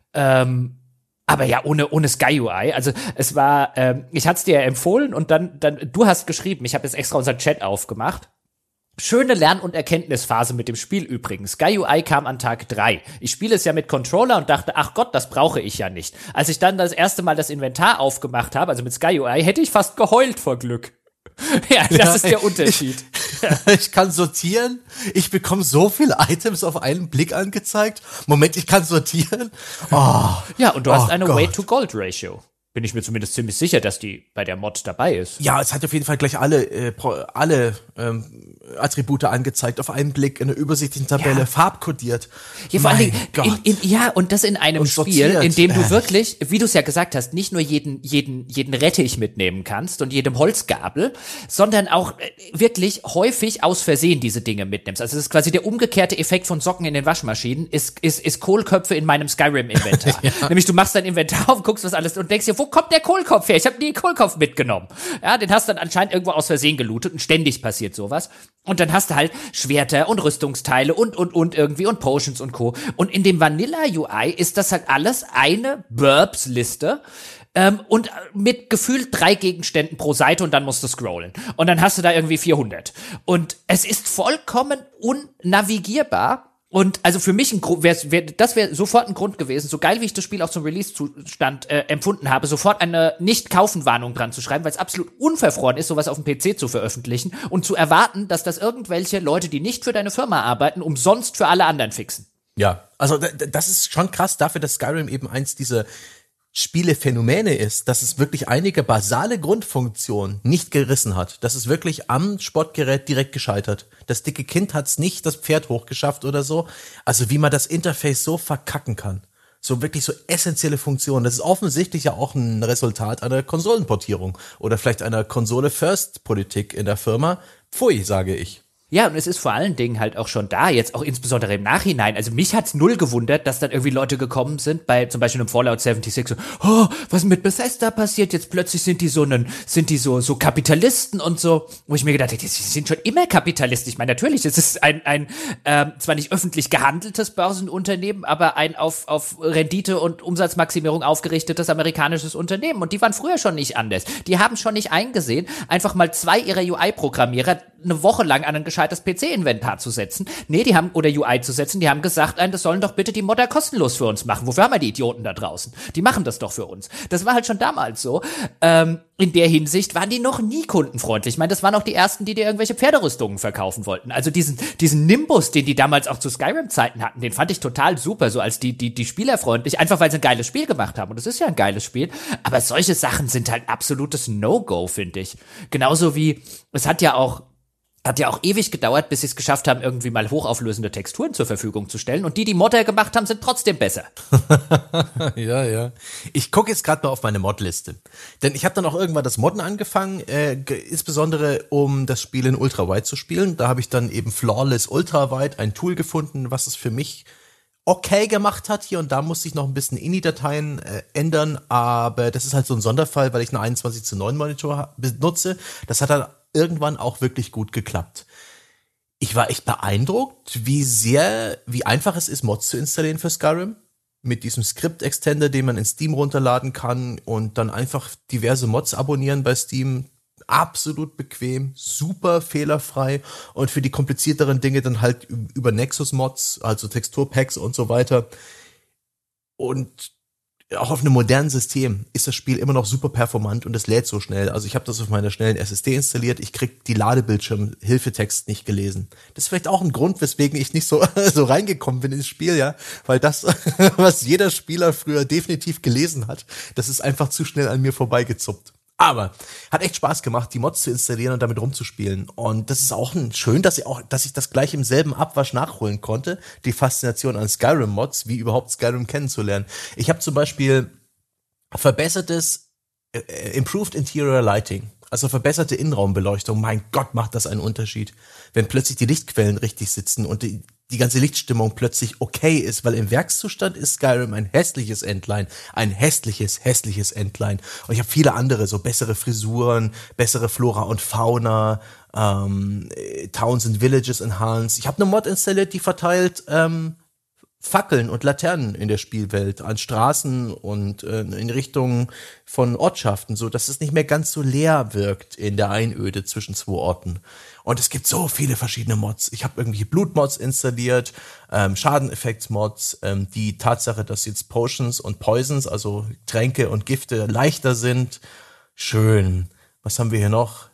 Aber ja, ohne Sky UI. Also es war, ich hatte es dir ja empfohlen und dann du hast geschrieben, ich habe jetzt extra unseren Chat aufgemacht. Schöne Lern- und Erkenntnisphase mit dem Spiel übrigens. Sky UI kam an Tag 3. Ich spiele es ja mit Controller und dachte, ach Gott, das brauche ich ja nicht. Als ich dann das erste Mal das Inventar aufgemacht habe, also mit Sky UI, hätte ich fast geheult vor Glück. Ja, das ist der Unterschied. Ich kann sortieren. Ich bekomme so viele Items auf einen Blick angezeigt. Moment, ich kann sortieren. Oh, ja, und du hast eine Gott. Weight-to-Gold-Ratio. Bin ich mir zumindest ziemlich sicher, dass die bei der Mod dabei ist. Ja, es hat auf jeden Fall gleich alle Attribute angezeigt, auf einen Blick in einer übersichtlichen Tabelle, Ja. farbkodiert. Ja, vor allen Dingen, ja, und das in einem Und Spiel, sortiert. in dem du wirklich, wie du es ja gesagt hast, nicht nur jeden Rettich mitnehmen kannst und jedem Holzgabel, sondern auch wirklich häufig aus Versehen diese Dinge mitnimmst. Also es ist quasi der umgekehrte Effekt von Socken in den Waschmaschinen, ist Kohlköpfe in meinem Skyrim-Inventar. Ja. Nämlich du machst dein Inventar auf, guckst was alles und denkst dir, wo kommt der Kohlkopf her? Ich habe nie den Kohlkopf mitgenommen. Ja, den hast du dann anscheinend irgendwo aus Versehen gelootet und ständig passiert sowas. Und dann hast du halt Schwerter und Rüstungsteile und irgendwie und Potions und Co. Und in dem Vanilla UI ist das halt alles eine Burbs-Liste. Und mit gefühlt 3 Gegenständen pro Seite und dann musst du scrollen. Und dann hast du da irgendwie 400. Und es ist vollkommen unnavigierbar. Und also für mich das wäre sofort ein Grund gewesen, so geil wie ich das Spiel auch zum Release-Zustand empfunden habe, sofort eine Nicht-Kaufen-Warnung dran zu schreiben, weil es absolut unverfroren ist, sowas auf dem PC zu veröffentlichen und zu erwarten, dass das irgendwelche Leute, die nicht für deine Firma arbeiten, umsonst für alle anderen fixen. Ja, also das ist schon krass dafür, dass Skyrim eben eins dieser Spielephänomene ist, dass es wirklich einige basale Grundfunktionen nicht gerissen hat. Das ist wirklich am Sportgerät direkt gescheitert. Das dicke Kind hat's nicht das Pferd hochgeschafft oder so. Also wie man das Interface so verkacken kann. So wirklich so essentielle Funktionen. Das ist offensichtlich ja auch ein Resultat einer Konsolenportierung oder vielleicht einer Konsole-First-Politik in der Firma. Pfui, sage ich. Ja, und es ist vor allen Dingen halt auch schon da, jetzt auch insbesondere im Nachhinein. Also mich hat's null gewundert, dass dann irgendwie Leute gekommen sind, bei zum Beispiel einem Fallout 76, so, oh, was mit Bethesda passiert? Jetzt plötzlich sind die so Kapitalisten und so, wo ich mir gedacht habe, die sind schon immer Kapitalisten. Ich meine, natürlich, es ist ein zwar nicht öffentlich gehandeltes Börsenunternehmen, aber ein auf Rendite und Umsatzmaximierung aufgerichtetes amerikanisches Unternehmen. Und die waren früher schon nicht anders. Die haben schon nicht eingesehen, einfach mal 2 ihrer UI-Programmierer eine Woche lang an ein gescheites PC-Inventar zu setzen. Nee, oder UI zu setzen, die haben gesagt, das sollen doch bitte die Modder kostenlos für uns machen. Wofür haben wir die Idioten da draußen? Die machen das doch für uns. Das war halt schon damals so. In der Hinsicht waren die noch nie kundenfreundlich. Ich meine, das waren auch die ersten, die dir irgendwelche Pferderüstungen verkaufen wollten. Also diesen Nimbus, den die damals auch zu Skyrim-Zeiten hatten, den fand ich total super, so als die spielerfreundlich, einfach weil sie ein geiles Spiel gemacht haben. Und es ist ja ein geiles Spiel. Aber solche Sachen sind halt absolutes No-Go, finde ich. Genauso wie, es hat ja auch ewig gedauert, bis sie es geschafft haben, irgendwie mal hochauflösende Texturen zur Verfügung zu stellen. Und die Modder gemacht haben, sind trotzdem besser. Ja. Ich gucke jetzt gerade mal auf meine Modliste. Denn ich habe dann auch irgendwann das Modden angefangen, insbesondere um das Spiel in Ultrawide zu spielen. Da habe ich dann eben Flawless Ultrawide, ein Tool gefunden, was es für mich okay gemacht hat. Hier und da musste ich noch ein bisschen INI-Dateien ändern, aber das ist halt so ein Sonderfall, weil ich einen 21:9 Monitor benutze. Das hat dann irgendwann auch wirklich gut geklappt. Ich war echt beeindruckt, wie einfach es ist, Mods zu installieren für Skyrim. Mit diesem Script-Extender, den man in Steam runterladen kann und dann einfach diverse Mods abonnieren bei Steam. Absolut bequem, super fehlerfrei und für die komplizierteren Dinge dann halt über Nexus-Mods, also Texturpacks und so weiter. Und auch auf einem modernen System ist das Spiel immer noch super performant und es lädt so schnell. Also ich habe das auf meiner schnellen SSD installiert, ich krieg die Ladebildschirm-Hilfetext nicht gelesen. Das ist vielleicht auch ein Grund, weswegen ich nicht so reingekommen bin ins Spiel, ja, weil das, was jeder Spieler früher definitiv gelesen hat, das ist einfach zu schnell an mir vorbeigezuppt. Aber hat echt Spaß gemacht, die Mods zu installieren und damit rumzuspielen. Und das ist auch schön, dass ich das gleich im selben Abwasch nachholen konnte. Die Faszination an Skyrim-Mods, wie überhaupt Skyrim kennenzulernen. Ich habe zum Beispiel verbessertes Improved Interior Lighting. Also verbesserte Innenraumbeleuchtung. Mein Gott, macht das einen Unterschied. Wenn plötzlich die Lichtquellen richtig sitzen und die ganze Lichtstimmung plötzlich okay ist, weil im Werkszustand ist Skyrim ein hässliches Endline. Ein hässliches Endline. Und ich habe viele andere, so bessere Frisuren, bessere Flora und Fauna, Towns and Villages enhanced. Ich habe eine Mod installiert, die verteilt Fackeln und Laternen in der Spielwelt an Straßen und in Richtung von Ortschaften, so dass es nicht mehr ganz so leer wirkt in der Einöde zwischen zwei Orten. Und es gibt so viele verschiedene Mods. Ich habe irgendwelche Blutmods installiert, Schadeneffektsmods, die Tatsache, dass jetzt Potions und Poisons, also Tränke und Gifte, leichter sind. Schön. Was haben wir hier noch?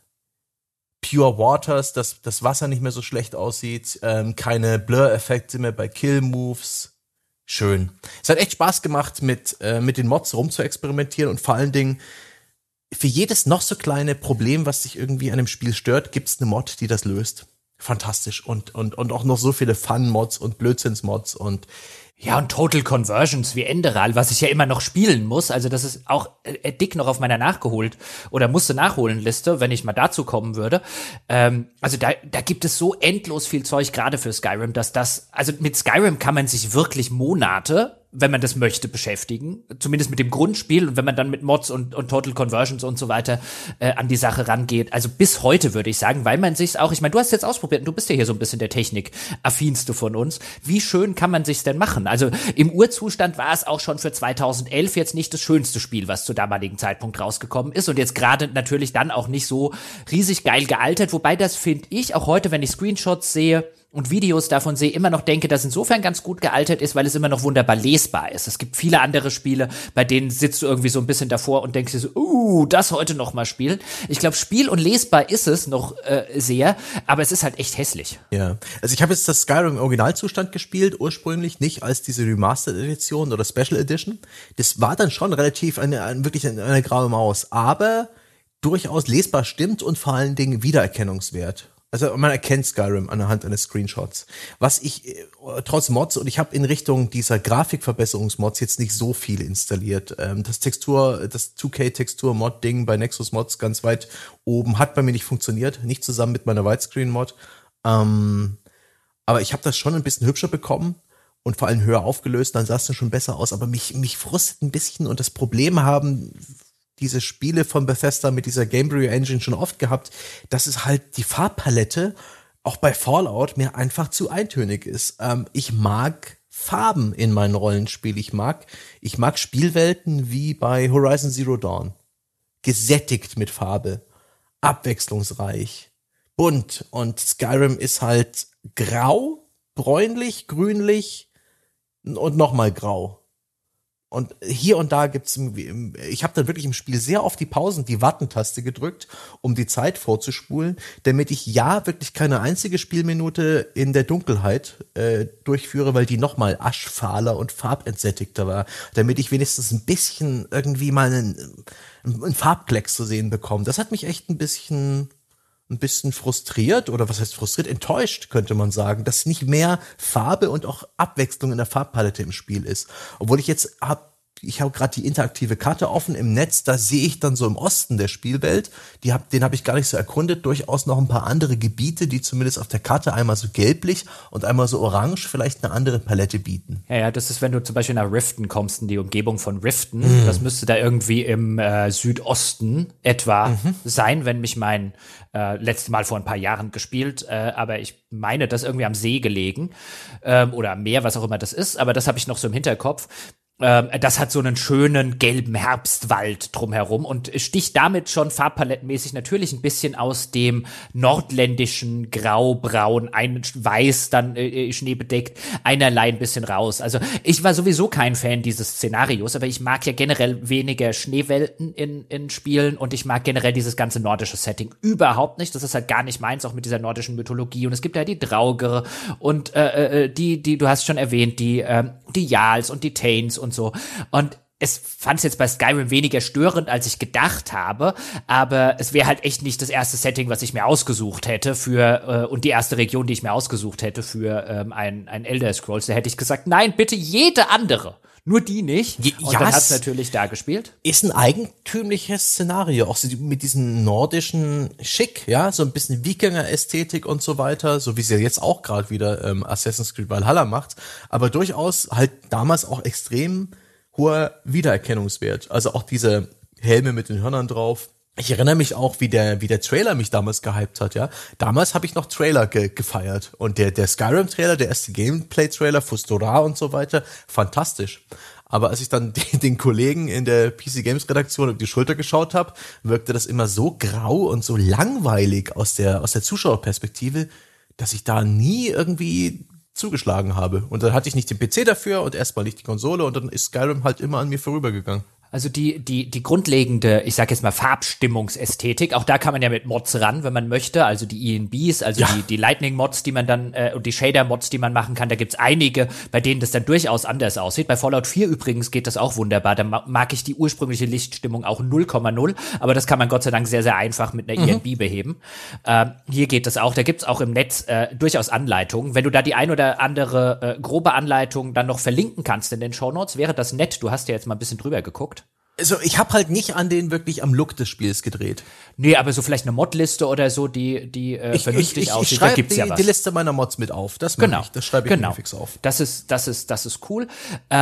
Pure Waters, dass das Wasser nicht mehr so schlecht aussieht, keine Blur-Effekte mehr bei Kill-Moves. Schön. Es hat echt Spaß gemacht, mit den Mods rumzuexperimentieren und vor allen Dingen für jedes noch so kleine Problem, was dich irgendwie an dem Spiel stört, gibt's eine Mod, die das löst. Fantastisch. Und auch noch so viele Fun-Mods und Blödsinns-Mods und ja, und Total Conversions wie Enderal, was ich ja immer noch spielen muss. Also das ist auch dick noch auf meiner musste nachholen Liste, wenn ich mal dazu kommen würde. Also da gibt es so endlos viel Zeug, gerade für Skyrim, also mit Skyrim kann man sich wirklich Monate, wenn man das möchte, beschäftigen. Zumindest mit dem Grundspiel. Und wenn man dann mit Mods und Total Conversions und so weiter an die Sache rangeht. Also bis heute würde ich sagen, weil man sich's auch, ich meine, du hast jetzt ausprobiert und du bist ja hier so ein bisschen der Technik-affinste von uns. Wie schön kann man sich's denn machen? Also im Urzustand war es auch schon für 2011 jetzt nicht das schönste Spiel, was zu damaligen Zeitpunkt rausgekommen ist. Und jetzt gerade natürlich dann auch nicht so riesig geil gealtert. Wobei das, finde ich, auch heute, wenn ich Screenshots sehe und Videos davon sehe, immer noch denke, dass insofern ganz gut gealtert ist, weil es immer noch wunderbar lesbar ist. Es gibt viele andere Spiele, bei denen sitzt du irgendwie so ein bisschen davor und denkst dir so, das heute noch mal spielen. Ich glaube, spiel- und lesbar ist es noch sehr, aber es ist halt echt hässlich. Ja, also ich habe jetzt das Skyrim im Originalzustand gespielt, ursprünglich nicht als diese Remastered Edition oder Special Edition. Das war dann schon relativ wirklich eine graue Maus, aber durchaus lesbar stimmt und vor allen Dingen wiedererkennungswert. Also man erkennt Skyrim anhand eines Screenshots. Was ich trotz Mods, und ich habe in Richtung dieser Grafikverbesserungsmods jetzt nicht so viel installiert. Das 2K-Textur-Mod-Ding bei Nexus Mods ganz weit oben hat bei mir nicht funktioniert. Nicht zusammen mit meiner Widescreen-Mod. Aber ich habe das schon ein bisschen hübscher bekommen und vor allem höher aufgelöst. Dann sah es dann schon besser aus. Aber mich frustet ein bisschen und das Problem haben diese Spiele von Bethesda mit dieser Gamebryo Engine schon oft gehabt, dass es halt die Farbpalette auch bei Fallout mir einfach zu eintönig ist. Ich mag Farben in meinen Rollenspielen. Ich mag Spielwelten wie bei Horizon Zero Dawn. Gesättigt mit Farbe. Abwechslungsreich. bunt und Skyrim ist halt grau, bräunlich, grünlich und nochmal grau. Und hier und da gibt's irgendwie, ich habe dann wirklich im Spiel sehr oft die Wartentaste gedrückt, um die Zeit vorzuspulen, damit ich wirklich keine einzige Spielminute in der Dunkelheit durchführe, weil die nochmal aschfahler und farbentsättigter war, damit ich wenigstens ein bisschen irgendwie mal einen Farbklecks zu sehen bekomme. Das hat mich echt ein bisschen frustriert, oder was heißt frustriert? Enttäuscht, könnte man sagen, dass nicht mehr Farbe und auch Abwechslung in der Farbpalette im Spiel ist. Obwohl ich habe gerade die interaktive Karte offen im Netz, da sehe ich dann so im Osten der Spielwelt, den habe ich gar nicht so erkundet, durchaus noch ein paar andere Gebiete, die zumindest auf der Karte einmal so gelblich und einmal so orange vielleicht eine andere Palette bieten. Ja, das ist, wenn du zum Beispiel nach Riften kommst, in die Umgebung von Riften, das müsste da irgendwie im Südosten etwa sein, wenn mich mein letztes Mal vor ein paar Jahren gespielt, aber ich meine, das irgendwie am See gelegen oder am Meer, was auch immer das ist, aber das habe ich noch so im Hinterkopf. Das hat so einen schönen gelben Herbstwald drumherum und sticht damit schon farbpalettenmäßig natürlich ein bisschen aus dem nordländischen Grau-Braun, ein Weiß, dann schneebedeckt, einerlei ein bisschen raus. Also ich war sowieso kein Fan dieses Szenarios, aber ich mag ja generell weniger Schneewelten in Spielen und ich mag generell dieses ganze nordische Setting überhaupt nicht. Das ist halt gar nicht meins, auch mit dieser nordischen Mythologie. Und es gibt ja die Draugr und die du hast schon erwähnt, die Jarls und die Taints und so. Und es fand es jetzt bei Skyrim weniger störend, als ich gedacht habe, aber es wäre halt echt nicht das erste Setting, was ich mir ausgesucht hätte und die erste Region, die ich mir ausgesucht hätte für ein Elder Scrolls. Da hätte ich gesagt, nein, bitte jede andere. Nur die nicht. Und dann hat's natürlich da gespielt. Ist ein eigentümliches Szenario, auch so mit diesem nordischen Schick, ja, so ein bisschen Wikinger-Ästhetik und so weiter, so wie sie jetzt auch gerade wieder Assassin's Creed Valhalla macht, aber durchaus halt damals auch extrem hoher Wiedererkennungswert. Also auch diese Helme mit den Hörnern drauf. Ich erinnere mich auch, wie der Trailer mich damals gehypt hat, ja. Damals habe ich noch Trailer gefeiert. Und der Skyrim-Trailer, der erste Gameplay-Trailer, Fustora und so weiter, fantastisch. Aber als ich dann den Kollegen in der PC Games Redaktion über die Schulter geschaut habe, wirkte das immer so grau und so langweilig aus der Zuschauerperspektive, dass ich da nie irgendwie zugeschlagen habe. Und dann hatte ich nicht den PC dafür und erstmal nicht die Konsole und dann ist Skyrim halt immer an mir vorübergegangen. Also die grundlegende, ich sag jetzt mal Farbstimmungsästhetik, auch da kann man ja mit Mods ran, wenn man möchte, also die ENBs, also die Lightning-Mods, die man dann, und die Shader-Mods, die man machen kann, da gibt's einige, bei denen das dann durchaus anders aussieht. Bei Fallout 4 übrigens geht das auch wunderbar, da mag ich die ursprüngliche Lichtstimmung auch 0,0, aber das kann man Gott sei Dank sehr, sehr einfach mit einer ENB beheben. Hier geht das auch, da gibt's auch im Netz durchaus Anleitungen. Wenn du da die ein oder andere grobe Anleitung dann noch verlinken kannst in den Shownotes, wäre das nett. Du hast ja jetzt mal ein bisschen drüber geguckt. Also ich habe halt nicht wirklich am Look des Spiels gedreht. Nee, aber so vielleicht eine Modliste oder so, die vernünftig aussieht. Ich schreibe die Liste meiner Mods mit auf. Das mache ich. Das schreibe ich mir fix auf. Das ist cool.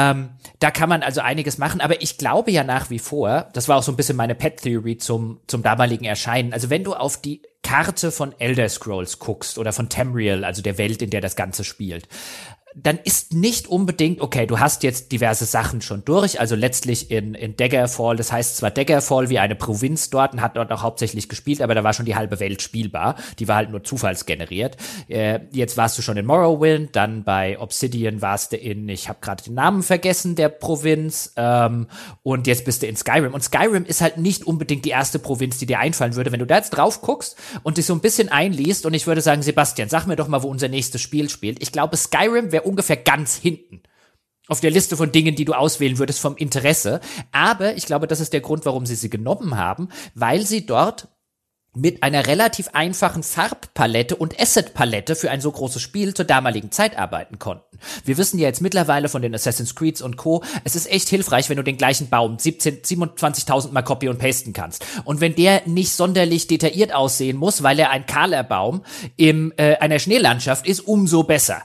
Da kann man also einiges machen. Aber ich glaube ja nach wie vor, das war auch so ein bisschen meine Pet Theory zum damaligen Erscheinen. Also wenn du auf die Karte von Elder Scrolls guckst oder von Tamriel, also der Welt, in der das Ganze spielt, dann ist nicht unbedingt, okay, du hast jetzt diverse Sachen schon durch, also letztlich in Daggerfall, das heißt zwar Daggerfall wie eine Provinz dort und hat dort auch hauptsächlich gespielt, aber da war schon die halbe Welt spielbar, die war halt nur zufallsgeneriert. Jetzt warst du schon in Morrowind, dann bei Obsidian warst du ich habe gerade den Namen vergessen, der Provinz, und jetzt bist du in Skyrim. Und Skyrim ist halt nicht unbedingt die erste Provinz, die dir einfallen würde, wenn du da jetzt drauf guckst und dich so ein bisschen einliest, und ich würde sagen, Sebastian, sag mir doch mal, wo unser nächstes Spiel spielt. Ich glaube, Skyrim wäre ungefähr ganz hinten auf der Liste von Dingen, die du auswählen würdest vom Interesse. Aber ich glaube, das ist der Grund, warum sie genommen haben, weil sie dort mit einer relativ einfachen Farbpalette und Assetpalette für ein so großes Spiel zur damaligen Zeit arbeiten konnten. Wir wissen ja jetzt mittlerweile von den Assassin's Creeds und Co., es ist echt hilfreich, wenn du den gleichen Baum 27.000 Mal copy und pasten kannst. Und wenn der nicht sonderlich detailliert aussehen muss, weil er ein kahler Baum in einer Schneelandschaft ist, umso besser.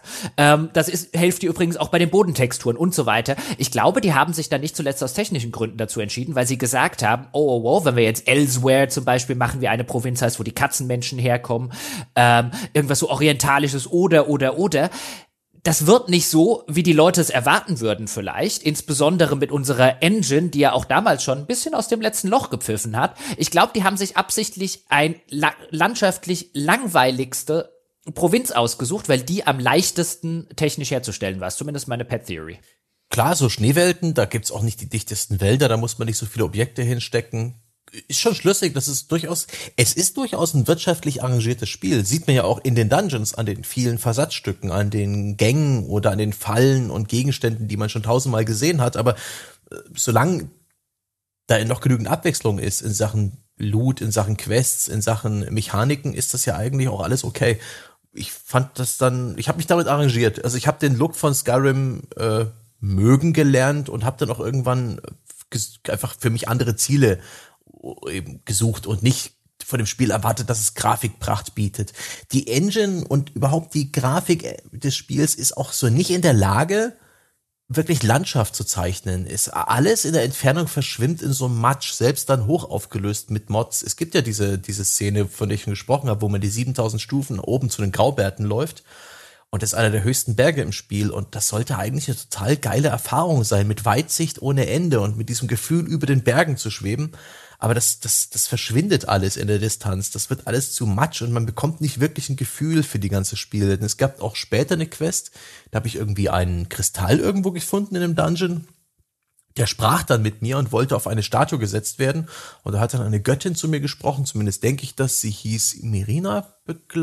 Hilft dir übrigens auch bei den Bodentexturen und so weiter. Ich glaube, die haben sich dann nicht zuletzt aus technischen Gründen dazu entschieden, weil sie gesagt haben, wenn wir jetzt Elsewhere zum Beispiel machen, wir eine Provinz heißt, wo die Katzenmenschen herkommen, irgendwas so Orientalisches oder. das wird nicht so, wie die Leute es erwarten würden vielleicht, insbesondere mit unserer Engine, die ja auch damals schon ein bisschen aus dem letzten Loch gepfiffen hat. Ich glaube, die haben sich absichtlich ein landschaftlich langweiligste Provinz ausgesucht, weil die am leichtesten technisch herzustellen war. Ist zumindest meine Pet Theory. Klar, so Schneewelten, da gibt's auch nicht die dichtesten Wälder, da muss man nicht so viele Objekte hinstecken. Ist schon schlüssig, es ist durchaus ein wirtschaftlich arrangiertes Spiel. Sieht man ja auch in den Dungeons, an den vielen Versatzstücken, an den Gängen oder an den Fallen und Gegenständen, die man schon tausendmal gesehen hat. Aber solange da noch genügend Abwechslung ist in Sachen Loot, in Sachen Quests, in Sachen Mechaniken, ist das ja eigentlich auch alles okay. Ich habe mich damit arrangiert. Also ich habe den Look von Skyrim mögen gelernt und habe dann auch irgendwann einfach für mich andere Ziele eben gesucht und nicht von dem Spiel erwartet, dass es Grafikpracht bietet. Die Engine und überhaupt die Grafik des Spiels ist auch so nicht in der Lage, wirklich Landschaft zu zeichnen. Ist alles in der Entfernung verschwimmt in so einem Matsch, selbst dann hoch aufgelöst mit Mods. Es gibt ja diese Szene, von der ich schon gesprochen habe, wo man die 7000 Stufen oben zu den Graubärten läuft. Und das ist einer der höchsten Berge im Spiel. Und das sollte eigentlich eine total geile Erfahrung sein, mit Weitsicht ohne Ende und mit diesem Gefühl, über den Bergen zu schweben. Aber das verschwindet alles in der Distanz. Das wird alles zu Matsch und man bekommt nicht wirklich ein Gefühl für die ganze Spiele. Denn es gab auch später eine Quest, da habe ich irgendwie einen Kristall irgendwo gefunden in einem Dungeon. Der sprach dann mit mir und wollte auf eine Statue gesetzt werden. Und da hat dann eine Göttin zu mir gesprochen, zumindest denke ich das. Sie hieß Merida.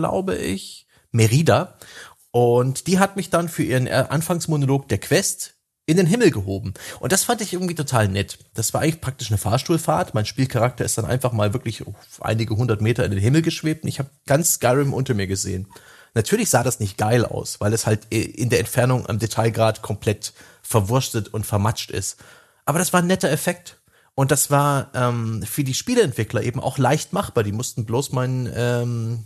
Und die hat mich dann für ihren Anfangsmonolog der Quest in den Himmel gehoben. Und das fand ich irgendwie total nett. Das war eigentlich praktisch eine Fahrstuhlfahrt. Mein Spielcharakter ist dann einfach mal wirklich einige 100 Meter in den Himmel geschwebt und ich habe ganz Skyrim unter mir gesehen. Natürlich sah das nicht geil aus, weil es halt in der Entfernung am Detailgrad komplett verwurstet und vermatscht ist. Aber das war ein netter Effekt. Und das war für die Spieleentwickler eben auch leicht machbar. Die mussten bloß meinen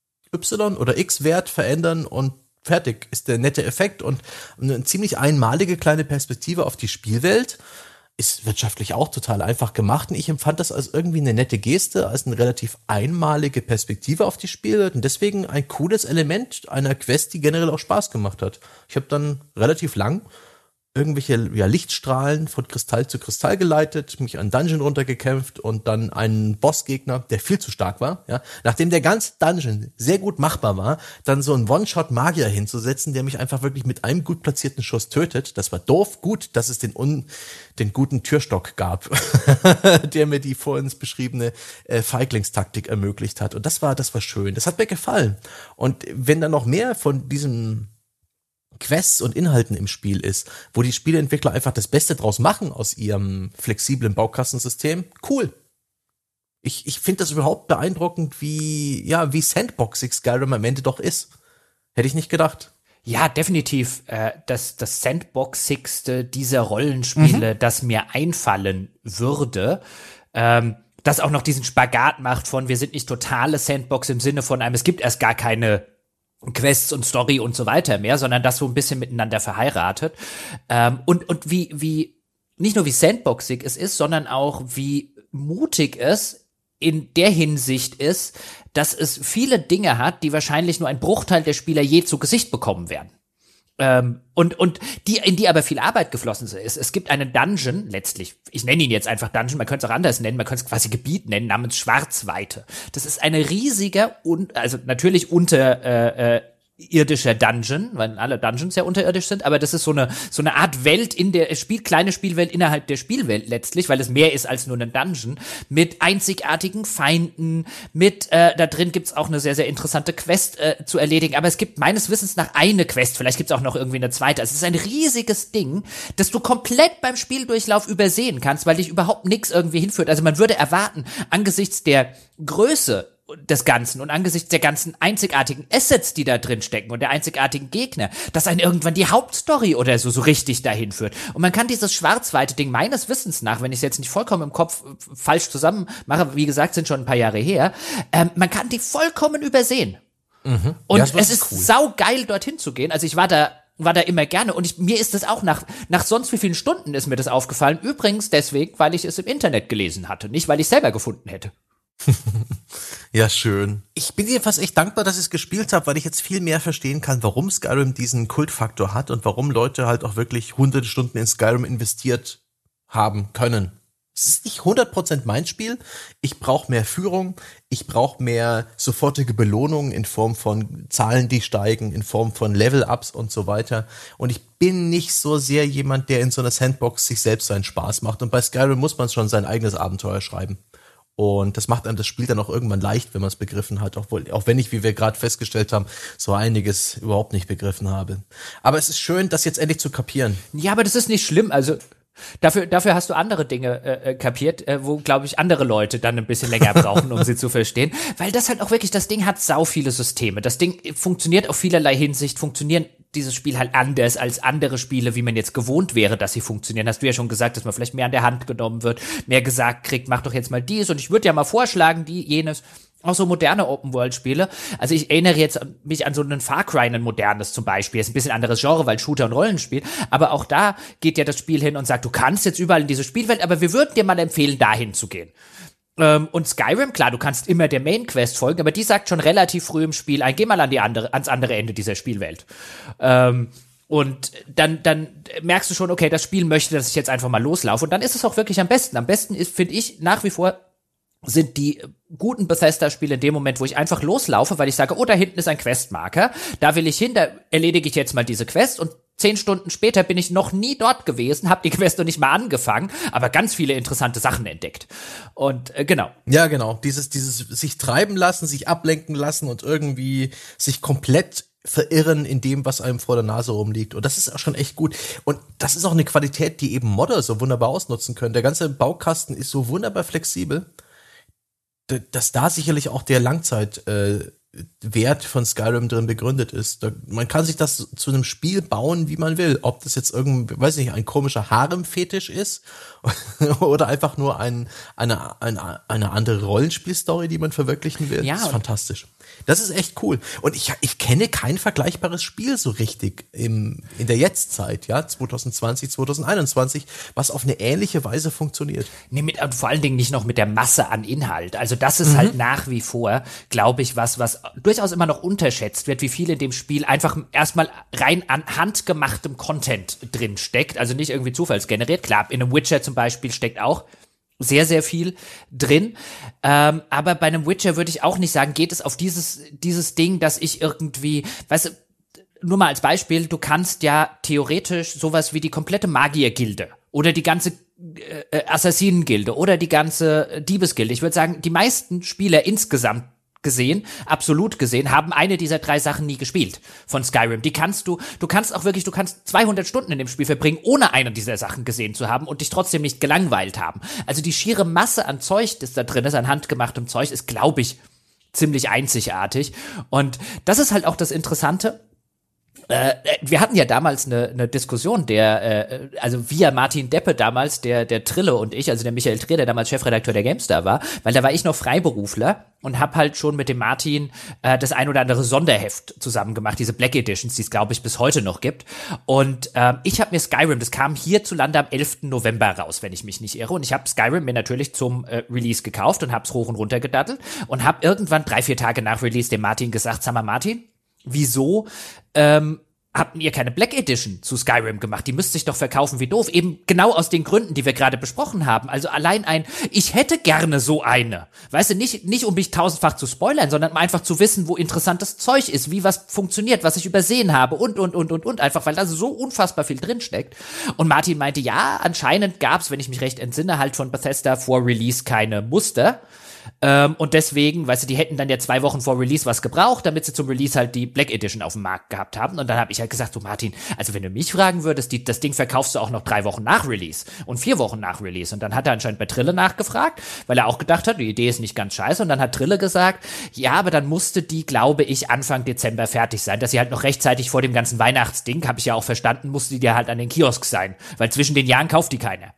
Y- oder X-Wert verändern und fertig ist der nette Effekt und eine ziemlich einmalige kleine Perspektive auf die Spielwelt. Ist wirtschaftlich auch total einfach gemacht und ich empfand das als irgendwie eine nette Geste, als eine relativ einmalige Perspektive auf die Spielwelt und deswegen ein cooles Element einer Quest, die generell auch Spaß gemacht hat. Ich habe dann relativ lang irgendwelche Lichtstrahlen von Kristall zu Kristall geleitet, mich an Dungeon runtergekämpft und dann einen Bossgegner, der viel zu stark war, ja, nachdem der ganze Dungeon sehr gut machbar war, dann so einen One-Shot-Magier hinzusetzen, der mich einfach wirklich mit einem gut platzierten Schuss tötet. Das war doof, gut, dass es den guten Türstock gab, der mir die vorhin beschriebene Feiglingstaktik ermöglicht hat. Und das war schön. Das hat mir gefallen. Und wenn dann noch mehr von diesem Quests und Inhalten im Spiel ist, wo die Spieleentwickler einfach das Beste draus machen aus ihrem flexiblen Baukastensystem, cool. Ich finde das überhaupt beeindruckend, wie sandboxig Skyrim am Ende doch ist. Hätte ich nicht gedacht. Ja, definitiv das Sandboxigste dieser Rollenspiele, das mir einfallen würde. Das auch noch diesen Spagat macht von, wir sind nicht totale Sandbox im Sinne von einem, es gibt erst gar keine Quests und Story und so weiter mehr, sondern das so ein bisschen miteinander verheiratet. Und wie nicht nur wie sandboxig es ist, sondern auch wie mutig es in der Hinsicht ist, dass es viele Dinge hat, die wahrscheinlich nur ein Bruchteil der Spieler je zu Gesicht bekommen werden. Und in die aber viel Arbeit geflossen ist. Es gibt einen Dungeon, letztlich, ich nenne ihn jetzt einfach Dungeon, man könnte es auch anders nennen, man könnte es quasi Gebiet nennen, namens Schwarzweite. Das ist eine riesige, also natürlich unterirdischer Dungeon, weil alle Dungeons ja unterirdisch sind, aber das ist so eine Art Welt in der kleine Spielwelt innerhalb der Spielwelt letztlich, weil es mehr ist als nur ein Dungeon, mit einzigartigen Feinden, da drin gibt's auch eine sehr, sehr interessante Quest zu erledigen, aber es gibt meines Wissens nach eine Quest, vielleicht gibt's auch noch irgendwie eine zweite. Also es ist ein riesiges Ding, das du komplett beim Spieldurchlauf übersehen kannst, weil dich überhaupt nichts irgendwie hinführt. Also man würde erwarten, angesichts der Größe des Ganzen und angesichts der ganzen einzigartigen Assets, die da drin stecken und der einzigartigen Gegner, dass einen irgendwann die Hauptstory oder so richtig dahin führt. Und man kann dieses schwarzweite Ding meines Wissens nach, wenn ich es jetzt nicht vollkommen im Kopf falsch zusammen mache, wie gesagt, sind schon ein paar Jahre her, man kann die vollkommen übersehen. Mhm. Und ja, es ist cool. Saugeil, dorthin zu gehen. Also ich war da immer gerne und mir ist das auch nach sonst wie vielen Stunden ist mir das aufgefallen. Übrigens deswegen, weil ich es im Internet gelesen hatte, nicht weil ich es selber gefunden hätte. Ja, schön. Ich bin jedenfalls echt dankbar, dass ich es gespielt habe, weil ich jetzt viel mehr verstehen kann, warum Skyrim diesen Kultfaktor hat und warum Leute halt auch wirklich hunderte Stunden in Skyrim investiert haben können. Es ist nicht 100% mein Spiel. Ich brauche mehr Führung. Ich brauche mehr sofortige Belohnungen in Form von Zahlen, die steigen, in Form von Level-Ups und so weiter. Und ich bin nicht so sehr jemand, der in so einer Sandbox sich selbst seinen Spaß macht. Und bei Skyrim muss man schon sein eigenes Abenteuer schreiben. Und das macht einem das Spiel dann auch irgendwann leicht, wenn man es begriffen hat. Auch wenn ich, wie wir gerade festgestellt haben, so einiges überhaupt nicht begriffen habe. Aber es ist schön, das jetzt endlich zu kapieren. Ja, aber das ist nicht schlimm. Also dafür hast du andere Dinge kapiert, wo, glaube ich, andere Leute dann ein bisschen länger brauchen, um sie zu verstehen. Weil das halt auch wirklich, das Ding hat sau viele Systeme. Das Ding funktioniert auf vielerlei Hinsicht, funktionieren dieses Spiel halt anders als andere Spiele, wie man jetzt gewohnt wäre, dass sie funktionieren. Hast du ja schon gesagt, dass man vielleicht mehr an der Hand genommen wird, mehr gesagt kriegt, mach doch jetzt mal dies. Und ich würde ja mal vorschlagen, jenes. Auch so moderne Open-World-Spiele. Also ich erinnere jetzt mich an so einen Far Cry, ein modernes zum Beispiel. Ist ein bisschen anderes Genre, weil Shooter und Rollenspiel. Aber auch da geht ja das Spiel hin und sagt, du kannst jetzt überall in diese Spielwelt, aber wir würden dir mal empfehlen, dahin zu gehen. Und Skyrim, klar, du kannst immer der Main-Quest folgen, aber die sagt schon relativ früh im Spiel geh mal ans andere Ende dieser Spielwelt. Und dann merkst du schon, okay, das Spiel möchte, dass ich jetzt einfach mal loslaufe. Und dann ist es auch wirklich am besten. Am besten ist, finde ich, nach wie vor sind die guten Bethesda-Spiele in dem Moment, wo ich einfach loslaufe, weil ich sage, oh, da hinten ist ein Questmarker, da will ich hin, da erledige ich jetzt mal diese Quest und 10 Stunden später bin ich noch nie dort gewesen, habe die Quest noch nicht mal angefangen, aber ganz viele interessante Sachen entdeckt. Und genau. Ja, genau. Dieses sich treiben lassen, sich ablenken lassen und irgendwie sich komplett verirren in dem, was einem vor der Nase rumliegt. Und das ist auch schon echt gut. Und das ist auch eine Qualität, die eben Modder so wunderbar ausnutzen können. Der ganze Baukasten ist so wunderbar flexibel, dass da sicherlich auch der Langzeitwert von Skyrim drin begründet ist. Man kann sich das zu einem Spiel bauen, wie man will. Ob das jetzt ein komischer Harem-Fetisch ist oder einfach nur eine andere Rollenspielstory, die man verwirklichen will. Ja, das ist fantastisch. Das ist echt cool. Und ich kenne kein vergleichbares Spiel so richtig in der Jetztzeit, ja, 2020, 2021, was auf eine ähnliche Weise funktioniert. Nee, vor allen Dingen nicht noch mit der Masse an Inhalt. Also das ist halt nach wie vor, glaube ich, was durchaus immer noch unterschätzt wird, wie viel in dem Spiel einfach erstmal rein an handgemachtem Content drin steckt. Also nicht irgendwie zufallsgeneriert. Klar, in einem Witcher zum Beispiel steckt auch sehr, sehr viel drin. Aber bei einem Witcher würde ich auch nicht sagen, geht es auf dieses Ding, dass ich irgendwie, weißt du, nur mal als Beispiel, du kannst ja theoretisch sowas wie die komplette Magiergilde oder die ganze Assassinengilde oder die ganze Diebesgilde. Ich würde sagen, die meisten Spieler insgesamt absolut gesehen, haben eine dieser 3 Sachen nie gespielt von Skyrim. Du kannst auch wirklich, du kannst 200 Stunden in dem Spiel verbringen, ohne eine dieser Sachen gesehen zu haben und dich trotzdem nicht gelangweilt haben. Also die schiere Masse an Zeug, das da drin ist, an handgemachtem Zeug, ist, glaube ich, ziemlich einzigartig. Und das ist halt auch das Interessante. Wir hatten ja damals eine Diskussion, also via Martin Deppe damals, der Trille und ich, also der Michael Trier, der damals Chefredakteur der GameStar war, weil da war ich noch Freiberufler und hab halt schon mit dem Martin das ein oder andere Sonderheft zusammen gemacht, diese Black Editions, die es, glaube ich, bis heute noch gibt. Und ich habe mir Skyrim, das kam hierzulande am 11. November raus, wenn ich mich nicht irre. Und ich habe Skyrim mir natürlich zum Release gekauft und hab's hoch und runter gedattelt und hab irgendwann 3-4 Tage nach Release dem Martin gesagt, sag mal Martin, wieso habt ihr keine Black Edition zu Skyrim gemacht? Die müsste sich doch verkaufen wie doof. Eben genau aus den Gründen, die wir gerade besprochen haben. Also allein ich hätte gerne so eine. Weißt du, nicht um mich 1000-fach zu spoilern, sondern um einfach zu wissen, wo interessantes Zeug ist, wie was funktioniert, was ich übersehen habe und. Einfach, weil da so unfassbar viel drinsteckt. Und Martin meinte, ja, anscheinend gab's, wenn ich mich recht entsinne, halt von Bethesda vor Release keine Muster. Und deswegen, weißt du, die hätten dann ja 2 Wochen vor Release was gebraucht, damit sie zum Release halt die Black Edition auf dem Markt gehabt haben. Und dann habe ich halt gesagt, so Martin, also wenn du mich fragen würdest, das Ding verkaufst du auch noch 3 Wochen nach Release und 4 Wochen nach Release. Und dann hat er anscheinend bei Trille nachgefragt, weil er auch gedacht hat, die Idee ist nicht ganz scheiße. Und dann hat Trille gesagt, ja, aber dann musste die, glaube ich, Anfang Dezember fertig sein, dass sie halt noch rechtzeitig vor dem ganzen Weihnachtsding, habe ich ja auch verstanden, musste die ja halt an den Kiosk sein, weil zwischen den Jahren kauft die keiner.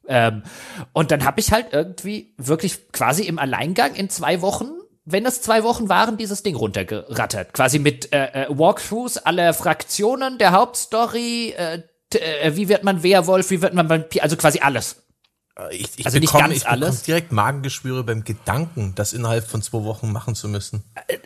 Und dann habe ich halt irgendwie wirklich quasi im Alleingang in 2 Wochen, wenn es 2 Wochen waren, dieses Ding runtergerattert. Quasi mit Walkthroughs aller Fraktionen, der Hauptstory, wie wird man Werwolf, wie wird man Vampir, also quasi alles. Ich also nicht ganz alles. Ich bekomme direkt Magengeschwüre beim Gedanken, das innerhalb von 2 Wochen machen zu müssen.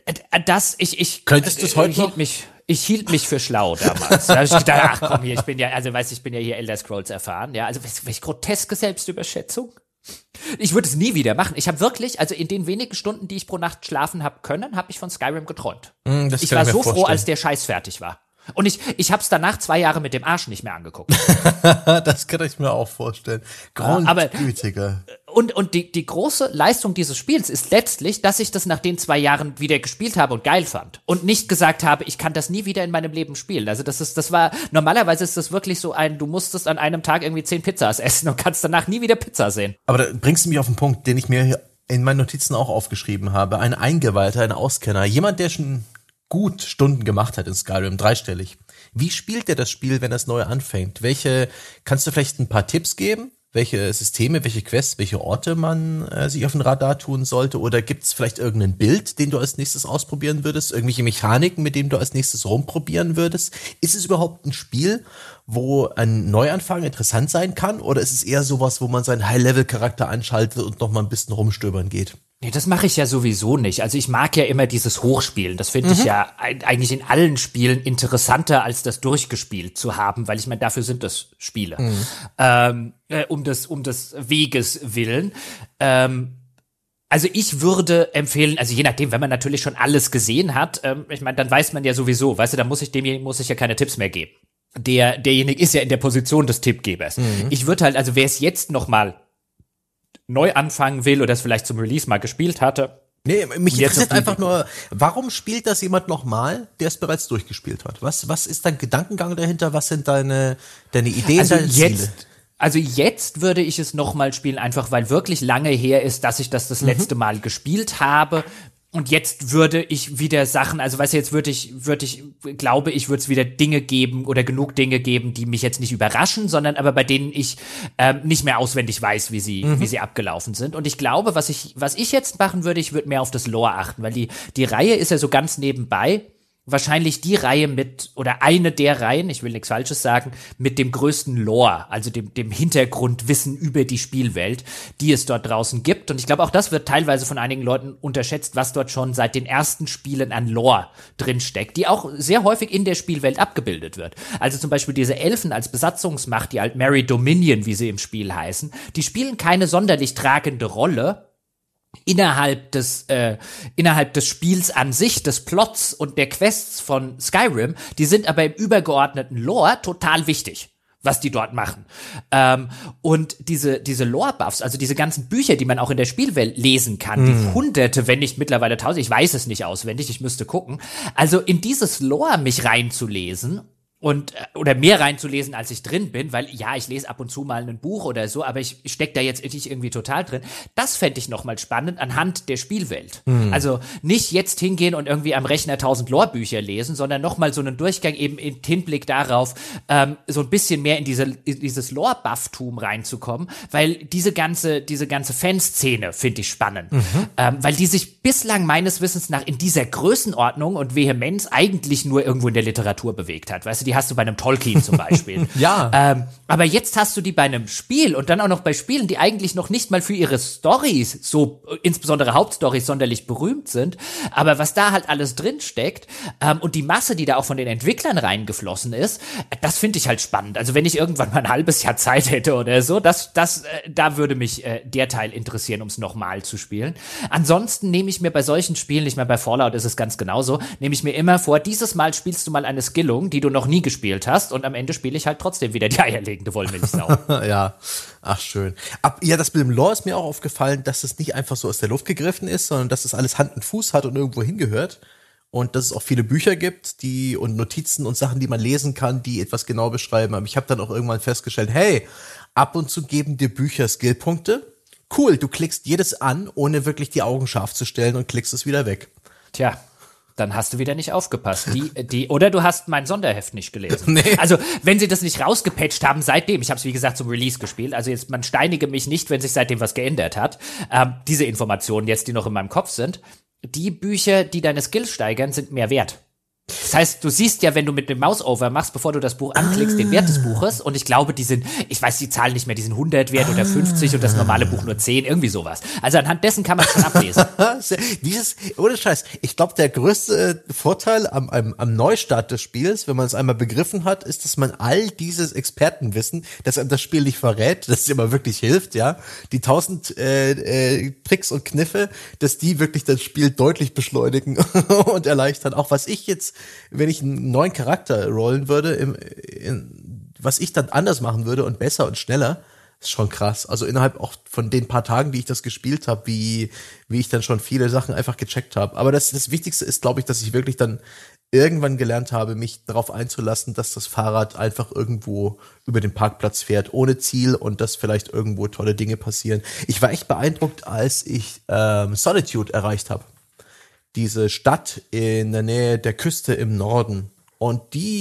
Könntest du es heute noch? Ich hielt mich für schlau damals. Da hab ich gedacht, ach komm hier, ich bin ja hier Elder Scrolls erfahren. Ja, also welche groteske Selbstüberschätzung. Ich würde es nie wieder machen. Ich habe wirklich, also in den wenigen Stunden, die ich pro Nacht schlafen habe können, habe ich von Skyrim geträumt. Ich war so froh, als der Scheiß fertig war. Und ich habe es danach 2 Jahre mit dem Arsch nicht mehr angeguckt. Das kann ich mir auch vorstellen. Grundgütiger. Und die große Leistung dieses Spiels ist letztlich, dass ich das nach den 2 Jahren wieder gespielt habe und geil fand. Und nicht gesagt habe, ich kann das nie wieder in meinem Leben spielen. Also normalerweise ist das wirklich so du musstest an einem Tag irgendwie 10 Pizzas essen und kannst danach nie wieder Pizza sehen. Aber da bringst du mich auf den Punkt, den ich mir hier in meinen Notizen auch aufgeschrieben habe. Ein Eingeweihter, ein Auskenner, jemand, der schon gut Stunden gemacht hat in Skyrim, 3-stellig. Wie spielt er das Spiel, wenn er es neu anfängt? Kannst du vielleicht ein paar Tipps geben? Welche Systeme, welche Quests, welche Orte man sich auf den Radar tun sollte? Oder gibt es vielleicht irgendein Bild, den du als nächstes ausprobieren würdest? Irgendwelche Mechaniken, mit denen du als nächstes rumprobieren würdest? Ist es überhaupt ein Spiel, wo ein Neuanfang interessant sein kann? Oder ist es eher sowas, wo man seinen High-Level-Charakter anschaltet und noch mal ein bisschen rumstöbern geht? Nee, das mache ich ja sowieso nicht. Also ich mag ja immer dieses Hochspielen. Das finde ich ja eigentlich in allen Spielen interessanter, als das durchgespielt zu haben, weil ich meine, dafür sind das Spiele. Um des Weges willen. Also ich würde empfehlen, also je nachdem, wenn man natürlich schon alles gesehen hat, ich meine, dann weiß man ja sowieso, weißt du, dann muss ich ja keine Tipps mehr geben. Derjenige ist ja in der Position des Tippgebers. Ich würde halt, also wer es jetzt noch mal neu anfangen will oder es vielleicht zum Release mal gespielt hatte. Nee, mich interessiert einfach nur, warum spielt das jemand nochmal, der es bereits durchgespielt hat? Was ist dein Gedankengang dahinter? Was sind deine Ideen, deine Ziele? Also jetzt würde ich es nochmal spielen, einfach weil wirklich lange her ist, dass ich das letzte Mal gespielt habe. Und jetzt würde ich wieder Sachen, also weißt du, jetzt würde ich es wieder Dinge geben oder genug Dinge geben, die mich jetzt nicht überraschen, sondern aber bei denen ich nicht mehr auswendig weiß, wie sie abgelaufen sind. Und ich glaube, was ich jetzt machen würde, ich würde mehr auf das Lore achten, weil die Reihe ist ja so ganz nebenbei. Wahrscheinlich die Reihe oder eine der Reihen, ich will nichts Falsches sagen, mit dem größten Lore, also dem Hintergrundwissen über die Spielwelt, die es dort draußen gibt. Und ich glaube, auch das wird teilweise von einigen Leuten unterschätzt, was dort schon seit den ersten Spielen an Lore drinsteckt, die auch sehr häufig in der Spielwelt abgebildet wird. Also zum Beispiel diese Elfen als Besatzungsmacht, die Altmeri Dominion, wie sie im Spiel heißen, die spielen keine sonderlich tragende Rolle innerhalb des Spiels an sich, des Plots und der Quests von Skyrim, die sind aber im übergeordneten Lore total wichtig, was die dort machen. Und diese Lore-Buffs, also diese ganzen Bücher, die man auch in der Spielwelt lesen kann, die Hunderte, wenn nicht mittlerweile Tausende, ich weiß es nicht auswendig, ich müsste gucken, also in dieses Lore mich reinzulesen oder mehr reinzulesen, als ich drin bin, weil ja, ich lese ab und zu mal ein Buch oder so, aber ich stecke da jetzt nicht irgendwie total drin. Das fände ich nochmal spannend anhand der Spielwelt. Also nicht jetzt hingehen und irgendwie am Rechner 1000 Lore-Bücher lesen, sondern nochmal so einen Durchgang eben im Hinblick darauf, so ein bisschen mehr in dieses Lore-Buff-Tum reinzukommen, weil diese ganze Fanszene finde ich spannend. Weil die sich bislang meines Wissens nach in dieser Größenordnung und Vehemenz eigentlich nur irgendwo in der Literatur bewegt hat. Weißt du, die hast du bei einem Tolkien zum Beispiel. Ja. Aber jetzt hast du die bei einem Spiel und dann auch noch bei Spielen, die eigentlich noch nicht mal für ihre Storys, so insbesondere Hauptstorys, sonderlich berühmt sind. Aber was da halt alles drin steckt und die Masse, die da auch von den Entwicklern reingeflossen ist, das finde ich halt spannend. Also wenn ich irgendwann mal ein halbes Jahr Zeit hätte oder so, da würde mich der Teil interessieren, um es nochmal zu spielen. Ansonsten nehme ich mir bei solchen Spielen, ich meine, bei Fallout ist es ganz genauso, nehme ich mir immer vor, dieses Mal spielst du mal eine Skillung, die du noch nie gespielt hast und am Ende spiele ich halt trotzdem wieder die eierlegende Wollmilchsau. Ja, ach schön. Ja, das mit dem Lore ist mir auch aufgefallen, dass es nicht einfach so aus der Luft gegriffen ist, sondern dass es alles Hand und Fuß hat und irgendwo hingehört. Und dass es auch viele Bücher gibt, und Notizen und Sachen, die man lesen kann, die etwas genau beschreiben. Aber ich habe dann auch irgendwann festgestellt, hey, ab und zu geben dir Bücher Skillpunkte. Cool, du klickst jedes an, ohne wirklich die Augen scharf zu stellen und klickst es wieder weg. Tja. Dann hast du wieder nicht aufgepasst. Oder du hast mein Sonderheft nicht gelesen. Nee. Also, wenn sie das nicht rausgepatcht haben seitdem, ich habe es wie gesagt zum Release gespielt, also jetzt, man steinige mich nicht, wenn sich seitdem was geändert hat. Diese Informationen jetzt, die noch in meinem Kopf sind, die Bücher, die deine Skills steigern, sind mehr wert. Das heißt, du siehst ja, wenn du mit dem Mouse-Over machst, bevor du das Buch anklickst, den Wert des Buches. Und ich glaube, ich weiß die Zahlen nicht mehr, die sind 100 wert oder 50 und das normale Buch nur 10, irgendwie sowas. Also anhand dessen kann man es schon ablesen. Ohne Scheiß, ich glaube, der größte Vorteil am Neustart des Spiels, wenn man es einmal begriffen hat, ist, dass man all dieses Expertenwissen, das einem das Spiel nicht verrät, das dir aber wirklich hilft, ja, die 1000 Tricks und Kniffe, dass die wirklich das Spiel deutlich beschleunigen und erleichtern. Auch was ich jetzt, wenn ich einen neuen Charakter rollen würde, was ich dann anders machen würde und besser und schneller, ist schon krass. Also innerhalb auch von den paar Tagen, die ich das gespielt habe, wie ich dann schon viele Sachen einfach gecheckt habe. Aber das Wichtigste ist, glaube ich, dass ich wirklich dann irgendwann gelernt habe, mich darauf einzulassen, dass das Fahrrad einfach irgendwo über den Parkplatz fährt, ohne Ziel und dass vielleicht irgendwo tolle Dinge passieren. Ich war echt beeindruckt, als ich Solitude erreicht habe. Diese Stadt in der Nähe der Küste im Norden. Und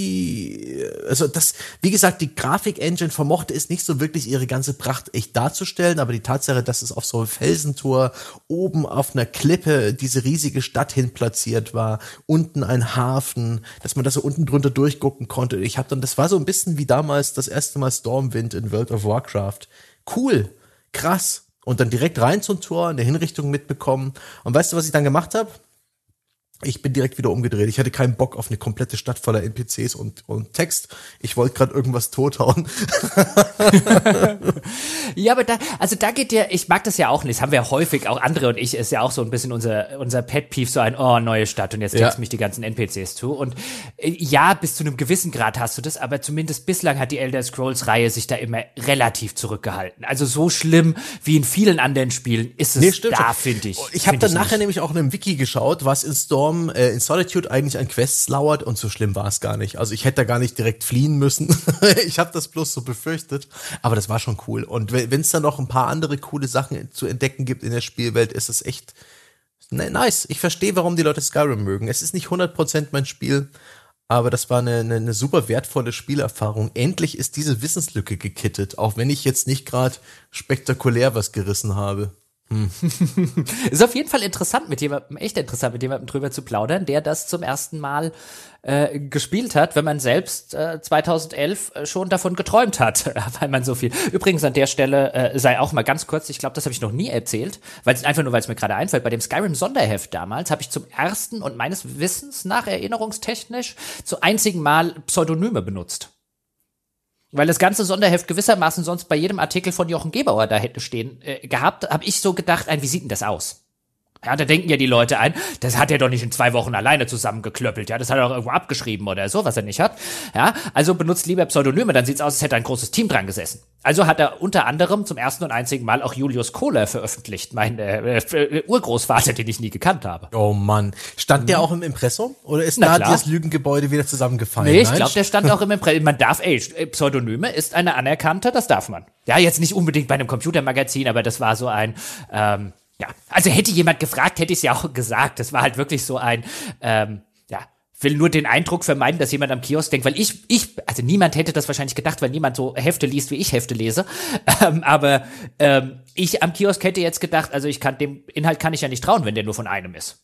wie gesagt, die Grafik-Engine vermochte es nicht so wirklich, ihre ganze Pracht echt darzustellen, aber die Tatsache, dass es auf so einem Felsentor oben auf einer Klippe diese riesige Stadt hin platziert war, unten ein Hafen, dass man da so unten drunter durchgucken konnte. Das war so ein bisschen wie damals das erste Mal Stormwind in World of Warcraft. Cool, krass. Und dann direkt rein zum Tor, in der Hinrichtung mitbekommen. Und weißt du, was ich dann gemacht habe? Ich bin direkt wieder umgedreht. Ich hatte keinen Bock auf eine komplette Stadt voller NPCs und Text. Ich wollte gerade irgendwas tothauen. Ja, aber da geht dir, ich mag das ja auch nicht, das haben wir ja häufig, auch André und ich, ist ja auch so ein bisschen unser Pet-Peeve, so ein, neue Stadt und jetzt text mich die ganzen NPCs zu. Und ja, bis zu einem gewissen Grad hast du das, aber zumindest bislang hat die Elder Scrolls-Reihe sich da immer relativ zurückgehalten. Also so schlimm wie in vielen anderen Spielen ist es finde ich. Ich habe dann nachher nämlich auch in einem Wiki geschaut, was in Solitude eigentlich an Quests lauert und so schlimm war es gar nicht. Also ich hätte da gar nicht direkt fliehen müssen. Ich habe das bloß so befürchtet, aber das war schon cool. Und wenn es dann noch ein paar andere coole Sachen zu entdecken gibt in der Spielwelt, ist es echt nice. Ich verstehe, warum die Leute Skyrim mögen. Es ist nicht 100% mein Spiel, aber das war eine super wertvolle Spielerfahrung. Endlich ist diese Wissenslücke gekittet, auch wenn ich jetzt nicht gerade spektakulär was gerissen habe. Ist auf jeden Fall interessant echt interessant mit jemandem drüber zu plaudern, der das zum ersten Mal gespielt hat, wenn man selbst 2011 schon davon geträumt hat, weil man so viel. Übrigens an der Stelle sei auch mal ganz kurz, ich glaube, das habe ich noch nie erzählt, weil es mir gerade einfällt, bei dem Skyrim Sonderheft damals habe ich zum ersten und meines Wissens nach erinnerungstechnisch zum einzigen Mal Pseudonyme benutzt. Weil das ganze Sonderheft gewissermaßen sonst bei jedem Artikel von Jochen Gebauer da hätte stehen gehabt, habe ich so gedacht, wie sieht denn das aus? Ja, da denken ja die Leute das hat er doch nicht in 2 Wochen alleine zusammengeklöppelt, ja, das hat er doch irgendwo abgeschrieben oder so, was er nicht hat. Ja, also benutzt lieber Pseudonyme, dann sieht's aus, als hätte ein großes Team dran gesessen. Also hat er unter anderem zum ersten und einzigen Mal auch Julius Kohler veröffentlicht, mein Urgroßvater, den ich nie gekannt habe. Oh Mann. Stand der auch im Impressum? Oder ist da das Lügengebäude wieder zusammengefallen? Nee, ich glaube, der stand auch im Impressum. Man darf, Pseudonyme ist eine anerkannte, das darf man. Ja, jetzt nicht unbedingt bei einem Computermagazin, aber das war so ein, ja, also hätte jemand gefragt, hätte ich es ja auch gesagt. Das war halt wirklich so ein, will nur den Eindruck vermeiden, dass jemand am Kiosk denkt, weil also niemand hätte das wahrscheinlich gedacht, weil niemand so Hefte liest, wie ich Hefte lese. Aber ich am Kiosk hätte jetzt gedacht, also dem Inhalt kann ich ja nicht trauen, wenn der nur von einem ist.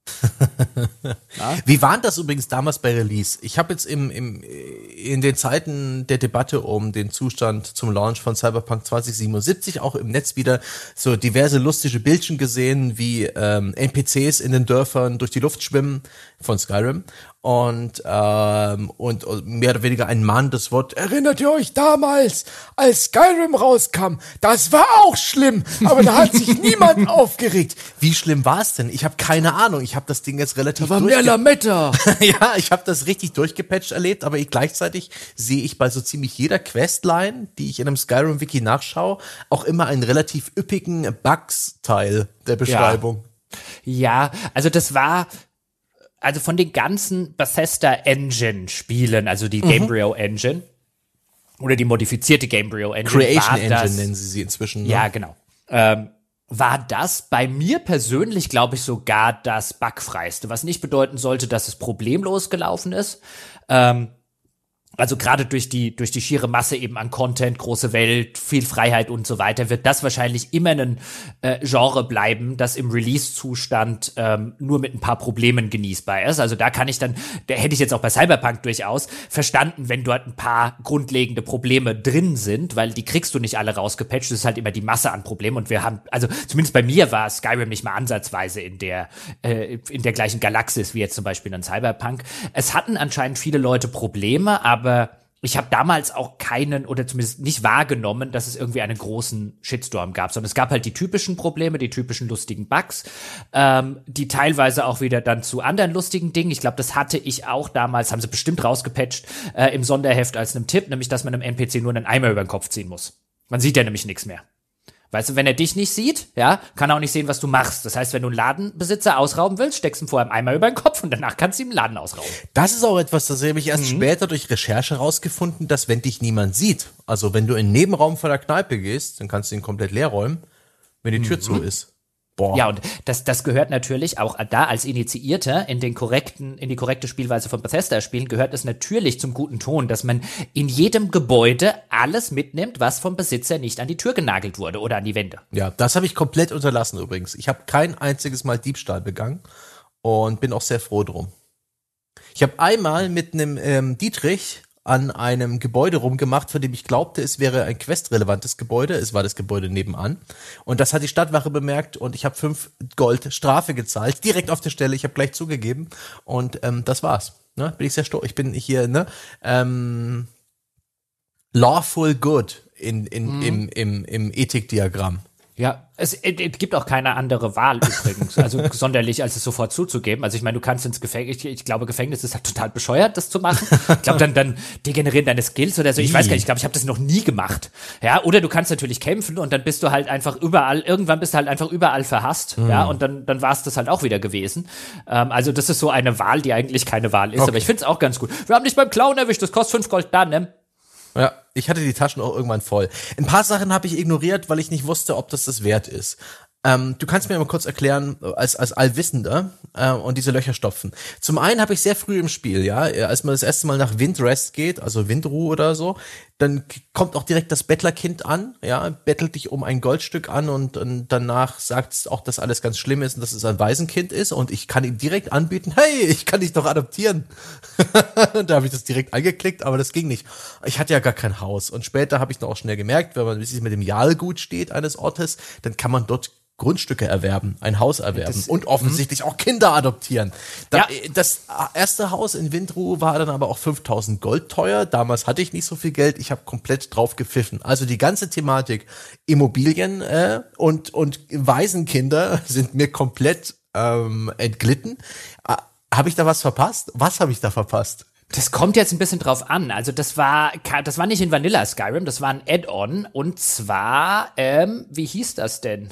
Wie war das übrigens damals bei Release? Ich habe jetzt in den Zeiten der Debatte um den Zustand zum Launch von Cyberpunk 2077 auch im Netz wieder so diverse lustige Bildchen gesehen, wie NPCs in den Dörfern durch die Luft schwimmen von Skyrim und mehr oder weniger ein mahnendes Wort. Erinnert ihr euch damals, als Skyrim rauskam? Das war auch schlimm, aber da hat sich niemand aufgeregt. Wie schlimm war es denn? Ich habe keine Ahnung. Ich habe das Ding jetzt relativ da war mehr Lametta. Ja, ich habe das richtig durchgepatcht erlebt, aber gleichzeitig sehe ich bei so ziemlich jeder Questline, die ich in einem Skyrim-Wiki nachschaue, auch immer einen relativ üppigen Bugs-Teil der Beschreibung. Ja, also das war also von den ganzen Bethesda Engine Spielen, also die Gamebryo Engine oder die modifizierte Gamebryo Engine. Creation Engine nennen sie inzwischen. Ne? Ja, genau. War das bei mir persönlich, glaube ich, sogar das bugfreiste, was nicht bedeuten sollte, dass es problemlos gelaufen ist. Also gerade durch die schiere Masse eben an Content, große Welt, viel Freiheit und so weiter, wird das wahrscheinlich immer ein Genre bleiben, das im Release-Zustand nur mit ein paar Problemen genießbar ist. Also da hätte ich jetzt auch bei Cyberpunk durchaus verstanden, wenn dort ein paar grundlegende Probleme drin sind, weil die kriegst du nicht alle rausgepatcht. Das ist halt immer die Masse an Problemen und wir haben, also zumindest bei mir war Skyrim nicht mal ansatzweise in der gleichen Galaxis wie jetzt zum Beispiel in Cyberpunk. Es hatten anscheinend viele Leute Probleme, aber ich habe damals auch keinen oder zumindest nicht wahrgenommen, dass es irgendwie einen großen Shitstorm gab, sondern es gab halt die typischen Probleme, die typischen lustigen Bugs, die teilweise auch wieder dann zu anderen lustigen Dingen. Ich glaube, das hatte ich auch damals, haben sie bestimmt rausgepatcht im Sonderheft als einem Tipp, nämlich, dass man einem NPC nur einen Eimer über den Kopf ziehen muss. Man sieht ja nämlich nichts mehr. Weißt du, wenn er dich nicht sieht, ja, kann er auch nicht sehen, was du machst. Das heißt, wenn du einen Ladenbesitzer ausrauben willst, steckst du ihm vorher einmal über den Kopf und danach kannst du ihm den Laden ausrauben. Das ist auch etwas, das habe ich erst später durch Recherche rausgefunden, dass wenn dich niemand sieht, also wenn du in den Nebenraum von der Kneipe gehst, dann kannst du ihn komplett leer räumen, wenn die Tür zu ist. Boah. Ja, und das gehört natürlich auch da als Initiierter in die korrekte Spielweise von Bethesda spielen, gehört es natürlich zum guten Ton, dass man in jedem Gebäude alles mitnimmt, was vom Besitzer nicht an die Tür genagelt wurde oder an die Wände. Ja, das habe ich komplett unterlassen übrigens. Ich habe kein einziges Mal Diebstahl begangen und bin auch sehr froh drum. Ich habe einmal mit einem Dietrich an einem Gebäude rumgemacht, von dem ich glaubte, es wäre ein questrelevantes Gebäude. Es war das Gebäude nebenan. Und das hat die Stadtwache bemerkt und ich habe 5 Gold Strafe gezahlt, direkt auf der Stelle. Ich habe gleich zugegeben und das war's. Ne? Bin ich sehr stolz. Ich bin hier lawful good im Ethikdiagramm. Ja, es gibt auch keine andere Wahl übrigens, also sonderlich, als es sofort zuzugeben. Also ich meine, du kannst ins Gefängnis, ich glaube, Gefängnis ist halt total bescheuert, das zu machen. Ich glaube, dann degenerieren deine Skills oder so. Ich weiß gar nicht, ich glaube, ich habe das noch nie gemacht. Ja, oder du kannst natürlich kämpfen und dann bist du halt einfach irgendwann bist du halt einfach überall verhasst. Ja, und dann war es das halt auch wieder gewesen. Also das ist so eine Wahl, die eigentlich keine Wahl ist, aber ich finde es auch ganz gut. Wir haben dich beim Clown erwischt, das kostet 5 Gold, da, ne? Ja, ich hatte die Taschen auch irgendwann voll. Ein paar Sachen habe ich ignoriert, weil ich nicht wusste, ob das wert ist. Du kannst mir mal kurz erklären, als Allwissender und diese Löcher stopfen. Zum einen habe ich sehr früh im Spiel, ja, als man das erste Mal nach Windrest geht, also Windruhe oder so, dann kommt auch direkt das Bettlerkind an, ja, bettelt dich um ein Goldstück an und danach sagt es auch, dass alles ganz schlimm ist und dass es ein Waisenkind ist und ich kann ihm direkt anbieten, hey, ich kann dich doch adoptieren. Da habe ich das direkt angeklickt, aber das ging nicht. Ich hatte ja gar kein Haus und später habe ich dann auch schnell gemerkt, wenn man mit dem Jalgut steht eines Ortes, dann kann man dort Grundstücke erwerben, ein Haus erwerben und offensichtlich auch Kinder adoptieren. Das erste Haus in Windruhe war dann aber auch 5.000 Gold teuer. Damals hatte ich nicht so viel Geld. Ich habe komplett drauf gepfiffen. Also die ganze Thematik Immobilien und Waisenkinder sind mir komplett entglitten. Habe ich da was verpasst? Was habe ich da verpasst? Das kommt jetzt ein bisschen drauf an. Also das war nicht in Vanilla Skyrim, das war ein Add-on und zwar, wie hieß das denn?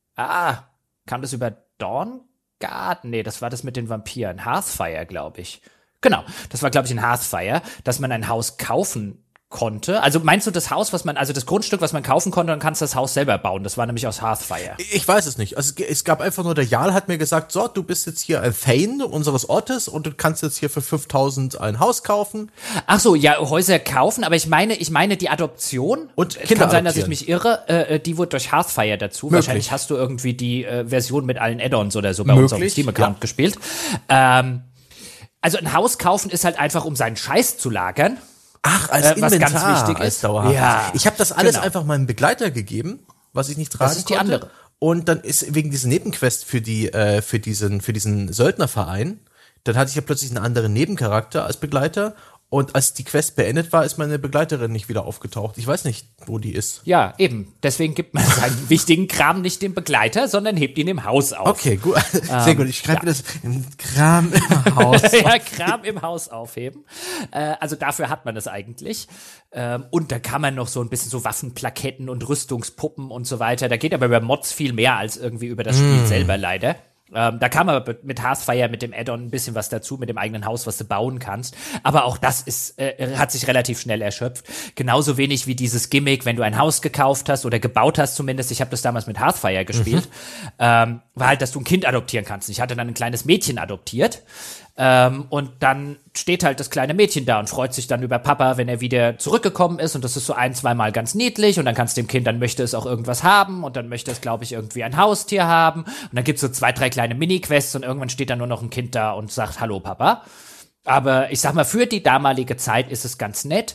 Kam das über Dawnguard? Nee, das war das mit den Vampiren. Hearthfire, glaube ich. Genau, das war, glaube ich, in Hearthfire, dass man ein Haus kaufen konnte. Also meinst du das Haus, also das Grundstück, was man kaufen konnte, dann kannst du das Haus selber bauen. Das war nämlich aus Hearthfire. Ich weiß es nicht. Also es gab einfach nur, der Jarl hat mir gesagt, so, du bist jetzt hier ein Thane unseres Ortes und du kannst jetzt hier für 5.000 ein Haus kaufen. Ach so, ja, Häuser kaufen, aber ich meine die Adoption. Und Kinder kann sein, dass ich mich irre, die wurde durch Hearthfire dazu. Möglich. Wahrscheinlich hast du irgendwie die Version mit allen Add-ons oder so bei uns auf dem Steam-Account gespielt. Also ein Haus kaufen ist halt einfach, um seinen Scheiß zu lagern. Ach, als Inventar, was ganz wichtig als ist. dauerhaft. Ja, ich habe das alles einfach meinem Begleiter gegeben, was ich nicht tragen konnte. Das ist die andere. Und dann ist wegen dieser Nebenquest für diesen Söldnerverein, dann hatte ich ja plötzlich einen anderen Nebencharakter als Begleiter. Und als die Quest beendet war, ist meine Begleiterin nicht wieder aufgetaucht. Ich weiß nicht, wo die ist. Ja, eben. Deswegen gibt man seinen wichtigen Kram nicht dem Begleiter, sondern hebt ihn im Haus auf. Okay, gut. Sehr gut. Ich schreibe das Kram im Haus auf. Ja, Kram im Haus aufheben. Also dafür hat man es eigentlich. Und da kann man noch so ein bisschen so Waffenplaketten und Rüstungspuppen und so weiter. Da geht aber über Mods viel mehr als irgendwie über das Spiel selber leider. Da kam aber mit Hearthfire, mit dem Add-on ein bisschen was dazu, mit dem eigenen Haus, was du bauen kannst. Aber auch das hat sich relativ schnell erschöpft. Genauso wenig wie dieses Gimmick, wenn du ein Haus gekauft hast oder gebaut hast zumindest. Ich habe das damals mit Hearthfire gespielt. War halt, dass du ein Kind adoptieren kannst. Ich hatte dann ein kleines Mädchen adoptiert. Und dann steht halt das kleine Mädchen da und freut sich dann über Papa, wenn er wieder zurückgekommen ist. Und das ist so 1-2 Mal ganz niedlich. Und dann kannst du dem Kind, dann möchte es auch irgendwas haben. Und dann möchte es, glaube ich, irgendwie ein Haustier haben. Und dann gibt's so 2-3 kleine Mini-Quests. Und irgendwann steht dann nur noch ein Kind da und sagt, hallo Papa. Aber ich sag mal, für die damalige Zeit ist es ganz nett.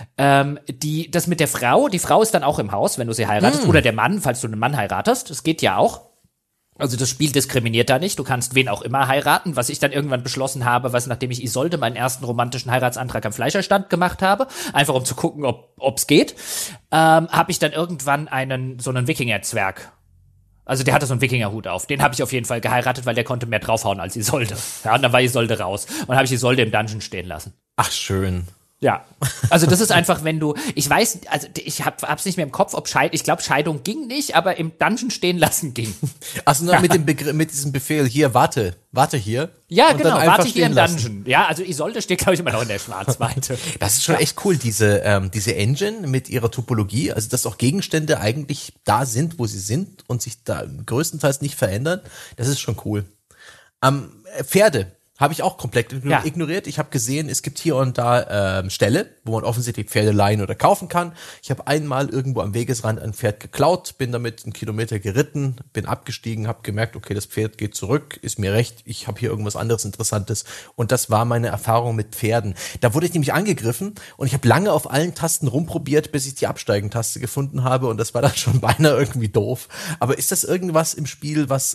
Das mit der Frau, die Frau ist dann auch im Haus, wenn du sie heiratest. Oder der Mann, falls du einen Mann heiratest. Das geht ja auch. Also das Spiel diskriminiert da nicht. Du kannst wen auch immer heiraten, was ich dann irgendwann beschlossen habe, nachdem ich Isolde meinen ersten romantischen Heiratsantrag am Fleischerstand gemacht habe, einfach um zu gucken, ob's geht, habe ich dann irgendwann so einen Wikinger-Zwerg. Also der hatte so einen Wikingerhut auf. Den habe ich auf jeden Fall geheiratet, weil der konnte mehr draufhauen als Isolde. Ja, und dann war Isolde raus. Und habe ich Isolde im Dungeon stehen lassen. Ach, schön. Ja, also das ist einfach, ich weiß, also ich hab's nicht mehr im Kopf, ich glaube Scheidung ging nicht, aber im Dungeon stehen lassen ging. Also nur mit diesem Befehl, hier, warte hier. Ja, genau, warte hier im Dungeon. Ja, also Isolde steht, glaube ich, immer noch in der Schwarzweite. Das ist schon echt cool, diese Engine mit ihrer Topologie, also dass auch Gegenstände eigentlich da sind, wo sie sind und sich da größtenteils nicht verändern. Das ist schon cool. Pferde. Habe ich auch komplett ignoriert. Ich habe gesehen, es gibt hier und da Ställe, wo man offensichtlich Pferde leihen oder kaufen kann. Ich habe einmal irgendwo am Wegesrand ein Pferd geklaut, bin damit 1 Kilometer geritten, bin abgestiegen, habe gemerkt, okay, das Pferd geht zurück, ist mir recht, ich habe hier irgendwas anderes Interessantes. Und das war meine Erfahrung mit Pferden. Da wurde ich nämlich angegriffen und ich habe lange auf allen Tasten rumprobiert, bis ich die Absteigen-Taste gefunden habe und das war dann schon beinahe irgendwie doof. Aber ist das irgendwas im Spiel, was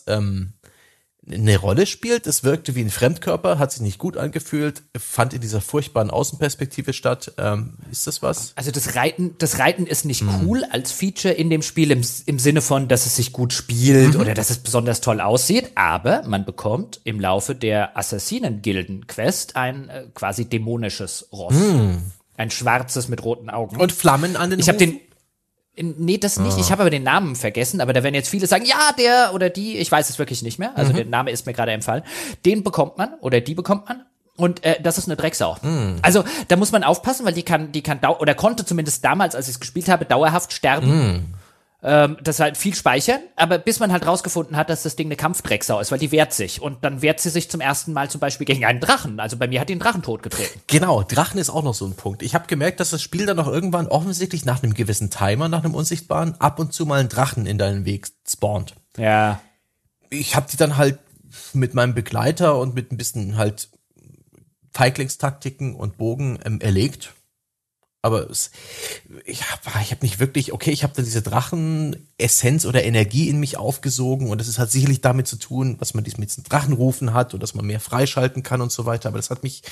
eine Rolle spielt? Es wirkte wie ein Fremdkörper, hat sich nicht gut angefühlt, fand in dieser furchtbaren Außenperspektive statt. Ist das was? Also das Reiten ist nicht cool als Feature in dem Spiel im Sinne von, dass es sich gut spielt oder dass es besonders toll aussieht, aber man bekommt im Laufe der Assassinen-Gilden-Quest ein quasi dämonisches Ross. Ein schwarzes mit roten Augen. Und Flammen an den Hufen? Nee, das nicht. Ich habe aber den Namen vergessen, aber da werden jetzt viele sagen, ja, der oder die, ich weiß es wirklich nicht mehr. Also der Name ist mir gerade empfallen. Den bekommt man oder die bekommt man. Und das ist eine Drecksau. Also da muss man aufpassen, weil die kann oder konnte zumindest damals, als ich es gespielt habe, dauerhaft sterben. Das halt viel speichern, aber bis man halt rausgefunden hat, dass das Ding eine Kampfdrecksau ist, weil die wehrt sich. Und dann wehrt sie sich zum ersten Mal zum Beispiel gegen einen Drachen. Also bei mir hat die einen Drachen totgetreten. Genau, Drachen ist auch noch so ein Punkt. Ich habe gemerkt, dass das Spiel dann noch irgendwann offensichtlich nach einem gewissen Timer, nach einem unsichtbaren, ab und zu mal einen Drachen in deinen Weg spawnt. Ja. Ich habe die dann halt mit meinem Begleiter und mit ein bisschen halt Feiglingstaktiken und Bogen erlegt. Aber ich hab nicht wirklich, okay, ich habe dann diese Drachenessenz oder Energie in mich aufgesogen und das ist halt sicherlich damit zu tun, was man mit diesen Drachenrufen hat und dass man mehr freischalten kann und so weiter. Aber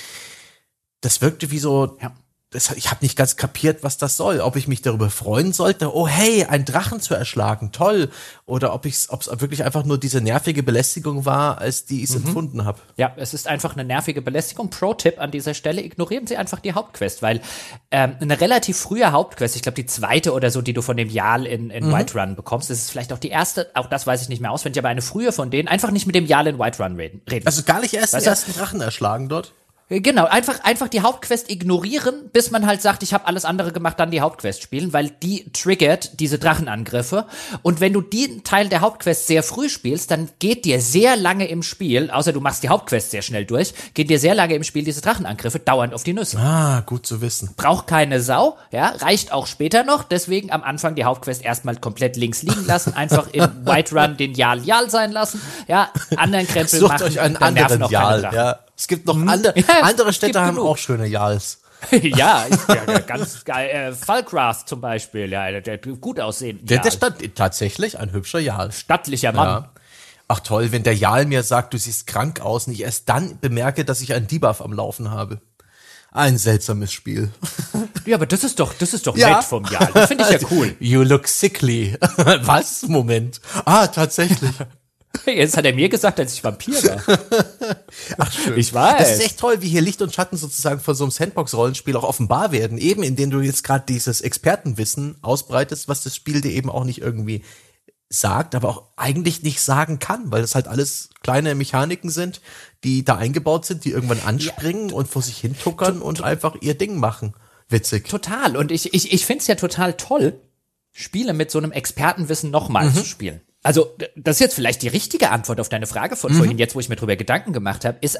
das wirkte wie so, ich habe nicht ganz kapiert, was das soll. Ob ich mich darüber freuen sollte, oh hey, einen Drachen zu erschlagen, toll. Oder ob es wirklich einfach nur diese nervige Belästigung war, als die ich es empfunden habe. Ja, es ist einfach eine nervige Belästigung. Pro-Tipp an dieser Stelle, ignorieren Sie einfach die Hauptquest, weil eine relativ frühe Hauptquest, ich glaube die zweite oder so, die du von dem Jarl in Whiterun bekommst, das ist vielleicht auch die erste, auch das weiß ich nicht mehr auswendig, aber eine frühe von denen, einfach nicht mit dem Jarl in Whiterun reden. Also gar nicht erst den ersten Drachen erschlagen dort? Genau, einfach die Hauptquest ignorieren, bis man halt sagt, ich habe alles andere gemacht, dann die Hauptquest spielen, weil die triggert diese Drachenangriffe. Und wenn du den Teil der Hauptquest sehr früh spielst, dann geht dir sehr lange im Spiel, außer du machst die Hauptquest sehr schnell durch, geht dir sehr lange im Spiel diese Drachenangriffe dauernd auf die Nüsse. Ah, gut zu wissen. Braucht keine Sau, ja, reicht auch später noch, deswegen am Anfang die Hauptquest erstmal komplett links liegen lassen, einfach in Whiterun den Jarl sein lassen, ja, anderen Krempel Sucht machen. Sucht euch einen anderen Jarl, ja. Es gibt noch andere Städte haben auch schöne Jarls. Ja, ganz geil. Falkrath zum Beispiel, ja, der gut aussehen. Der tatsächlich ein hübscher Jarl. Stattlicher Mann. Ja. Ach toll, wenn der Jarl mir sagt, du siehst krank aus und ich erst dann bemerke, dass ich einen Debuff am Laufen habe. Ein seltsames Spiel. Ja, aber das ist doch nett vom Jarl. Das finde ich ja cool. You look sickly. Was? Moment. Ah, tatsächlich. Jetzt hat er mir gesagt, als ich Vampir war. Ach schön. Ich weiß. Das ist echt toll, wie hier Licht und Schatten sozusagen von so einem Sandbox-Rollenspiel auch offenbar werden. Eben indem du jetzt gerade dieses Expertenwissen ausbreitest, was das Spiel dir eben auch nicht irgendwie sagt, aber auch eigentlich nicht sagen kann, weil das halt alles kleine Mechaniken sind, die da eingebaut sind, die irgendwann anspringen und vor sich hin tuckern und einfach ihr Ding machen. Witzig. Total. Und ich finde es ja total toll, Spiele mit so einem Expertenwissen nochmal zu spielen. Also, das ist jetzt vielleicht die richtige Antwort auf deine Frage von vorhin, jetzt, wo ich mir drüber Gedanken gemacht habe, ist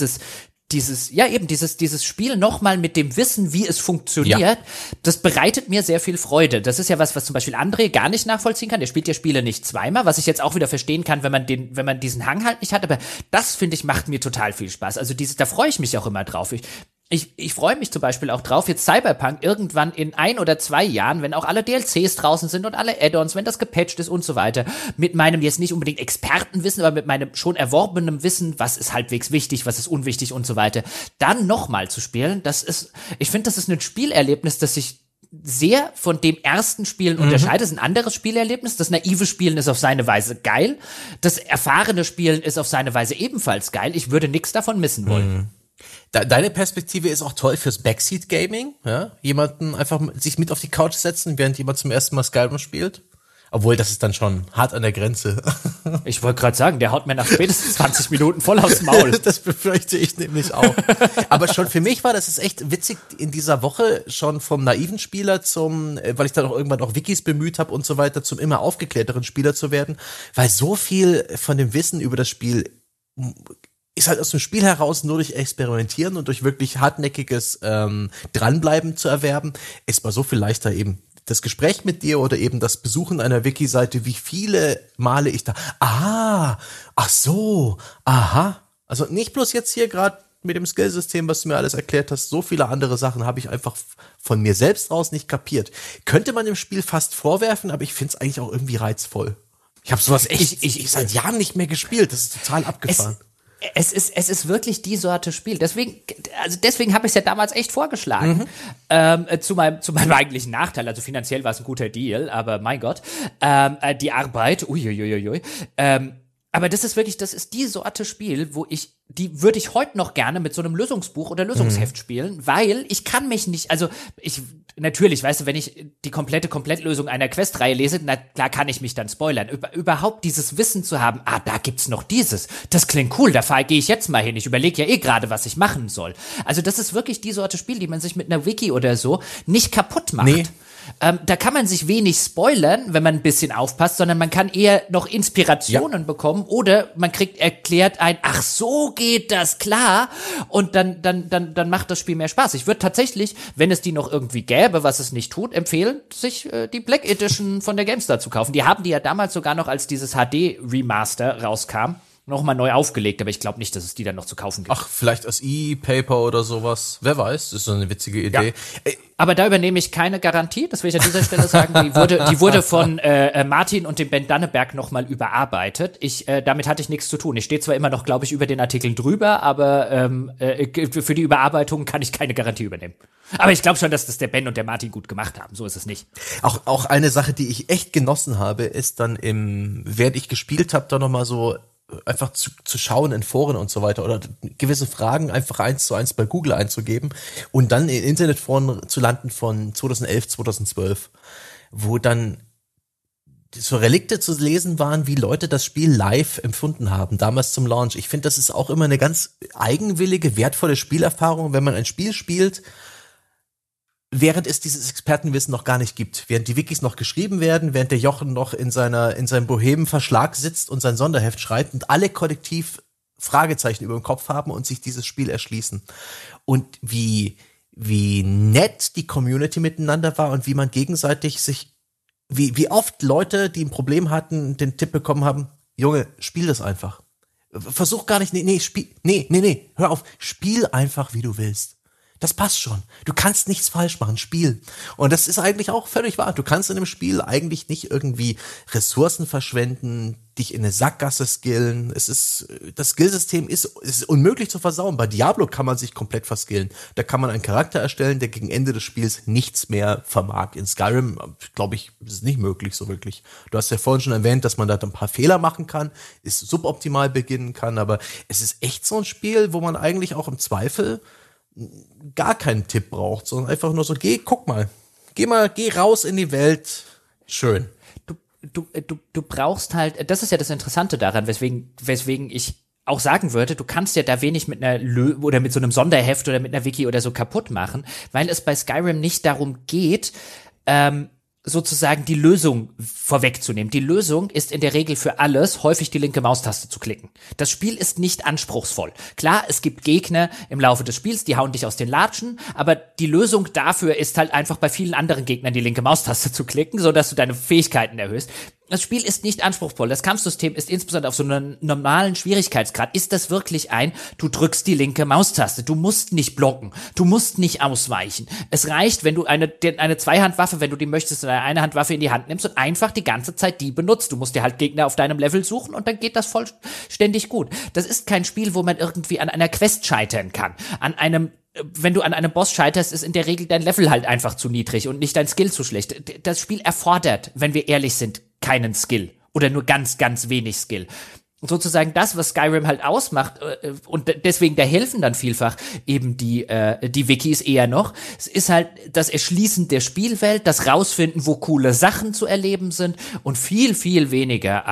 dieses Spiel nochmal mit dem Wissen, wie es funktioniert, das bereitet mir sehr viel Freude. Das ist ja was zum Beispiel André gar nicht nachvollziehen kann. Der spielt ja Spiele nicht zweimal, was ich jetzt auch wieder verstehen kann, wenn man diesen Hang halt nicht hat. Aber das, finde ich, macht mir total viel Spaß. Also da freue ich mich auch immer drauf. Ich freue mich zum Beispiel auch drauf, jetzt Cyberpunk irgendwann in 1 oder 2 Jahren, wenn auch alle DLCs draußen sind und alle Add-ons, wenn das gepatcht ist und so weiter, mit meinem jetzt nicht unbedingt Expertenwissen, aber mit meinem schon erworbenen Wissen, was ist halbwegs wichtig, was ist unwichtig und so weiter, dann nochmal zu spielen, ich finde, das ist ein Spielerlebnis, das sich sehr von dem ersten Spielen unterscheidet. Das ist ein anderes Spielerlebnis. Das naive Spielen ist auf seine Weise geil. Das erfahrene Spielen ist auf seine Weise ebenfalls geil. Ich würde nichts davon missen wollen. Deine Perspektive ist auch toll fürs Backseat-Gaming, ja? Jemanden einfach sich mit auf die Couch setzen, während jemand zum ersten Mal Skyrim spielt. Obwohl, das ist dann schon hart an der Grenze. Ich wollte gerade sagen, der haut mir nach spätestens 20 Minuten voll aufs Maul. Das befürchte ich nämlich auch. Aber schon für mich war das echt witzig, in dieser Woche schon vom naiven Spieler weil ich dann auch irgendwann auch Wikis bemüht habe und so weiter, zum immer aufgeklärteren Spieler zu werden, weil so viel von dem Wissen über das Spiel ist halt aus dem Spiel heraus nur durch Experimentieren und durch wirklich hartnäckiges Dranbleiben zu erwerben, ist mal so viel leichter eben das Gespräch mit dir oder eben das Besuchen einer Wiki-Seite, wie viele Male ich ach so, aha. Also nicht bloß jetzt hier gerade mit dem Skillsystem, was du mir alles erklärt hast, so viele andere Sachen habe ich einfach von mir selbst raus nicht kapiert. Könnte man dem Spiel fast vorwerfen, aber ich finde es eigentlich auch irgendwie reizvoll. Ich habe sowas echt ich seit Jahren nicht mehr gespielt, das ist total abgefahren. Es ist wirklich die Sorte Spiel. Deswegen habe ich es ja damals echt vorgeschlagen. Zu meinem eigentlichen Nachteil. Also finanziell war es ein guter Deal, aber mein Gott. Die Arbeit, uiuiuiui. Aber das ist die Sorte Spiel, die würde ich heute noch gerne mit so einem Lösungsbuch oder Lösungsheft spielen, weil ich kann mich nicht, natürlich, weißt du, wenn ich die Komplettlösung einer Questreihe lese, na klar kann ich mich dann spoilern. Überhaupt dieses Wissen zu haben, da gibt's noch dieses, das klingt cool, da gehe ich jetzt mal hin, ich überlege ja gerade, was ich machen soll. Also das ist wirklich die Sorte Spiel, die man sich mit einer Wiki oder so nicht kaputt macht. Nee. Da kann man sich wenig spoilern, wenn man ein bisschen aufpasst, sondern man kann eher noch Inspirationen bekommen oder man kriegt erklärt ach so geht das, klar, und dann macht das Spiel mehr Spaß. Ich würde tatsächlich, wenn es die noch irgendwie gäbe, was es nicht tut, empfehlen, sich die Black Edition von der GameStar zu kaufen. Die haben die ja damals sogar noch, als dieses HD-Remaster rauskam, nochmal neu aufgelegt, aber ich glaube nicht, dass es die dann noch zu kaufen gibt. Ach, vielleicht als E-Paper oder sowas. Wer weiß, das ist so eine witzige Idee. Ja. Aber da übernehme ich keine Garantie, das will ich an dieser Stelle sagen. Die wurde von Martin und dem Ben Danneberg nochmal überarbeitet. Damit hatte ich nichts zu tun. Ich stehe zwar immer noch, glaube ich, über den Artikeln drüber, aber für die Überarbeitung kann ich keine Garantie übernehmen. Aber ich glaube schon, dass das der Ben und der Martin gut gemacht haben. So ist es nicht. Auch eine Sache, die ich echt genossen habe, ist dann während ich gespielt habe, da nochmal so einfach zu schauen in Foren und so weiter oder gewisse Fragen einfach 1:1 bei Google einzugeben und dann in Internetforen zu landen von 2011, 2012, wo dann so Relikte zu lesen waren, wie Leute das Spiel live empfunden haben, damals zum Launch. Ich finde, das ist auch immer eine ganz eigenwillige, wertvolle Spielerfahrung, wenn man ein Spiel spielt, während es dieses Expertenwissen noch gar nicht gibt, während die Wikis noch geschrieben werden, während der Jochen noch in seinem bohemen Verschlag sitzt und sein Sonderheft schreibt und alle kollektiv Fragezeichen über dem Kopf haben und sich dieses Spiel erschließen. Und wie nett die Community miteinander war und wie man gegenseitig wie oft Leute, die ein Problem hatten, den Tipp bekommen haben, Junge, spiel das einfach. Versuch gar nicht, hör auf, spiel einfach, wie du willst. Das passt schon. Du kannst nichts falsch machen. Spiel. Und das ist eigentlich auch völlig wahr. Du kannst in einem Spiel eigentlich nicht irgendwie Ressourcen verschwenden, dich in eine Sackgasse skillen. Das Skillsystem ist unmöglich zu versauen. Bei Diablo kann man sich komplett verskillen. Da kann man einen Charakter erstellen, der gegen Ende des Spiels nichts mehr vermag. In Skyrim, glaube ich, ist es nicht möglich so wirklich. Du hast ja vorhin schon erwähnt, dass man da ein paar Fehler machen kann, ist suboptimal beginnen kann, aber es ist echt so ein Spiel, wo man eigentlich auch im Zweifel gar keinen Tipp braucht, sondern einfach nur so, guck mal, geh raus in die Welt, schön. Du brauchst halt, das ist ja das Interessante daran, weswegen ich auch sagen würde, du kannst ja da wenig mit oder mit so einem Sonderheft oder mit einer Wiki oder so kaputt machen, weil es bei Skyrim nicht darum geht, sozusagen die Lösung vorwegzunehmen. Die Lösung ist in der Regel für alles häufig die linke Maustaste zu klicken. Das Spiel ist nicht anspruchsvoll. Klar, es gibt Gegner im Laufe des Spiels, die hauen dich aus den Latschen, aber die Lösung dafür ist halt einfach bei vielen anderen Gegnern die linke Maustaste zu klicken, sodass du deine Fähigkeiten erhöhst. Das Spiel ist nicht anspruchsvoll. Das Kampfsystem ist insbesondere auf so einem normalen Schwierigkeitsgrad. Ist das wirklich du drückst die linke Maustaste. Du musst nicht blocken. Du musst nicht ausweichen. Es reicht, wenn du eine Zweihandwaffe, wenn du die möchtest, oder eine Handwaffe in die Hand nimmst und einfach die ganze Zeit die benutzt. Du musst dir halt Gegner auf deinem Level suchen und dann geht das vollständig gut. Das ist kein Spiel, wo man irgendwie an einer Quest scheitern kann. Wenn du an einem Boss scheiterst, ist in der Regel dein Level halt einfach zu niedrig und nicht dein Skill zu schlecht. Das Spiel erfordert, wenn wir ehrlich sind, keinen Skill oder nur ganz, ganz wenig Skill. Und sozusagen das, was Skyrim halt ausmacht, und deswegen, da helfen dann vielfach eben die Wikis eher noch. Es ist halt das Erschließen der Spielwelt, das Rausfinden, wo coole Sachen zu erleben sind und viel, viel weniger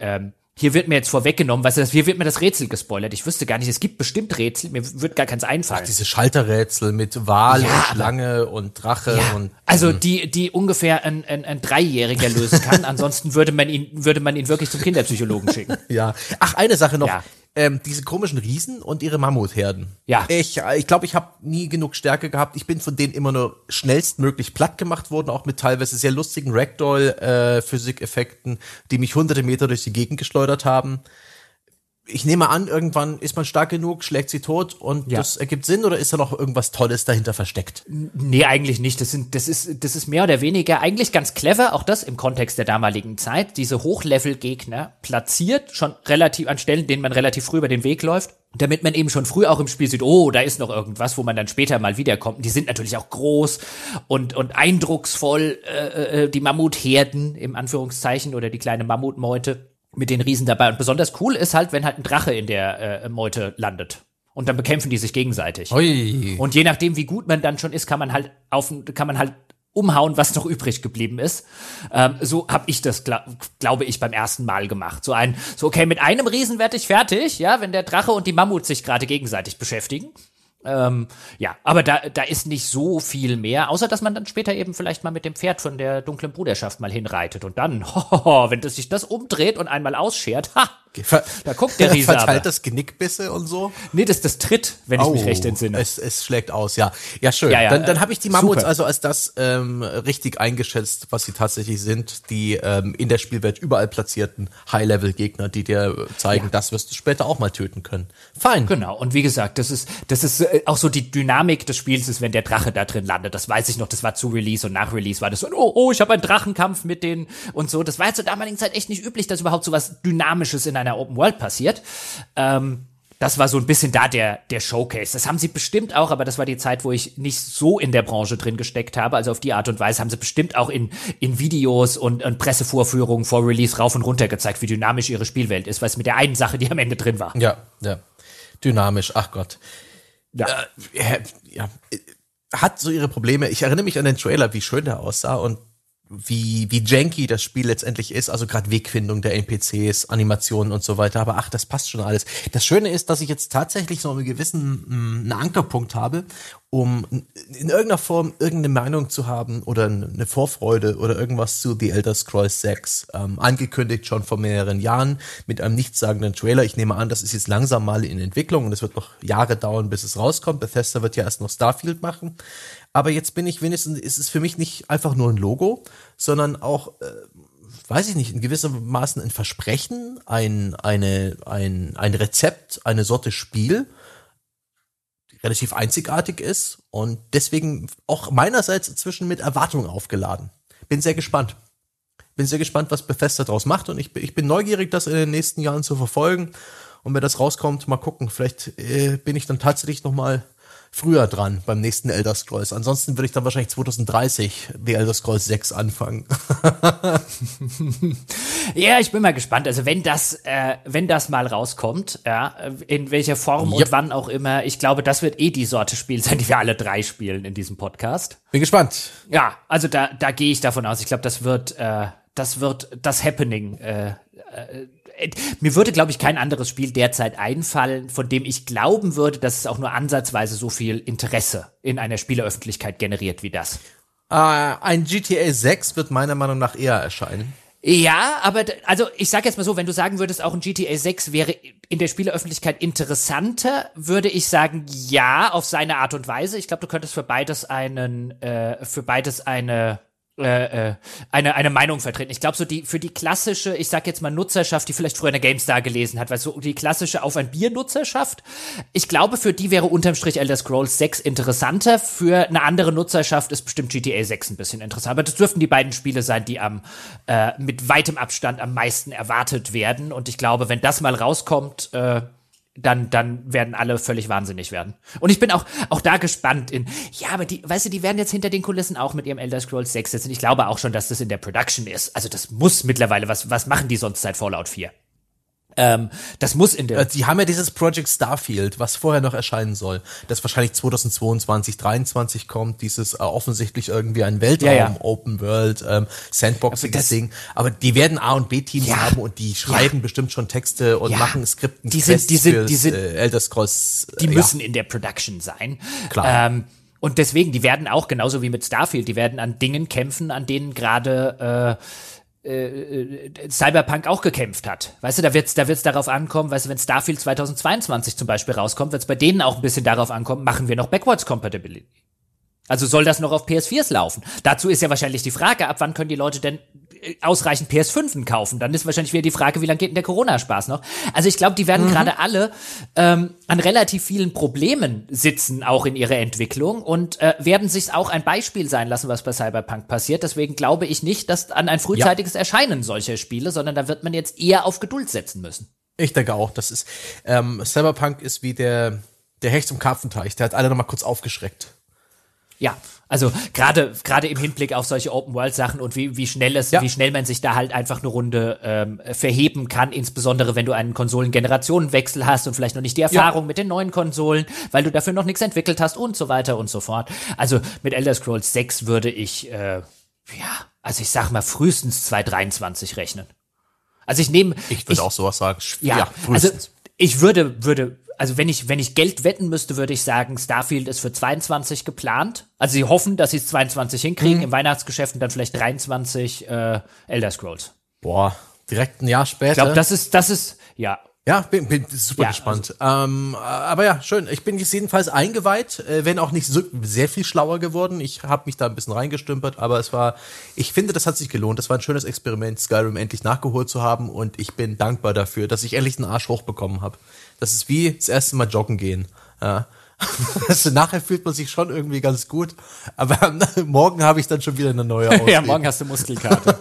hier wird mir jetzt vorweggenommen, hier wird mir das Rätsel gespoilert. Ich wüsste gar nicht, es gibt bestimmt Rätsel, mir wird gar keins einfallen. Ach, diese Schalterrätsel mit Wal und Schlange und Drache und. Also die ungefähr ein Dreijähriger lösen kann. Ansonsten würde man ihn wirklich zum Kinderpsychologen schicken. Ja. Ach, eine Sache noch. Ja. Diese komischen Riesen und ihre Mammutherden. Ja. Ich glaube, ich habe nie genug Stärke gehabt. Ich bin von denen immer nur schnellstmöglich platt gemacht worden, auch mit teilweise sehr lustigen Ragdoll-Physikeffekten, die mich hunderte Meter durch die Gegend geschleudert haben. Ich nehme an, irgendwann ist man stark genug, schlägt sie tot und das ergibt Sinn, oder ist da noch irgendwas Tolles dahinter versteckt? Nee, eigentlich nicht. Das ist mehr oder weniger eigentlich ganz clever, auch das im Kontext der damaligen Zeit, diese Hochlevel-Gegner platziert, schon relativ an Stellen, denen man relativ früh über den Weg läuft, damit man eben schon früh auch im Spiel sieht, oh, da ist noch irgendwas, wo man dann später mal wiederkommt. Die sind natürlich auch groß und eindrucksvoll, die Mammutherden im Anführungszeichen oder die kleine Mammutmeute mit den Riesen dabei. Und besonders cool ist halt, wenn halt ein Drache in der Meute landet. Und dann bekämpfen die sich gegenseitig. Ui. Und je nachdem, wie gut man dann schon ist, kann man halt umhauen, was noch übrig geblieben ist. So habe ich das, glaube ich, beim ersten Mal gemacht. Okay, mit einem Riesen werde ich fertig, ja, wenn der Drache und die Mammut sich gerade gegenseitig beschäftigen. Aber da ist nicht so viel mehr, außer dass man dann später eben vielleicht mal mit dem Pferd von der dunklen Bruderschaft mal hinreitet und dann, wenn sich das umdreht und einmal ausschert, da guckt der Riese verteilt das Genickbisse und so? Nee, das tritt, wenn ich mich recht entsinne. Es schlägt aus, ja. Ja, schön. Ja, dann habe ich die Mammuts super. also als das richtig eingeschätzt, was sie tatsächlich sind, die in der Spielwelt überall platzierten High-Level-Gegner, die dir zeigen, das wirst du später auch mal töten können. Fein. Genau, und wie gesagt, das ist auch so die Dynamik des Spiels ist, wenn der Drache da drin landet. Das weiß ich noch, das war zu Release und nach Release war das so, ich habe einen Drachenkampf mit denen und so. Das war ja zur damaligen Zeit echt nicht üblich, dass überhaupt so was Dynamisches in einer Open World passiert. Das war so ein bisschen da der Showcase. Das haben sie bestimmt auch, aber das war die Zeit, wo ich nicht so in der Branche drin gesteckt habe. Also auf die Art und Weise haben sie bestimmt auch in Videos und Pressevorführungen vor Release rauf und runter gezeigt, wie dynamisch ihre Spielwelt ist, weil es mit der einen Sache, die am Ende drin war. Ja. Dynamisch, ach Gott. Ja. Hat so ihre Probleme. Ich erinnere mich an den Trailer, wie schön der aussah und wie janky das Spiel letztendlich ist, also gerade Wegfindung der NPCs, Animationen und so weiter, aber das passt schon alles. Das Schöne ist, dass ich jetzt tatsächlich so einen gewissen Ankerpunkt habe, um in irgendeiner Form irgendeine Meinung zu haben oder eine Vorfreude oder irgendwas zu The Elder Scrolls 6, angekündigt schon vor mehreren Jahren mit einem nichtssagenden Trailer. Ich nehme an, das ist jetzt langsam mal in Entwicklung und es wird noch Jahre dauern, bis es rauskommt. Bethesda wird ja erst noch Starfield machen. Aber jetzt bin ich wenigstens, ist es für mich nicht einfach nur ein Logo, sondern auch, weiß ich nicht, in gewissermaßen ein Versprechen, ein Rezept, eine Sorte Spiel, die relativ einzigartig ist und deswegen auch meinerseits inzwischen mit Erwartungen aufgeladen. Bin sehr gespannt. Was Bethesda draus macht und ich bin neugierig, das in den nächsten Jahren zu verfolgen. Und wenn das rauskommt, mal gucken, vielleicht bin ich dann tatsächlich noch mal früher dran beim nächsten Elder Scrolls. Ansonsten würde ich dann wahrscheinlich 2030 The Elder Scrolls 6 anfangen. Ja, ich bin mal gespannt. Also wenn das mal rauskommt, ja, in welcher Form und wann auch immer, ich glaube, das wird die Sorte Spiel sein, die wir alle drei spielen in diesem Podcast. Bin gespannt. Ja, also da gehe ich davon aus. Ich glaube, das wird das Happening. Mir würde, glaube ich, kein anderes Spiel derzeit einfallen, von dem ich glauben würde, dass es auch nur ansatzweise so viel Interesse in einer Spieleöffentlichkeit generiert wie das. Ein GTA 6 wird meiner Meinung nach eher erscheinen. Ja, aber also ich sag jetzt mal so, wenn du sagen würdest, auch ein GTA 6 wäre in der Spieleöffentlichkeit interessanter, würde ich sagen, ja, auf seine Art und Weise. Ich glaube, du könntest für beides eine Meinung vertreten. Ich glaube, so für die klassische, ich sag jetzt mal Nutzerschaft, die vielleicht früher eine GameStar gelesen hat, weil so die klassische Auf ein Bier Nutzerschaft, ich glaube, für die wäre unterm Strich Elder Scrolls 6 interessanter. Für eine andere Nutzerschaft ist bestimmt GTA 6 ein bisschen interessanter. Aber das dürften die beiden Spiele sein, die mit weitem Abstand am meisten erwartet werden. Und ich glaube, wenn das mal rauskommt, dann werden alle völlig wahnsinnig werden. Und ich bin auch da gespannt aber die werden jetzt hinter den Kulissen auch mit ihrem Elder Scrolls 6 sitzen. Ich glaube auch schon, dass das in der Production ist. Also das muss mittlerweile, was machen die sonst seit Fallout 4? Das muss in der... Die haben ja dieses Project Starfield, was vorher noch erscheinen soll, das wahrscheinlich 2022, 2023 kommt, dieses offensichtlich irgendwie ein Weltraum, Open World, Sandboxiges Ding. Aber die werden A- und B-Teams haben und die schreiben bestimmt schon Texte und machen Skripten. Die sind Elder Scrolls. Die müssen in der Production sein. Klar. Und deswegen, die werden auch, genauso wie mit Starfield, die werden an Dingen kämpfen, an denen gerade Cyberpunk auch gekämpft hat. Weißt du, da wird's darauf ankommen, weißt du, wenn Starfield 2022 zum Beispiel rauskommt, wird's bei denen auch ein bisschen darauf ankommen, machen wir noch Backwards Compatibility? Also soll das noch auf PS4s laufen? Dazu ist ja wahrscheinlich die Frage, ab wann können die Leute denn ausreichend PS5 kaufen? Dann ist wahrscheinlich wieder die Frage, wie lange geht denn der Corona-Spaß noch? Also ich glaube, die werden gerade alle an relativ vielen Problemen sitzen, auch in ihrer Entwicklung und werden sich auch ein Beispiel sein lassen, was bei Cyberpunk passiert. Deswegen glaube ich nicht, dass an ein frühzeitiges Erscheinen solcher Spiele, sondern da wird man jetzt eher auf Geduld setzen müssen. Ich denke auch, das ist Cyberpunk ist wie der Hecht im Karpfenteich, der hat alle noch mal kurz aufgeschreckt. Ja, also gerade im Hinblick auf solche Open-World-Sachen und wie schnell man sich da halt einfach eine Runde verheben kann, insbesondere wenn du einen Konsolen-Generationenwechsel hast und vielleicht noch nicht die Erfahrung mit den neuen Konsolen, weil du dafür noch nichts entwickelt hast und so weiter und so fort. Also mit Elder Scrolls 6 würde ich, ich sag mal frühestens 2023 rechnen. Also ich würde auch sowas sagen. Frühestens. Also ich würde also wenn ich Geld wetten müsste, würde ich sagen, Starfield ist für 22 geplant. Also sie hoffen, dass sie es 22 hinkriegen im Weihnachtsgeschäft und dann vielleicht 23 Elder Scrolls. Boah, direkt ein Jahr später. Ich glaube, das ist ja. Ja, bin super gespannt. Also, aber ja, schön. Ich bin jetzt jedenfalls eingeweiht, wenn auch nicht so sehr viel schlauer geworden. Ich habe mich da ein bisschen reingestümpert, aber ich finde, das hat sich gelohnt. Das war ein schönes Experiment, Skyrim endlich nachgeholt zu haben und ich bin dankbar dafür, dass ich endlich einen Arsch hochbekommen habe. Das ist wie das erste Mal joggen gehen. Ja. Also nachher fühlt man sich schon irgendwie ganz gut, aber morgen habe ich dann schon wieder eine neue Ausrede. Ja, morgen hast du Muskelkater.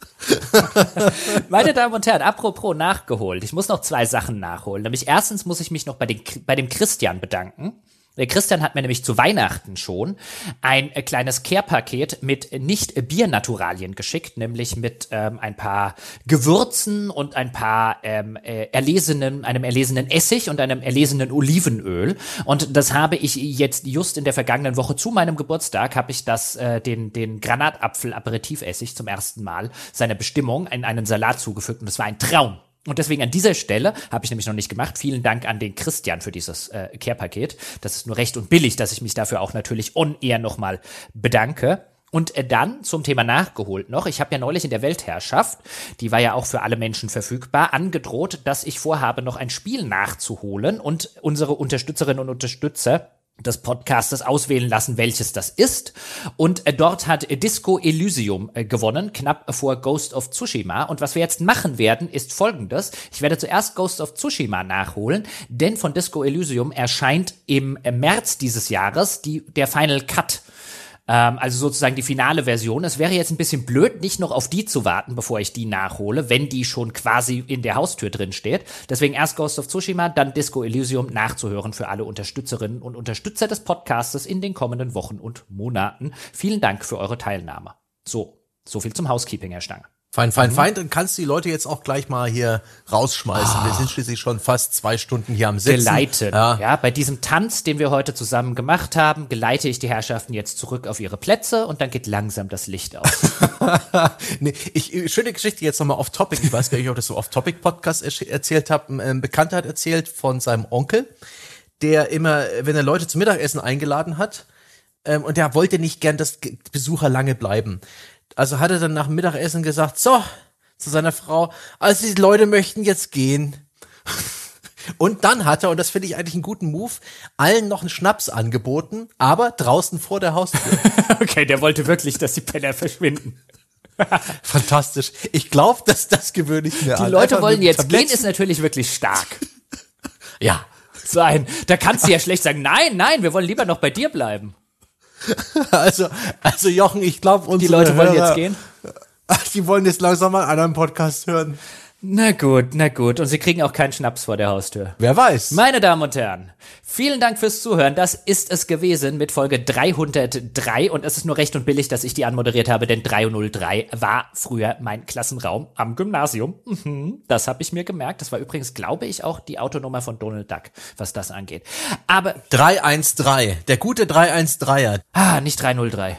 Meine Damen und Herren, apropos nachgeholt. Ich muss noch 2 Sachen nachholen. Nämlich erstens muss ich mich noch bei dem Christian bedanken. Der Christian hat mir nämlich zu Weihnachten schon ein kleines Care-Paket mit Nicht-Bier-Naturalien geschickt, nämlich mit ein paar Gewürzen und ein paar einem erlesenen Essig und einem erlesenen Olivenöl. Und das habe ich jetzt just in der vergangenen Woche zu meinem Geburtstag, habe ich den Granatapfel-Aperitivessig zum ersten Mal seiner Bestimmung in einen Salat zugefügt und das war ein Traum. Und deswegen an dieser Stelle, habe ich nämlich noch nicht gemacht, vielen Dank an den Christian für dieses Care-Paket. Das ist nur recht und billig, dass ich mich dafür auch natürlich on-air nochmal bedanke. Und dann zum Thema nachgeholt noch. Ich habe ja neulich in der Weltherrschaft, die war ja auch für alle Menschen verfügbar, angedroht, dass ich vorhabe, noch ein Spiel nachzuholen und unsere Unterstützerinnen und Unterstützer des Podcastes auswählen lassen, welches das ist. Und dort hat Disco Elysium gewonnen, knapp vor Ghost of Tsushima. Und was wir jetzt machen werden, ist Folgendes. Ich werde zuerst Ghost of Tsushima nachholen, denn von Disco Elysium erscheint im März dieses Jahres der Final Cut. Also sozusagen die finale Version. Es wäre jetzt ein bisschen blöd, nicht noch auf die zu warten, bevor ich die nachhole, wenn die schon quasi in der Haustür drin steht. Deswegen erst Ghost of Tsushima, dann Disco Elysium nachzuhören für alle Unterstützerinnen und Unterstützer des Podcastes in den kommenden Wochen und Monaten. Vielen Dank für eure Teilnahme. So viel zum Housekeeping, Herr Stang. Fein. Dann kannst du die Leute jetzt auch gleich mal hier rausschmeißen. Wir sind schließlich schon fast 2 Stunden hier am Sitzen. Geleitet. Ja, bei diesem Tanz, den wir heute zusammen gemacht haben, geleite ich die Herrschaften jetzt zurück auf ihre Plätze und dann geht langsam das Licht aus. Schöne Geschichte jetzt nochmal off-topic. Ich weiß gar nicht, ob ich das so off-topic-Podcast erzählt habe. Ein Bekannter hat erzählt von seinem Onkel, der immer, wenn er Leute zum Mittagessen eingeladen hat, und der wollte nicht gern, dass Besucher lange bleiben. Also hat er dann nach dem Mittagessen gesagt, so, zu seiner Frau, also die Leute möchten jetzt gehen. Und dann hat er, und das finde ich eigentlich einen guten Move, allen noch einen Schnaps angeboten, aber draußen vor der Haustür. Okay, der wollte wirklich, dass die Penner verschwinden. Fantastisch. Ich glaube, dass das gewöhnlich mehr. Die Leute wollen jetzt gehen, ist natürlich wirklich stark. Ja. Sein. Da kannst du ja schlecht sagen, nein, wir wollen lieber noch bei dir bleiben. Also Jochen, ich glaube, die Leute wollen jetzt gehen. Die wollen jetzt langsam mal einen anderen Podcast hören. Na gut. Und sie kriegen auch keinen Schnaps vor der Haustür. Wer weiß. Meine Damen und Herren, vielen Dank fürs Zuhören. Das ist es gewesen mit Folge 303. Und es ist nur recht und billig, dass ich die anmoderiert habe, denn 303 war früher mein Klassenraum am Gymnasium. Das habe ich mir gemerkt. Das war übrigens, glaube ich, auch die Autonummer von Donald Duck, was das angeht. Aber 313, der gute 313er. Nicht 303.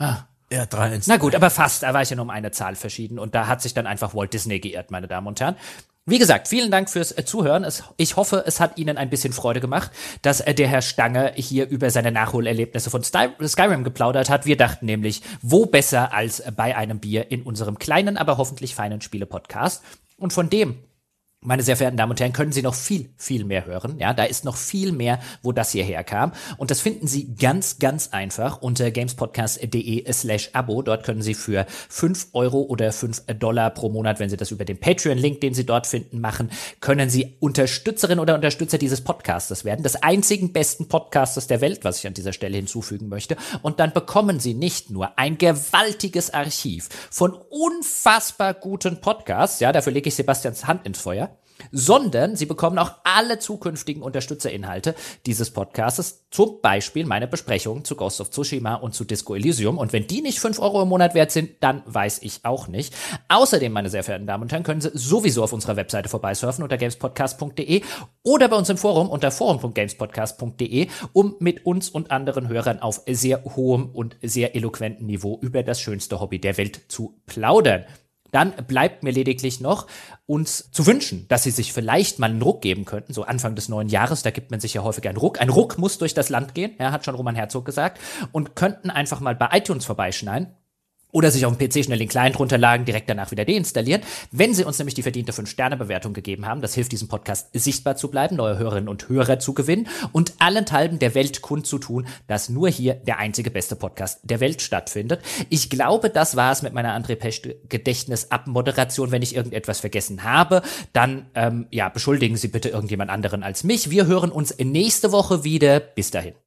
Ja, 313. Na gut, aber fast. Da war ich ja nur um eine Zahl verschieden. Und da hat sich dann einfach Walt Disney geirrt, meine Damen und Herren. Wie gesagt, vielen Dank fürs Zuhören. Ich hoffe, es hat Ihnen ein bisschen Freude gemacht, dass der Herr Stange hier über seine Nachholerlebnisse von Skyrim geplaudert hat. Wir dachten nämlich, wo besser als bei einem Bier in unserem kleinen, aber hoffentlich feinen Spiele-Podcast. Und von dem, meine sehr verehrten Damen und Herren, können Sie noch viel, viel mehr hören. Ja, da ist noch viel mehr, wo das hierher kam. Und das finden Sie ganz, ganz einfach unter gamespodcast.de/Abo. Dort können Sie für 5 Euro oder $5 pro Monat, wenn Sie das über den Patreon-Link, den Sie dort finden, machen, können Sie Unterstützerin oder Unterstützer dieses Podcastes werden. Des einzigen besten Podcastes der Welt, was ich an dieser Stelle hinzufügen möchte. Und dann bekommen Sie nicht nur ein gewaltiges Archiv von unfassbar guten Podcasts, ja, dafür lege ich Sebastians Hand ins Feuer, sondern Sie bekommen auch alle zukünftigen Unterstützerinhalte dieses Podcastes, zum Beispiel meine Besprechungen zu Ghost of Tsushima und zu Disco Elysium. Und wenn die nicht 5 Euro im Monat wert sind, dann weiß ich auch nicht. Außerdem, meine sehr verehrten Damen und Herren, können Sie sowieso auf unserer Webseite vorbeisurfen unter gamespodcast.de oder bei uns im Forum unter forum.gamespodcast.de, um mit uns und anderen Hörern auf sehr hohem und sehr eloquentem Niveau über das schönste Hobby der Welt zu plaudern. Dann bleibt mir lediglich noch, uns zu wünschen, dass Sie sich vielleicht mal einen Ruck geben könnten, so Anfang des neuen Jahres, da gibt man sich ja häufig einen Ruck. Ein Ruck muss durch das Land gehen, ja, hat schon Roman Herzog gesagt, und könnten einfach mal bei iTunes vorbeischneiden. Oder sich auf dem PC schnell den Client runterladen, direkt danach wieder deinstallieren. Wenn Sie uns nämlich die verdiente 5-Sterne-Bewertung gegeben haben, das hilft diesem Podcast sichtbar zu bleiben, neue Hörerinnen und Hörer zu gewinnen und allenthalben der Welt kundzutun, dass nur hier der einzige beste Podcast der Welt stattfindet. Ich glaube, das war es mit meiner André Pesch-Gedächtnis-Abmoderation. Wenn ich irgendetwas vergessen habe, dann beschuldigen Sie bitte irgendjemand anderen als mich. Wir hören uns nächste Woche wieder. Bis dahin.